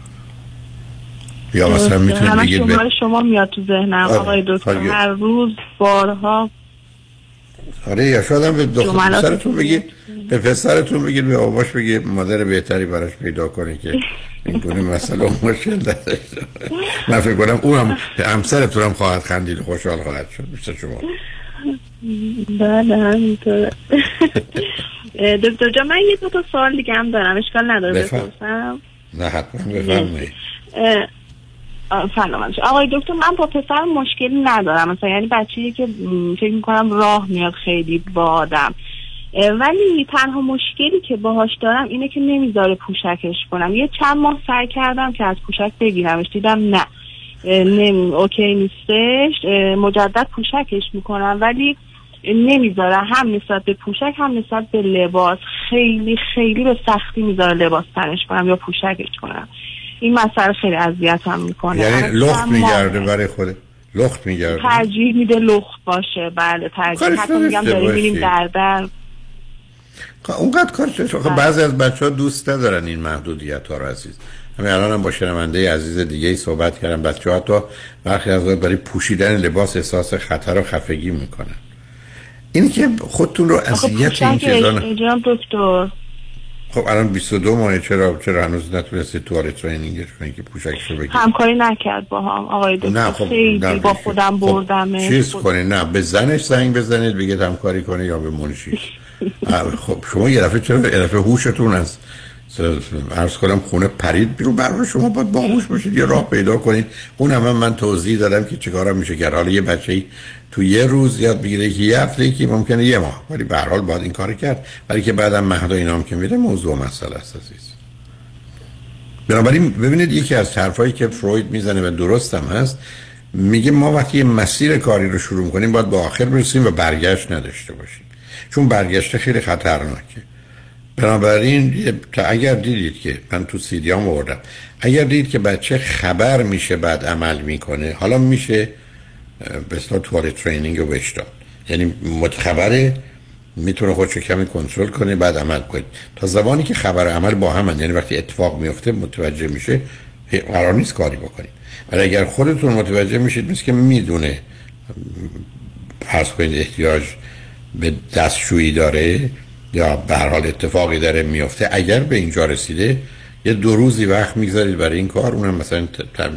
یا مثلا میتونید بگید به شما میاد تو ذهنم آقای دکتر هر روز بارها. آره یا شاید هم به دخترتون بگید، به پسرتون بگید، به باباش بگید مادر بهتری براش پیدا کنه که این گونه مسئله مشکل داره. من فکر کنم اون هم همسرتون هم خواهد خندید، خوشحال خواهد شد مثل شما. بله همینطوره. دکتر جان من یه دو تا سوال دیگه هم دارم، اشکال نداره بپرسم؟ نه حتما بفرمایید. سلامت آقای دکتر، من با پسر مشکلی ندارم، مثلا یعنی بچه‌ای که فکر می‌کنم راه میاد خیلی با آدم، ولی تنها مشکلی که باهاش دارم اینه که نمیذاره پوشکش کنم. یه چند ماه سعی کردم که از پوشک بگیرمش، دیدم نه نمی اوکی نیستش، مجدد پوشکش میکنم ولی نمیذاره، هم نسبت به پوشک هم نسبت به لباس خیلی خیلی به سختی میذاره لباس تنش کنم یا پوشکش کنم. این مسئله خیلی اذیتم میکنه. یعنی لخت میگرده برای خوده؟ لخت میگرده؟ ترجیح میده لخت باشه. بله ترجیح، حتی میگم داریم میریم در در. اونقدر کارش آخه بعضی از بچه‌ها دوست ندارن این محدودیت ها رو عزیز. همین الان هم با شنونده عزیز دیگه ای صحبت کردم، بچه‌ها تا برخی از وقت برای پوشیدن لباس احساس خطر و خفگی میکنن. اینی که خودتون رو اذیت این چیزا جناب دکتر. خب الان بیست و دو ماه چرا چرا هنوز نتونستید توالت ترینینگش کنید که پوشکشو بگیرید؟ همکاری نکرد با هم آقای دکتر. نه خب خیلی نه با خودم خب بردم. چیز کنید، نه به زنش زنگ بزنید بگید همکاری کنه یا به منشیش. خب شما یه دفعه چرا یه دفعه هوشتون از عرض کنم خونه پرید بیرون، برای شما باید باهوش باشید یه راه پیدا کنید. اون هم من توضیح دادم که چیکارا میشه کرد. حالا یه بچه‌ای تو یه روز یاد بگیره که یه هفته که ممکنه یه ماه، ولی به هر حال باید این کارو کرد، ولی که بعدم مهد و اینام که میره موضوع مسئله است عزیز. بنابراین ببینید یکی از حرفایی که فروید میزنه و درست هم هست، میگه ما وقتی مسیر کاری رو شروع کنیم باید به آخر برسیم و برگشت نداشته باشیم، چون برگشت خیلی خطرناکه. بنابراین اگر دیدید که من تو سیدیام آوردم، اگر دیدید که بچه خبر میشه بعد عمل میکنه، حالا میشه به اصطلاح توالت ترینینگ رو بهش داد، یعنی متخبره میتونه خودشو کمی کنترل کنه بعد عمل کنه. تا زمانی که خبر عمل با هم، یعنی وقتی اتفاق میفته متوجه میشه، قرار نیست کاری بکنید. ولی اگر خودتون متوجه میشید مثل که میدونه فرض کنید احتیاج به دستشویی داره یا به هر حال اتفاقی داره میفته، اگر به اینجا رسیده یه دو روزی وقت میگذارید برای این کار، اونم مثلا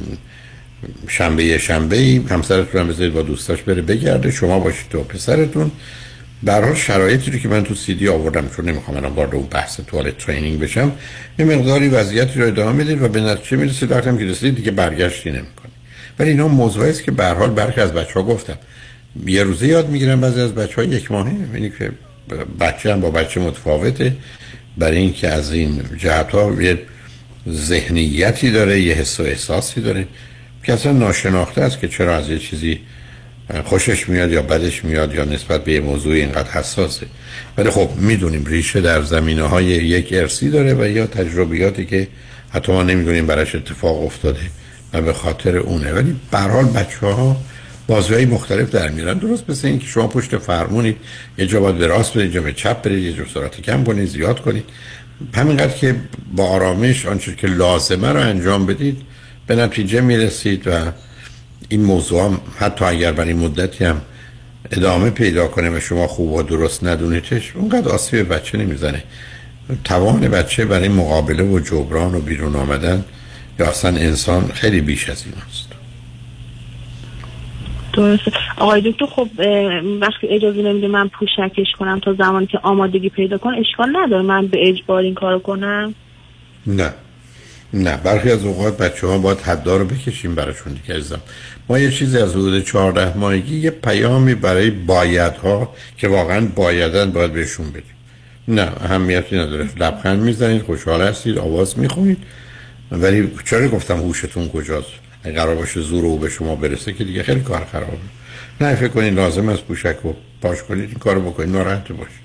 شنبه شنبه ای همسرتون هم بذارید با دوستاش بره بگرده، شما باشید تو پسرتون. به هر حال شرایطی رو که من تو سیدی آوردم، چون نمیخوام الان وارد اون بحث توالت ترینینگ بشم، یه مقداری وضعیتی رو ادامه میدید و به نتیجه میرسید وقتی هم که رسیدید دیگه برگشتی نمیکنید. ولی اینا موضوعی است که به هر حال برخی از بچه‌ها گفتم یه روزه یاد میگیرن، بعضی از بچه‌ها یک ماهه. یعنی که بچه هم با بچه متفاوته، برای اینکه از این جهت‌ها یه ذهنیتی داره، یه حس و احساسی داره که اصلا ناشناخته است که چرا از یه چیزی خوشش میاد یا بدش میاد یا نسبت به یه موضوع اینقدر حساسه. ولی خب میدونیم ریشه در زمینه‌های یک ارثی داره و یا تجربیاتی که حتی ما نمیدونیم براش اتفاق افتاده و به خاطر اونه. ولی به هر حال بچه‌ها بازوهای مختلف در میرن، درست مثل این که شما پشت فرمونید، یه جا باید به راست برید، یه جا به چپ برید، یه جا سرعت کم کنید، زیاد کنید. همینقدر که با آرامش آنچه که لازمه رو انجام بدید به نتیجه میرسید و این موضوع هم حتی اگر برای مدتی هم ادامه پیدا کنه و شما خوب و درست ندونیدش، اونقدر آسیب بچه نمیزنه. توان بچه برای مقابله و جبران و بیرون آمدن یا اصلا انسان خیلی بیش از این است. درسته آقای دکتر. خب وقتی اجازه نمیده من پوشکش کنم تا زمانی که آمادگی پیدا کنه، اشکال نداره من به اجبار این کارو کنم؟ نه نه، برخی از اوقات بچه ها باید حدا رو بکشیم براشون دیگه عزیزم. ما یه چیزی از حدود چهارده ماهگی یه پیامی برای بایدها که واقعا بایدن باید بهشون بدیم. نه اهمیتی نداره، لبخند میزنید، خوشحال هستید، آواز میخونید. ولی چرا گفتم هوشتون کجاست؟ اگه قرار باشه زور او به شما برسه که دیگه خیلی کار خرابه. نه فکر کنید لازم است پوشک رو پاش کنید، این کارو بکنید، ناراحت باشید.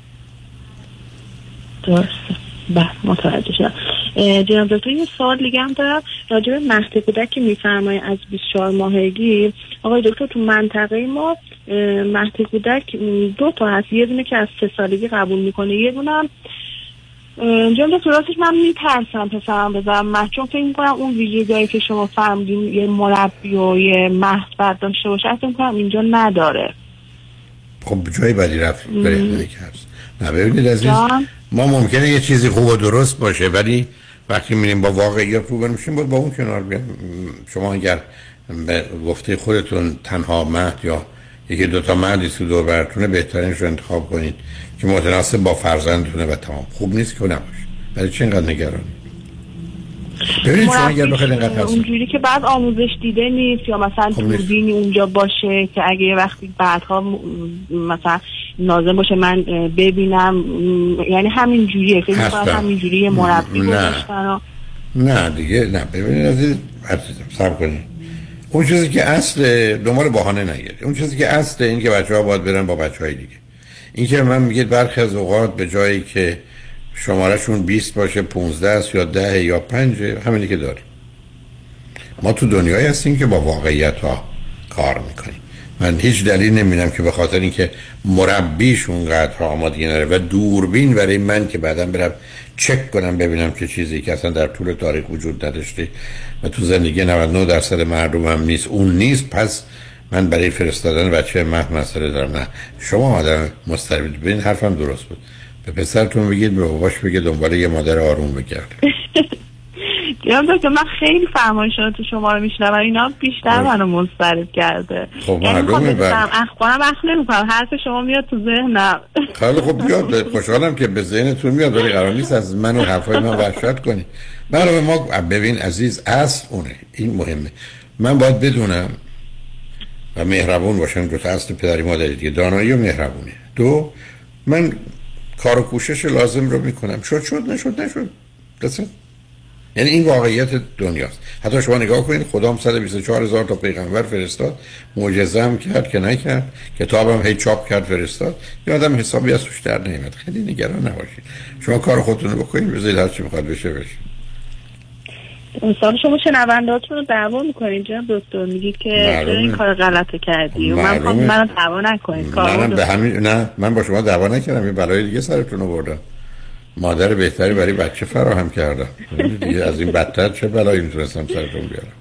درسته. بله متوجه شدم. جناب دکتر یه سوال دیگه هم دارم راجع به مهد کودک که میفرمایید از بیست و چهار ماهگی. آقای دکتر تو منطقه ما مهد کودک دو تا هست، یه دونه که از سه سالگی قبول میکنه، یه دونه هم جناب دکتر راستش من میترسم پسرم بذارم مهد، چون فکر میکنم اون ویژگی‌هایی که شما فرمودین یه مربی و یه مهد باید داشته باشه، اصلا میکنم اینجا نداره. خب جای بدی رفت برهنه کرد. نه ببینید عزیز، ما ممکنه یه چیزی خوب و درست باشه ولی وقتی میریم با واقعیت روبرو میشیم باید با اون کنار بیایم. شما اگر به گفته خودتون تنها مهد یا یکی دو تا مهدی تو دور براتونه، بهترینش رو انتخاب کنید که متناسب با فرزندتونه و تمام. خوب نیست که نباشه. برای چه اینقدر نگرانید؟ ببینید شما اگر بخواید اینقدر هست اونجوری که بعد آموزش دیده نیست یا مثلا دوربینی اونجا باشه که اگه یه وقتی بعدها مثلا لازم باشه من ببینم، یعنی همین جوریه فکر می‌کنم همین جوریه مربی گذاشتن. نه دیگه نه ببینید عزیز عزیزم صبر کنید. اون چیزی که اصل دنبال بهانه نگیرید. اون چیزی که اصل این که بچه‌ها باید برن با بچه‌های دیگه. این که من میگید برخی از اوقات به جایی که شمارهشون بیست باشه پانزده است یا ده یا پنج، همینی که داریم. ما تو دنیایی هستیم که با واقعیت ها کار میکنیم. من هیچ دلیل نمیبینم که به خاطر اینکه مربیشون قدر آمادگی نداره و دوربین برای من که بعداً برم چک کنم ببینم چه چیزی که اصلا در طول تاریخ وجود نداشته و تو زندگی نود و نه درصد مردم هم نیست اون نیست، پس من برای فرستادن بچه مهد مسئله دارم. نه، شما آدم مستربید. ببین حرفم درست بود. به پسرتون بگید به باباش بگه دنبال یه مادر آروم بگرده. جناب دکتر من خیلی فرمایشات شما رو میشنم و اینا بیشتر منو مضطرب کرده. خب معلومه بعد اخبارم اخ نمیکنم، حرف شما میاد تو ذهنم. خیلی خب بیاد، خوشحالم که به ذهنتون میاد، ولی قرار نیست از من و حرفای من وحشت کنی. برای ما ببین عزیز اصل اونه، این مهمه. من باید بدونم و مهربون باشم. دو تا اصل پدری مادری دیگه، دانایی و مهربونی. دو، من کار و کوشش لازم رو میکنم. شد شد نشد نشد. درسته؟ یعنی این واقعیت دنیاست. حتی شما نگاه کنید خدا هم صد و بیست و چهار هزار تا پیغمبر فرستاد، معجزه هم کرد که نکرد، کتابم هی چاپ کرد فرستاد، یه آدم حسابی از توش در نمیاد. خیلی نگران نباشید، شما کار خودتون رو بکنید، بذارید هر چی میخواد بشه بشه. مثلا شما چه نونداتون رو دعوا میکنید جناب دکتر، میگید که چرا این کار غلطو کردی و من میخوام منو دعوا نکنید. نه نه به همین نه، من با شما دعوا نکردم، یه بلای دیگه سرتون آوردم. مادر بهتری برای بچه فراهم کردم. دیگه از این بدتر چه بلایی میتونستم سرتون بیارم؟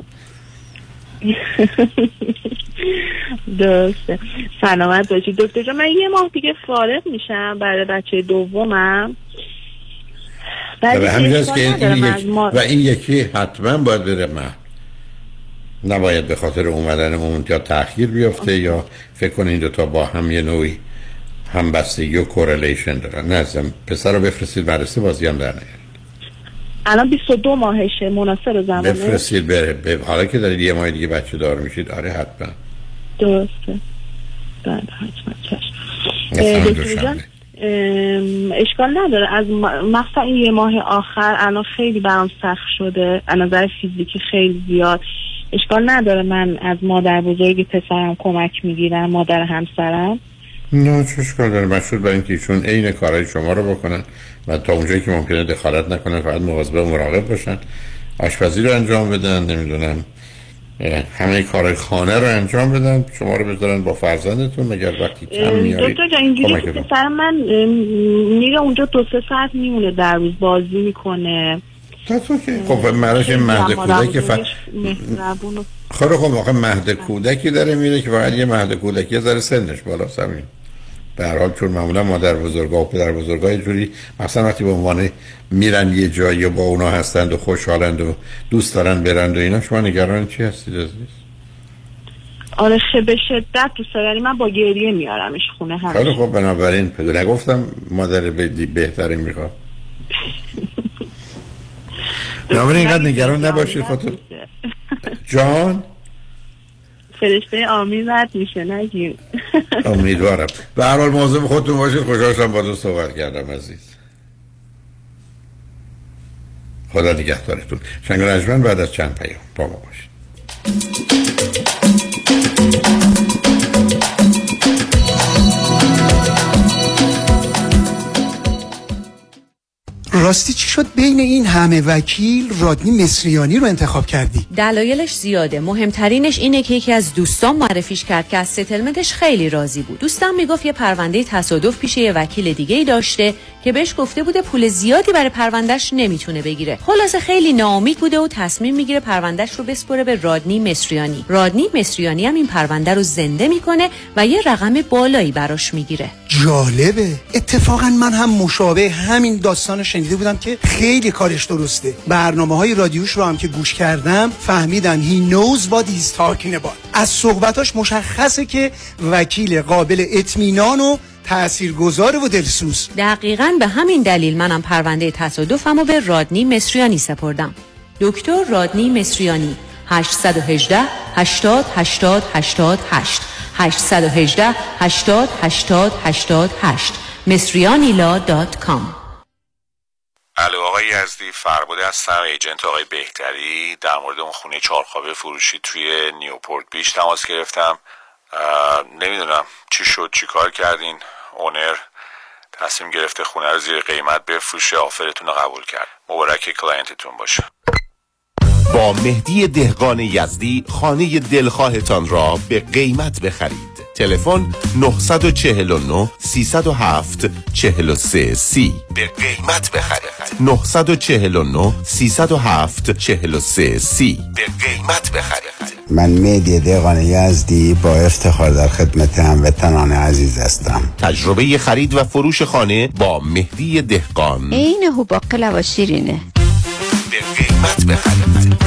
درسته. سلامت باشید دکتر جان. من یه ماه دیگه فارغ میشم برای بچه دومم. و همینجاست که این, این یک... ما... و این یکی حتما باید بره مهد. نباید به خاطر اومدن اون یا تأخیر بیفته یا فکر کنین این دوتا با هم یه نوعی همبستگی و کورلیشن دارن. نه ازم پسر رو بفرستید مدرسه، بازی هم در نیارید. الان بیست و دو ماهشه، مناسب زمانه بفرستید بره. ب... حالا که دارید یه ماه دیگه بچه دار میشید، آره حتما. درسته. بله حتما چشم. دکتر جان اشکال نداره. از مثلا این یه ماه آخر الان خیلی برام سخت شده از نظر فیزیکی خیلی زیاد. اشکال نداره من از مادر بزرگ پسرم کمک میگیرم، مادر همسرم؟ نه چه اشکال داره. مشروط بر اینکه ایشون عین کارهای شما رو بکنن و تا اونجایی که ممکنه دخالت نکنن، فقط مواظب و مراقب باشن، آشپزی رو انجام بدن، نمیدونم همه کارهای خانه رو انجام بدن، شما رو بذارن با فرزندتون. مگر وقتی کم میارید دکتر جان اینجوری که پسر من میره اونجا دو سه ساعت میمونه در روز، بازی میکنه. خب مراش مهد کودک ف... خب خب آخه مهد کودکی داره میره که فقط یه مهد کودکی از ذره سنش بالا سمین. به هر حال چون معمولا مادر بزرگا و پدر بزرگا جوری مثلا وقتی به عنوان میرن یه جایی و با اونا هستند و خوشحالند و دوست دارن برند و اینا، شما نگران چی هستید عزیز؟ آره به شدت دوست دارم. من با گریه میارمش خونه همیشه. خیلی خب بنابراین پدر نگفتم مادر بهتری میخواد. بنابراین اینقدر نگران نباشید خودتون. جان فرشته آمین رد میشه نگیم. امیدوارم. به هر حال مواظب خودتون باشید. خوشحال شدم با دوست صحبت کردم عزیز. خدا نگهدارتون. شنگ و نجمن بعد از چند پیام با ما باشید. راستی چی شد بین این همه وکیل رادنی مصریانی رو انتخاب کردی؟ دلایلش زیاده. مهمترینش اینه که یکی از دوستان معرفیش کرد که از ستلمنتش خیلی راضی بود. دوستم میگفت یه پرونده تصادف پیش یه وکیل دیگه‌ای داشته که بهش گفته بوده پول زیادی برای پروندهش نمیتونه بگیره. خلاصه خیلی ناامید بوده و تصمیم میگیره پروندهش رو بسپره به رادنی مصریانی. رادنی مصریانی هم این پرونده رو زنده میکنه و یه رقم بالایی براش میگیره. جالبه. اتفاقا من هم مشابه همین داستانو شنیده بودم که خیلی کارش درسته. برنامه‌های رادیوش رو هم که گوش کردم فهمیدم he knows what he's talking about. از صحبتاش مشخصه که وکیل قابل اطمینان و تاثیرگذار و دلسوز. دقیقاً به همین دلیل منم پرونده تصادفمو به رادنی مصریانی سپردم. دکتر رادنی مصریانی. هشت یک هشت هشتاد هشتاد هشتاد هشت هشت یک هشت هشتاد هشتاد هشتاد هشت مصریانیلا دات کام. الو آقای یزدی، فرباده هستم، ایجنت آقای بهتری. در مورد اون خونه چهارخوابه فروشی توی نیوپورت بیش تماس گرفتم. نمیدونم چی شد، چی کار کردین. اونر تصمیم گرفته خونه رو زیر قیمت بفروشه، آفرتون رو قبول کرد. مبارک کلاینتتون باشه. با مهدی دهقان یزدی خانه دلخواهتان را به قیمت بخرید. تلفن نه چهار نه سه صفر هفت چهار سه سی. به قیمت بخرید. نه چهار نه سه صفر هفت چهار سه سی. به قیمت بخرید. من مهدی دهقان یزدی با افتخار در خدمت هموطنان عزیز هستم. تجربه خرید و فروش خانه با مهدی دهقان. این هو باقلا و شیرینه. به قیمت بخرید.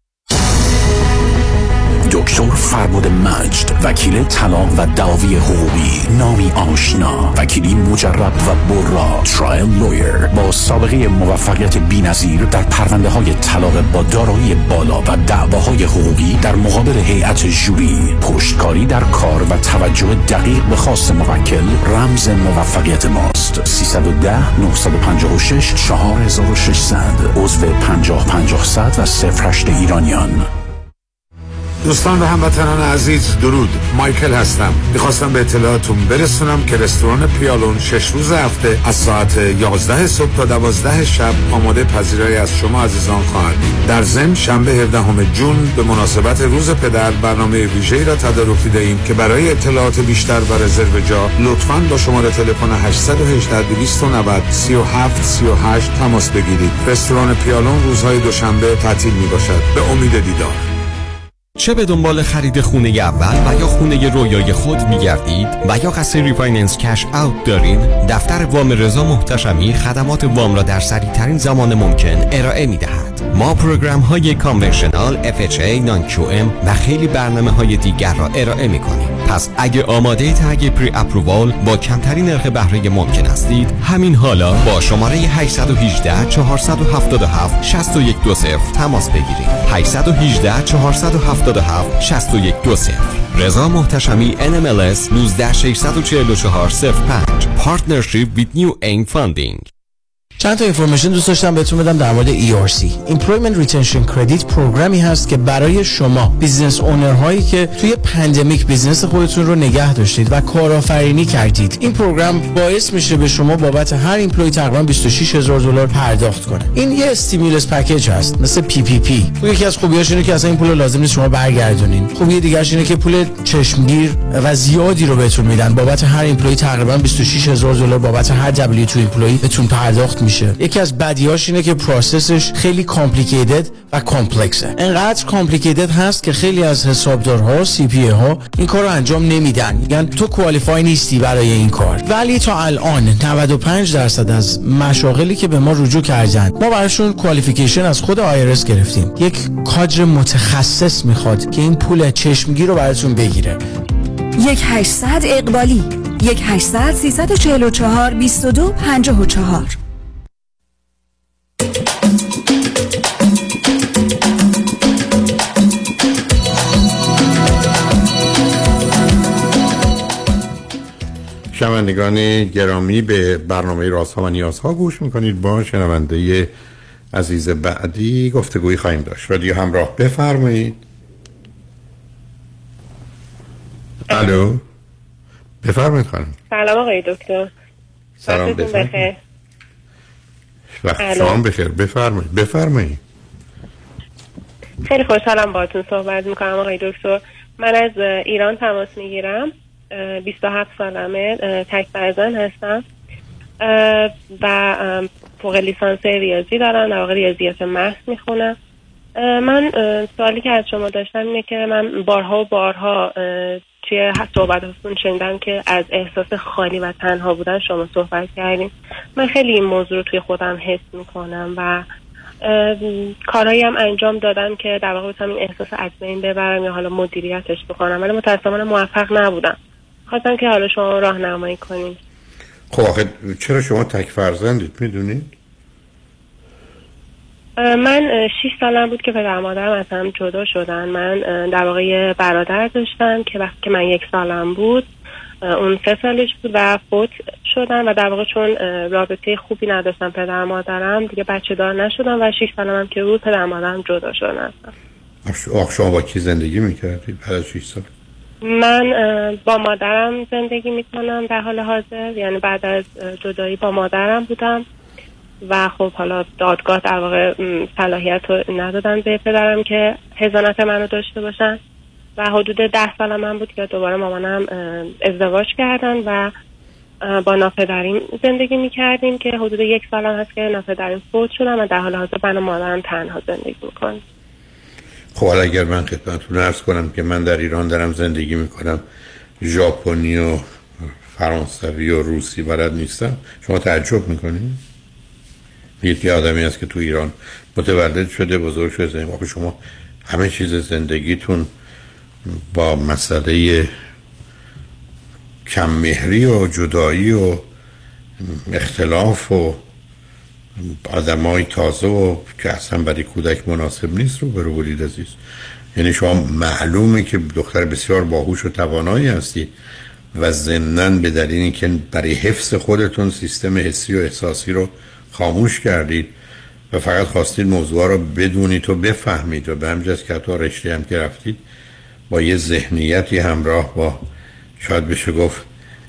دکتر فرباد مجد، وکیل طلاق و دعاوی حقوقی، نامی آشنا، وکیلی مجرب و برا، ترایل لویر با سابقه موفقیت بی‌نظیر در پرونده های طلاق با دارایی بالا و دعواهای حقوقی در مقابل هیئت ژوری، پشتکاری در کار و توجه دقیق به خواست موکل رمز موفقیت ماست. سیصد و ده نهصد و پنجاه و شش چهار هزار و ششصد، عضو پنجاه پنجاه صد و صفر هشت ایرانیان. دوستان و هموطنان عزیز، درود. مایکل هستم. میخواستم به اطلاعاتون برسونم که رستوران پیالون شش روز هفته از ساعت یازده صبح تا دوازده شب آماده پذیرایی از شما عزیزان خواهد بود. در ضمن شنبه هفدهم جون به مناسبت روز پدر برنامه ویژه‌ای را تدارک دادیم که برای اطلاعات بیشتر و رزرو جا لطفاً با شماره تلفن هشت یک هشت دویست و نود سی و هفت سی و هشت تماس بگیرید. رستوران پیالون روزهای دوشنبه تعطیل میباشد. به امید دیدار. چه به دنبال خرید خونه اول و یا خونه رویای خود می‌گردید و یا قصد ریفایننس کش اوت دارین، دفتر وام رضا محتشمی خدمات وام را در سریع‌ترین زمان ممکن ارائه می‌دهد. ما پروگرام‌های کانونشنال، اف اچ ای، نان کیو ام و خیلی برنامه‌های دیگر را ارائه می‌کنیم. پس اگه آماده تگ پری اپرووال با کمترین نرخ بهره ممکن هستید، همین حالا با شماره هشت یک هشت چهار هفت هفت شش یک دو صفر تماس بگیرید. هشت یک هشت چهار هفت هفت شش یک دو صفر. رضا محتشمی ان ام ال اس یک نه شش چهار چهار صفر پنج. پارتنرشیپ with New Aim Funding. چند تا اینفورمیشن دوست داشتم بهتون بدم در مورد ای آر سی. Employment Retention Credit پروگرامی هست که برای شما بیزنس اونر هایی که توی پندمیک بیزنس خودتون رو نگه داشتید و کارآفرینی کردید، این پروگرام باعث میشه به شما بابت هر ایمپلوی تقریبا بیست و شش هزار دلار پرداخت کنه. این یه استیمولس پکیج هست مثل پی پی پی. یکی از خوبیاش اینه که اصلا این پول لازم نیست شما برگردونین. خوبی دیگه‌اش اینه که پول چشمگیر و زیادی رو بهتون میدن. بابت هر ایمپلوی تقریبا بیست و شش هزار دلار بابت هر دبلیو تو ایمپلوی بهتون پرداخت میشه. یکی از بدیاش اینه که پروسسش خیلی کامپلیکیتد و کامپلکسه. انقدر کامپلیکیتد هست که خیلی از حسابدارها، سی پی ها این کارو انجام نمیدن. میگن تو کوالیفای نیستی برای این کار. ولی تا الان نود و پنج درصد از مشاغلی که به ما رجوع کردن، ما براشون کوالیفیکیشن از خود آی آر اس گرفتیم. یک کادر متخصص میخواد که این پول چشمگیر رو براتون بگیره. یک هشتصد اقبالی یک هشتصد سیصد و چهل و چهار بیست و دو پنجاه و چهار. شنوندگان گرامی، به برنامه رازها و نیازها گوش میکنید. با شنونده عزیز بعدی گفتگویی خواهیم داشت. رادیو همراه، بفرمایید. الو، بفرمایید خانم. سلام آقای دکتر. سلام، بخیر. وقت شما بخیر. بفرمایید بفرمایید. خیلی خوشحالم باهاتون صحبت میکنم آقای دکتر. من از ایران تماس میگیرم. بیست و هفت سالمه، تک فرزند هستم و فوق لیسانس ریاضی دارم، در واقع ریاضیات محض میخونم. من سوالی که از شما داشتم اینه که من بارها و بارها توی صحبتاتون شنیدم که از احساس خالی و تنها بودن شما صحبت کردیم. من خیلی این موضوع رو توی خودم حس میکنم و کارهایی هم انجام دادم که در واقع بتونم این احساس از بین ببرم یا حالا مدیریتش بکنم، ولی متأسفانه موفق نبودم. خواستم که حالا شما راهنمایی کنید. خب آخه چرا شما تک فرزندید میدونید؟ من شش سالم بود که پدر مادرم از هم جدا شدن. من در واقع یه برادر داشتم که وقتی که من یک سالم بود اون سه سالش بود و فوت شدن و در واقع چون رابطه خوبی نداشتم پدر مادرم دیگه بچه دار نشدم و شش سالم هم که بود پدر مادرم جدا شدن. آخ شما با کی زندگی میکردید بعد از شش سال؟ من با مادرم زندگی میکنم در حال حاضر، یعنی بعد از جدایی با مادرم بودم و خب حالا دادگاه در واقع صلاحیت رو ندادن به پدرم که حضانت منو داشته باشن و حدود ده سال من بود که دوباره مامانم ازدواج کردن و با ناپدریم زندگی میکردیم که حدود یک سال هم هست که ناپدریم فوت شدن و در حال حاضر من و مادرم تنها زندگی میکنم. خب حالا اگر من خدمتتون عرض کنم که من در ایران دارم زندگی میکنم، ژاپنی و فرانسوی و روسی بلد نیستم، شما تعجب میکنید؟ یکی آدمی هست که تو ایران متولد شده بزرگ شده، واقعا شما همه چیز زندگیتون با مسئله کم مهری و جدایی و اختلاف و آدمای تازه و که اصلا برای کودک مناسب نیست رو برو بودید عزیز. یعنی شما معلومه که دختر بسیار باهوش و توانایی هستی و ضمناً به دلیل اینکه برای حفظ خودتون سیستم حسی و احساسی رو خاموش کردید و فقط خواستید موضوع رو بدونید و بفهمید و به همجاز که حتی رشته هم که رفتید با یه ذهنیتی همراه با شاید بشه گفت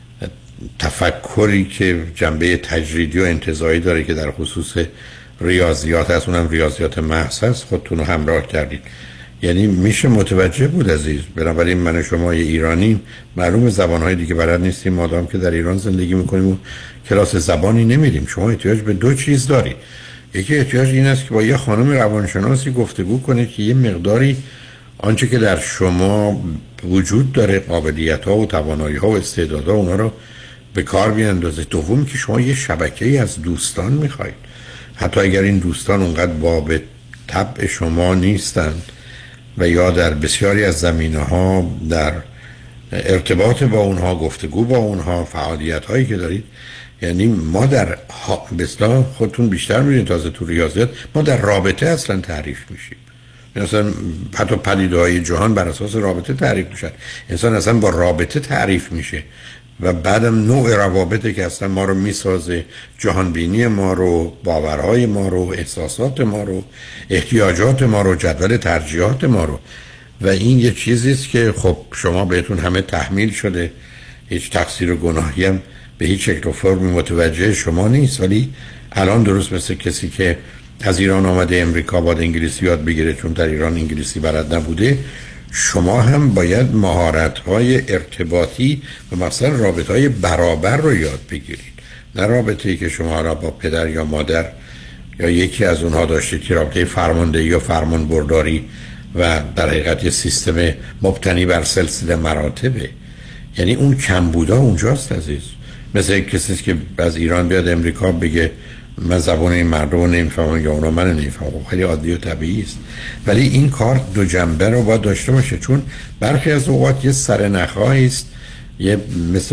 تفکری که جنبه تجریدی و انتزاعی داره که در خصوص ریاضیات هست، اونم ریاضیات محض هست، خودتون رو همراه کردید. یعنی میشه متوجه بود عزیز. بنابراین من و شما ایرانی معلوم زبانهای دیگه بلد نیستیم، مادام که در ایران زندگی میکنیم و کلاس زبانی نمیریم. شما احتیاج به دو چیز دارید. یکی احتیاج این است که با یه خانم روانشناسی گفتگو کنید که یه مقداری آنچه که در شما وجود داره، قابلیت ها و توانایی ها و استعدادها، اونا رو به کار بیاندازه. دوم که شما یه شبکه‌ای از دوستان میخواید، حتی اگر این دوستان اونقدر باب طبع شما نیستند و یا در بسیاری از زمینه‌ها در ارتباط با اونها، گفتگو با اونها، فعالیت هایی که دارید. یعنی ما در به اصطلاح خودتون بیشتر می‌بینید تازه تو ریاضیات ما در رابطه اصلا تعریف میشیم. مثلا حتی پدیده‌های جهان بر اساس رابطه تعریف میشن. انسان اصلا با رابطه تعریف میشه و بعدم نوع روابطی که اصلا ما رو میسازه، جهان بینی ما رو، باورهای ما رو، احساسات ما رو، احتیاجات ما رو، جدول ترجیحات ما رو. و این یه چیزی است که خب شما بهتون همه تحمیل شده، هیچ تقصیر و گناهی هم به هیچ شکل و فرمی متوجه شما نیست. ولی الان درست مثل کسی که از ایران آمده امریکا باید انگلیسی یاد بگیره چون در ایران انگلیسی بلد نبوده، شما هم باید مهارت‌های ارتباطی و مثلا رابطه‌های برابر رو یاد بگیرید. نه رابطه‌ای که شما را با پدر یا مادر یا یکی از اونها داشتید که رابطه فرماندهی یا فرمانبرداری و در حقیقت یه سیستم مبتنی بر سلسله مراتبه. یعنی اون کمبودا اونجاست عزیز. مثل کسی که از ایران بیاد امریکا بگه من زبان این مردم رو نمیفهمم یا اونا من نمیفهمم، خیلی عادی و طبیعی است. ولی این کار دو جنبه رو باید داشته باشه، چون برخی از اوقات یه سرنخ‌هایی است، یه مثل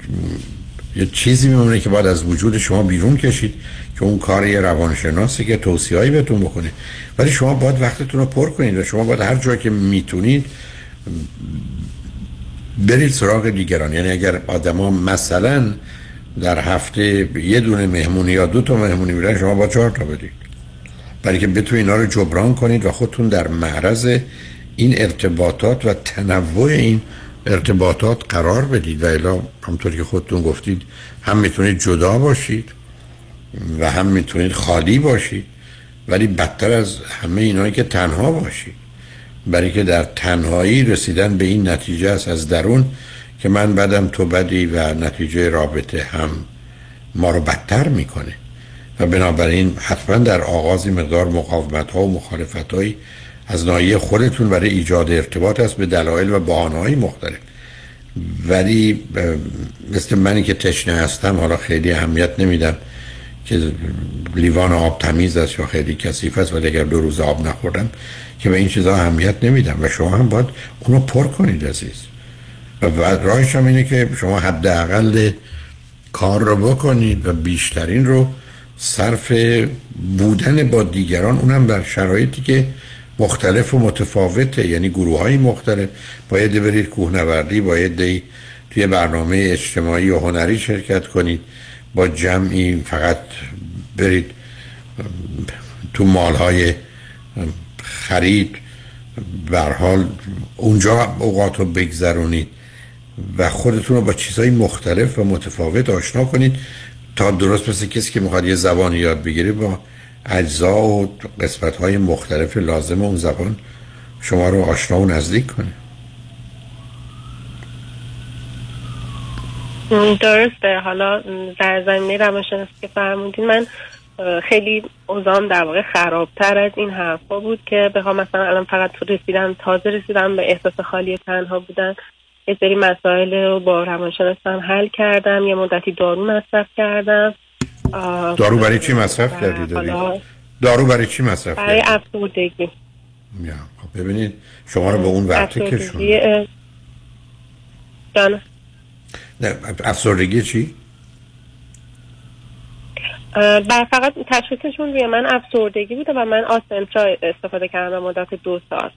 یه چیزی میمونه که باید از وجود شما بیرون کشید که اون کار یه روانشناسی که توصیه‌ای بهتون بکنه. ولی شما باید وقتتون رو پر کنید و شما باید هر جایی که میتونید برید سراغ دیگران. یعنی اگر آدما مثلا در هفته یه دونه مهمونی یا دو تا مهمونی میرن، شما با چهار تا بدید، برای که بتونید اینا رو جبران کنید و خودتون در معرض این ارتباطات و تنوع این ارتباطات قرار بدید. و الا همونطور که خودتون گفتید هم میتونید جدا باشید و هم میتونید خالی باشید، ولی بدتر از همه اینایی که تنها باشید، برای که در تنهایی رسیدن به این نتیجه است از درون که من بدم تو بدی و نتیجه رابطه هم ما رو بدتر میکنه. و بنابراین حتما در آغازی مقدار مقاومت ها و مخالفت هایی از ناحیه خودتون برای ایجاد ارتباط است به دلایل و بهانه های مختلف. ولی مثل منی که تشنه هستم حالا خیلی اهمیت نمیدم که لیوان آب تمیز است یا خیلی کثیف است، ولی اگر دو روز آب نخوردم که به این چیزا اهمیت نمیدم و شما هم باید اونو پر کنید عزیز. و راهش هم اینه که شما حداقل کار رو بکنید و بیشترین رو صرف بودن با دیگران، اونم در شرایطی که مختلف و متفاوته، یعنی گروه های مختلف. باید برید کوهنوردی، باید توی برنامه اجتماعی و هنری شرکت کنید، با جمعی فقط برید تو مالهای خرید، به هر حال اونجا اوقات رو بگذرونید و خودتون رو با چیزهای مختلف و متفاوت آشنا کنید تا درست مثل کسی که میخواد یه زبان یاد بگیره با اجزا و قسمت‌های مختلف لازم اون زبان شما رو آشنا و نزدیک کنه. درسته. حالا در زمینه روانشناسی که فرمودین، من خیلی اوضاعم در واقع خرابتر از این حرفا بود که بخوام مثلا الان فقط رسیدم تازه رسیدم به احساس خالی تنها بودن، یه سری مسائل رو با روانشناسم حل کردم، یه مدتی دارو مصرف کردم. دارو برای چی مصرف کردی داری؟ دارو برای چی مصرف کردی؟ برای افسردگی. یا خب ببینید شما رو به اون وقتی که شما جانه نه افسردگی چی؟ بر فقط تشخیصشون روی من افسردگی بوده و من آسنترا استفاده کردم مدت دو سال.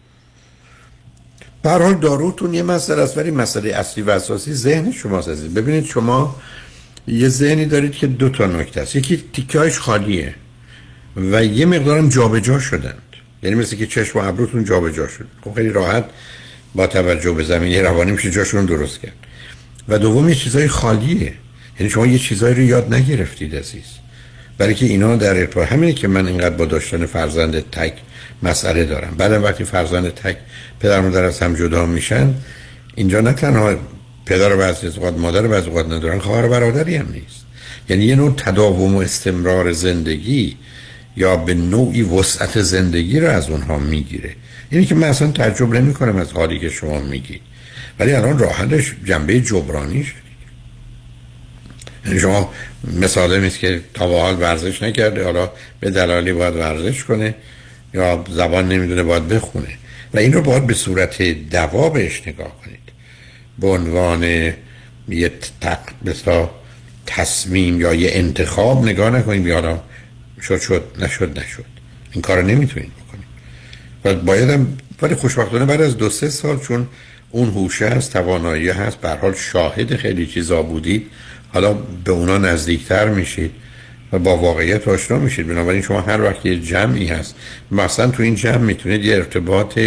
به هر حال داروتون یه مسئله است، ولی مسئله اصلی و اساسی ذهن شماست عزیز. ببینید شما یه ذهنی دارید که دو تا نکته است، یکی تیکه‌اش خالیه و یه مقدارم جابجا شدند، یعنی مثل که چشم و ابروتون جابجا شد. خب خیلی راحت با توجه به زمینه روانی میشه جاشون درست کرد. و دوم یه چیزای خالیه، یعنی شما یه چیزایی رو یاد نگرفتید عزیز، برای که اینا در ارتباط همینه که من اینقدر با داشتن فرزند تک مسئله دارم. بعدم وقتی فرزند تک پدر و مادر از هم جدا میشن، اینجا نه تنها پدر و بعضی از اوقات مادر و بعضی اوقات ندارن، خواهر و برادری هم نیست. یعنی یه نوع تداوم و استمرار زندگی یا به نوعی وسعت زندگی رو از اونها میگیره. یعنی که من اصلا تعجب نمی کنم از حالی که شما میگید، ولی الان راه حلش جنبه جبرانی شد. یعنی شما مثال نیست که تا به حال ورزش نکرده، حالا به دلالی باید ورزش کنه یا زبان نمیدونه باید بخونه و این رو باید به صورت دوا بهش نگاه کنید، به عنوان یه تق... تصمیم یا یه انتخاب نگاه نکنید یا شد شد نشد نشد. این کار رو نمیتونید بکنید و بایدم، ولی خوشبختانه بعد از دو سه سال چون اون هوشه هست، توانایی هست، به هر حال شاهد خیلی چیزا بودید، حالا به اونا نزدیکتر میشید و با واقعیت آشنا میشید. بنابراین شما هر وقت یه جمعی هست، مثلا تو این جمع میتونید یه ارتباط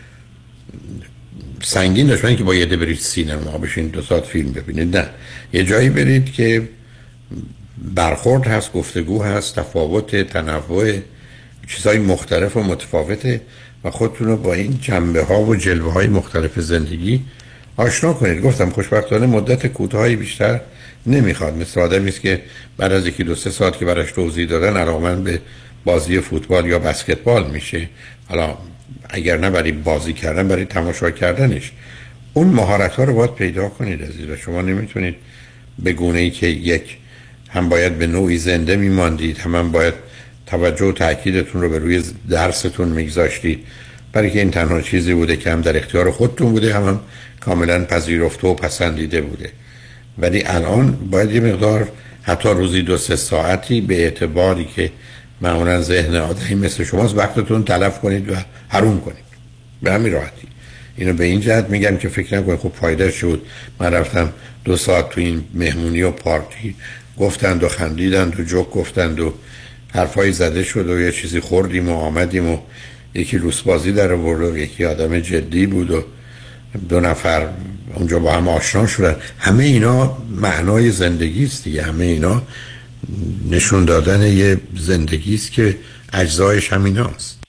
سنگین داشتن که با یه ده برید سینما بشین دو ساعت فیلم ببینید، نه، یه جایی برید که برخورد هست، گفتگو هست، تفاوت، تنوع، چیزهای مختلف و متفاوته و خودتون رو با این جنبه ها و جلوه های مختلف زندگی آشنا کنید. گفتم خوشبختانه مدت کوتاهی بیشتر نمیخواد، مثل آدمی است که بعد از یکی دو سه ساعت که براش توضیح دادن علاقمند به بازی فوتبال یا بسکتبال میشه. حالا اگر نه برای بازی کردن، برای تماشا کردنش اون مهارت ها رو باید پیدا کنید عزیز. و شما نمیتونید به گونه ای که یک هم باید به نوعی زنده میماندید، هم, هم باید توجه و تأکیدتون رو به روی درستون میگذاشتید، برای که این تنها چیزی بوده که هم در اختیار خودتون بوده، هم, هم کاملا پذیرفته و پسندیده بوده. ولی الان باید یه مقدار حتی روزی دو سه ساعتی به اعتباری که معمولا ذهن آدمی مثل شماست وقتتون تلف کنید و حروم کنید. به همین راحتی. اینو به این جهت میگم که فکر نکنید خب فایده شد من رفتم دو ساعت تو این مهمونی و پارتی گفتند و خندیدند و جوک گفتند و حرفای زده شد و یه چیزی خوردیم و آمدیم و یکی لوسبازی در آورد و یکی آدم جدی بود و دو نفر اونجا با هم آشنا شدن. همه اینا معنای زندگی است دیگه، همه اینا نشون دادن یه زندگی است که اجزایش هم ایناست.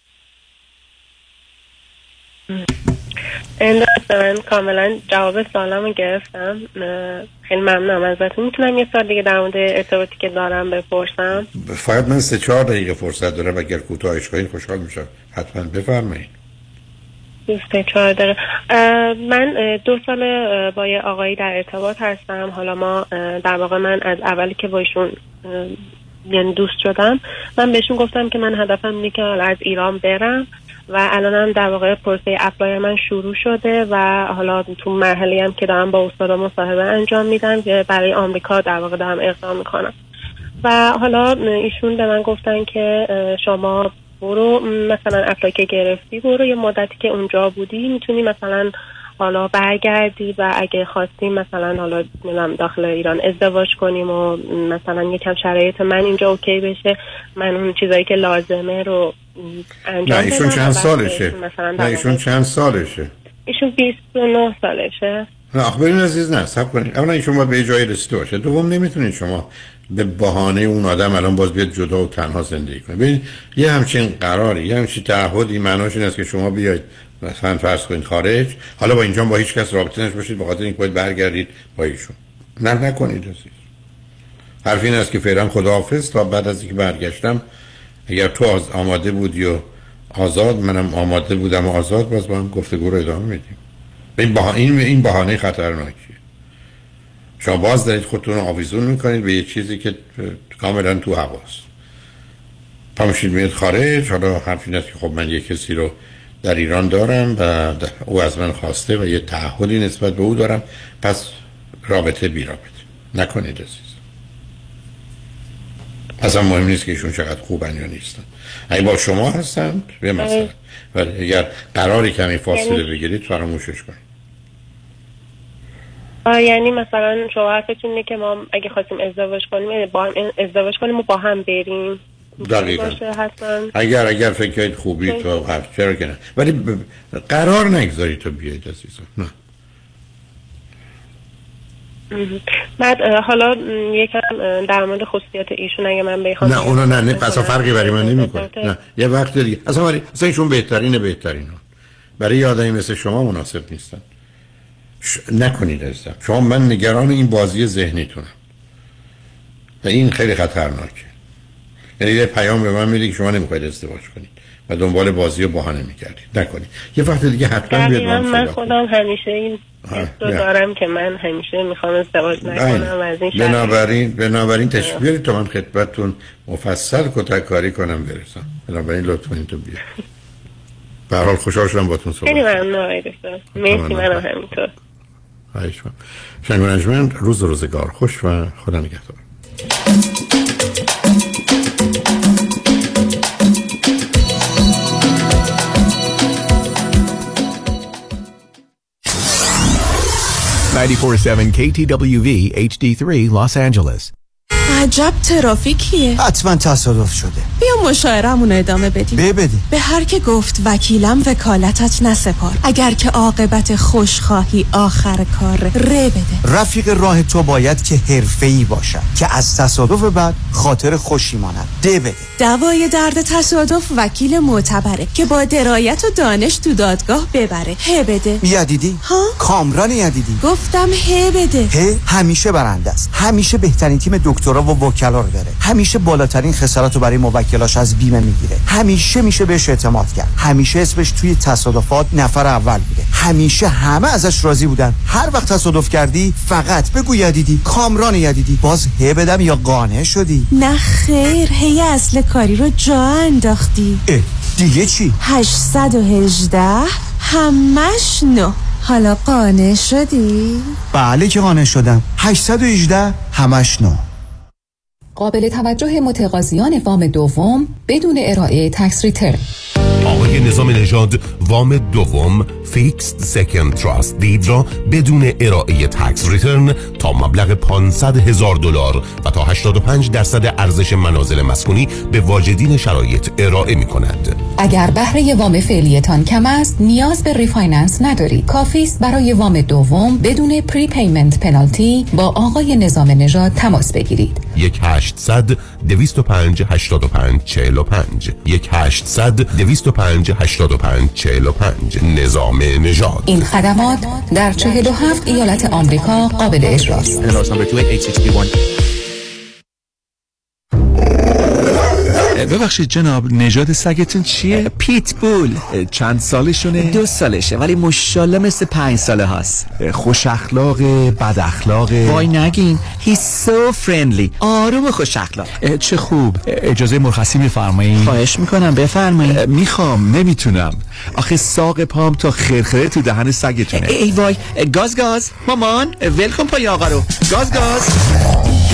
این درسته، من کاملا جواب سوالمو گرفتم. خیلی ممنونم ازتون. میتونم یه سال دیگه در مورد ارتباطی که دارم بپرسم؟ فقط من سه چهار دقیقه فرصت دارم، اگر کوتاهش کنید خوشحال میشم. حتما بفرمایید. سه چهار دقیقه. من دو سال با یه آقایی در ارتباط هستم. حالا ما در واقع من از اولی که با ایشون یعنی دوست شدم، من بهشون گفتم که من هدفم اینه که از ایران برم و الانم در واقع پروسه اپلای من شروع شده و حالا تو مرحله‌ای هم که دارم با استاد مصاحبه انجام میدم که برای آمریکا در واقع دارم اقدام میکنم. و حالا ایشون به من گفتن که شما برو مثلا اپلای که گرفتی برو یه مدتی که اونجا بودی میتونی مثلا حالا برگردی و اگه خواستیم مثلا حالا نمیدونم داخل ایران ازدواج کنیم و مثلا یکم شرایط من اینجا اوکی بشه، من اون چیزایی که لازمه رو انجام بدم. نه ایشون چند سالشه؟ نه ایشون چند سالشه؟ ایشون بیست و نه سالشه. نه آخه ببین عزیز، نه صبر کنید. اولا ایشون باید به جای رسیده باشه. دوم نمیتونید شما به بهانه اون آدم الان باز بیاد جدا و تنها زندگی کنید. ببین یه همچین قراری، یه همچین تعهدی معناش این است که شما بیاید مثلا فرض کنید خارج، حالا با اینجا با هیچ کس رابطه نش باشید به خاطر اینکه باید برگردید با ایشون. نه نکنید عزیز. حرف این است که فعلا خداحافظ تا بعد از اینکه برگشتم اگر تو از آماده بودی و آزاد منم آماده بودم و آزاد باز با هم گفتگو رو ادامه میدیم. این بها... این این بهانه خطرناکیه. شما باز دارید خودتون رو آویزون میکنید به یه چیزی که کاملا تو هواست. پامشید میاد خارج، حالا حرف این است که خب من یه کسی رو در ایران دارم و او از من خواسته و یه تعهدی نسبت به او دارم، پس رابطه بی رابطه نکنید عزیز. اصلا مهم نیست که ایشون چقدر خوبن یا نیستن. اگه با شما هستند به مثلا ولی اگر قراری کمی فاصله بگیرید فراموشش کنید. یعنی مثلا شما حرفتون اینه که ما اگه خواستیم ازدواج کنیم با هم ازدواج کنیم و با هم بریم. دقیقاً. اگر اگر فکر کنید خوبی تو حرف چرا که نه، ولی ب... قرار نگذارید تو بیاید عزیزم. نه. بعد حالا یکم در مورد خصوصیات ایشون اگه من بخوام نه اونا نه نه پس فرقی برای من نمیکنه. نه یه وقت دیگه اصلا ولی اصلا ایشون بهترین بهترین برای یه آدمی مثل شما مناسب نیستن. ش... نکنید عزیزم. شما من نگران این بازی ذهنیتونم و این خیلی خطرناکه. یعنی یه پیام به من میده که شما نمیخواید ازدواج کنید و دنبال بازی و بهانه میکردید. نکنید. یه وقت دیگه حتما بیاد من من خودم همیشه این رو دارم که من همیشه میخوام ازدواج نکنم و از این شرط بنابراین بنابراین تشریف بیارید تا من خدمتتون مفصل کتک کاری کنم برسم. بنابراین لطفاً تو بیارید. به هر حال خوشحال شدم باهاتون صحبت. خیلی ممنون آقای دکتر. مرسی. منم همینطور. خواهش می‌کنم. شنگونجمن روز روزگار خوش و خدا نگهدار. ninety-four point seven K T W V H D three Los Angeles. عجب ترافیکیه. حتما تصادف شده. بیا مشاورمون رو ادامه بدیم. بده. به هر که گفت وکیلم وکالتت نسپار. اگر که عاقبت خوش خواهی آخر کار ره بده. رفیق راه تو باید که حرفه‌ای باشد که از تصادف بعد خاطر خوشی ماند. ده بده. دوای درد تصادف وکیل معتبره که با درایت و دانش تو دادگاه ببره. ه بده. یدیدی؟ ها؟ کامران یدیدی. گفتم ه بده. ه همیشه برنده است. همیشه بهترین تیم دکترا و وکلا رو داره. همیشه بالاترین خسارت رو برای موکلاش از بیمه میگیره. همیشه میشه بهش اعتماد کرد. همیشه اسمش توی تصادفات نفر اول بوده. همیشه همه ازش راضی بودن. هر وقت تصادف کردی فقط بگو یدیدی. کامران یدیدی. باز هی بدم یا قانع شدی؟ نه خیر، هی اصل کاری رو جا انداختی. اه دیگه چی؟ هشتصد و هجده همش نو. حالا قانع شدی؟ بله که قانع شدم. هشتصد و هجده همش نو. قابل توجه متقاضیان وام دوم بدون ارائه تکس ریترن. آقای نظام نژاد وام دوم فیکسد سکند تراست دید را بدون ارائه تکس ریترن تا مبلغ پانصد هزار دلار و تا هشتاد و پنج درصد ارزش منازل مسکونی به واجدین شرایط ارائه می کند. اگر بهره وام فعلیتان کم است نیاز به ریفایننس ندارید. کافی است برای وام دوم بدون پری پیمنت پنالتی با آقای نظام نژاد تماس بگیرید. یک هشتصد دویست و پنج هشتاد و پنج چهل و پنج یک هشتصد دویست و پنج هشتاد و پنج چهل و پنج نظام نژاد. این خدمات در چهل و هفت ایالت آمریکا قابل اجراست. ببخشید جناب، نژاد سگتون چیه؟ پیت بول. چند سالشونه؟ دو سالشه ولی ماشاءالله مثل پنج ساله هاست. خوش اخلاقه، بد اخلاقه؟ وای نگین، he's so friendly. آروم و خوش اخلاق. چه خوب. اجازه مرخصی میفرمایید؟ خواهش میکنم بفرمایید. میخوام، نمیتونم. آخه ساق پام تا خرخره تو دهن سگتونه. ای وای، گاز گاز. مامان ولکن پای آقا رو. گاز گاز.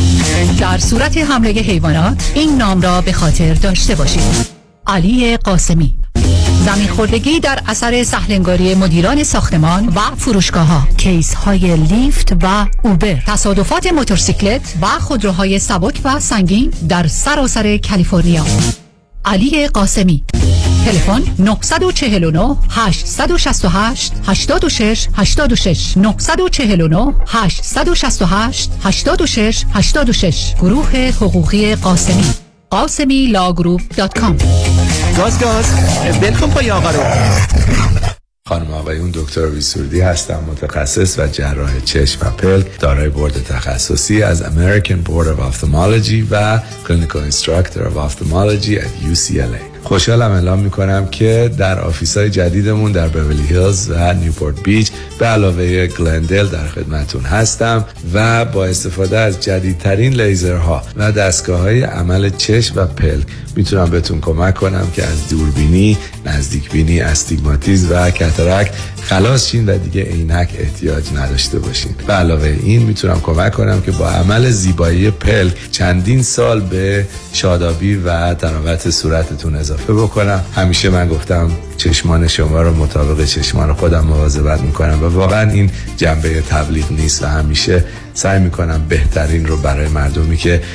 در صورت حمله حیوانات این نام را به خاطر داشته باشید: علی قاسمی. زمین خوردگی در اثر سهلنگاری مدیران ساختمان و فروشگاه‌ها، کیس های لیفت و اوبر، تصادفات موتورسیکلت و خودروهای سبک و سنگین در سراسر کالیفرنیا. علی قاسمی. تلفن نه چهار نه هشت شش هشت هشت شش هشت شش نه چهار نه هشت شش هشت هشت شش هشت شش. گروه حقوقی قاسمی. قاسمی لاگروپ دات کام. گاز گاز بلکن پای آقا رو. خانم آقایون، دکتر ویسوردی هستم، متخصص و جراح چشم و پلک، دارای بورد تخصصی از American Board of Ophthalmology و Clinical Instructor of Ophthalmology at یو سی ال ای. خوشحالم اعلام میکنم که در آفیس‌های جدیدمون در بیولی هیلز و نیوپورت بیچ به علاوه گلندل در خدمتون هستم و با استفاده از جدیدترین لیزرها و دستگاه‌های عمل چشم و پلک میتونم بهتون کمک کنم که از دوربینی، نزدیکبینی، استیگماتیسم و کاتاراکت خلاص شین و دیگه عینک احتیاج نداشته باشین. به علاوه این میتونم کمک کنم که با عمل زیبایی پلک چندین سال به شادابی و تراوت صورتتون اضافه بکنم. همیشه من گفتم چشمان شما رو مطابق چشمان خودم مواظبت میکنم و واقعا این جنبه تبلیغ نیست و همیشه سعی میکنم بهترین رو برای مردمی که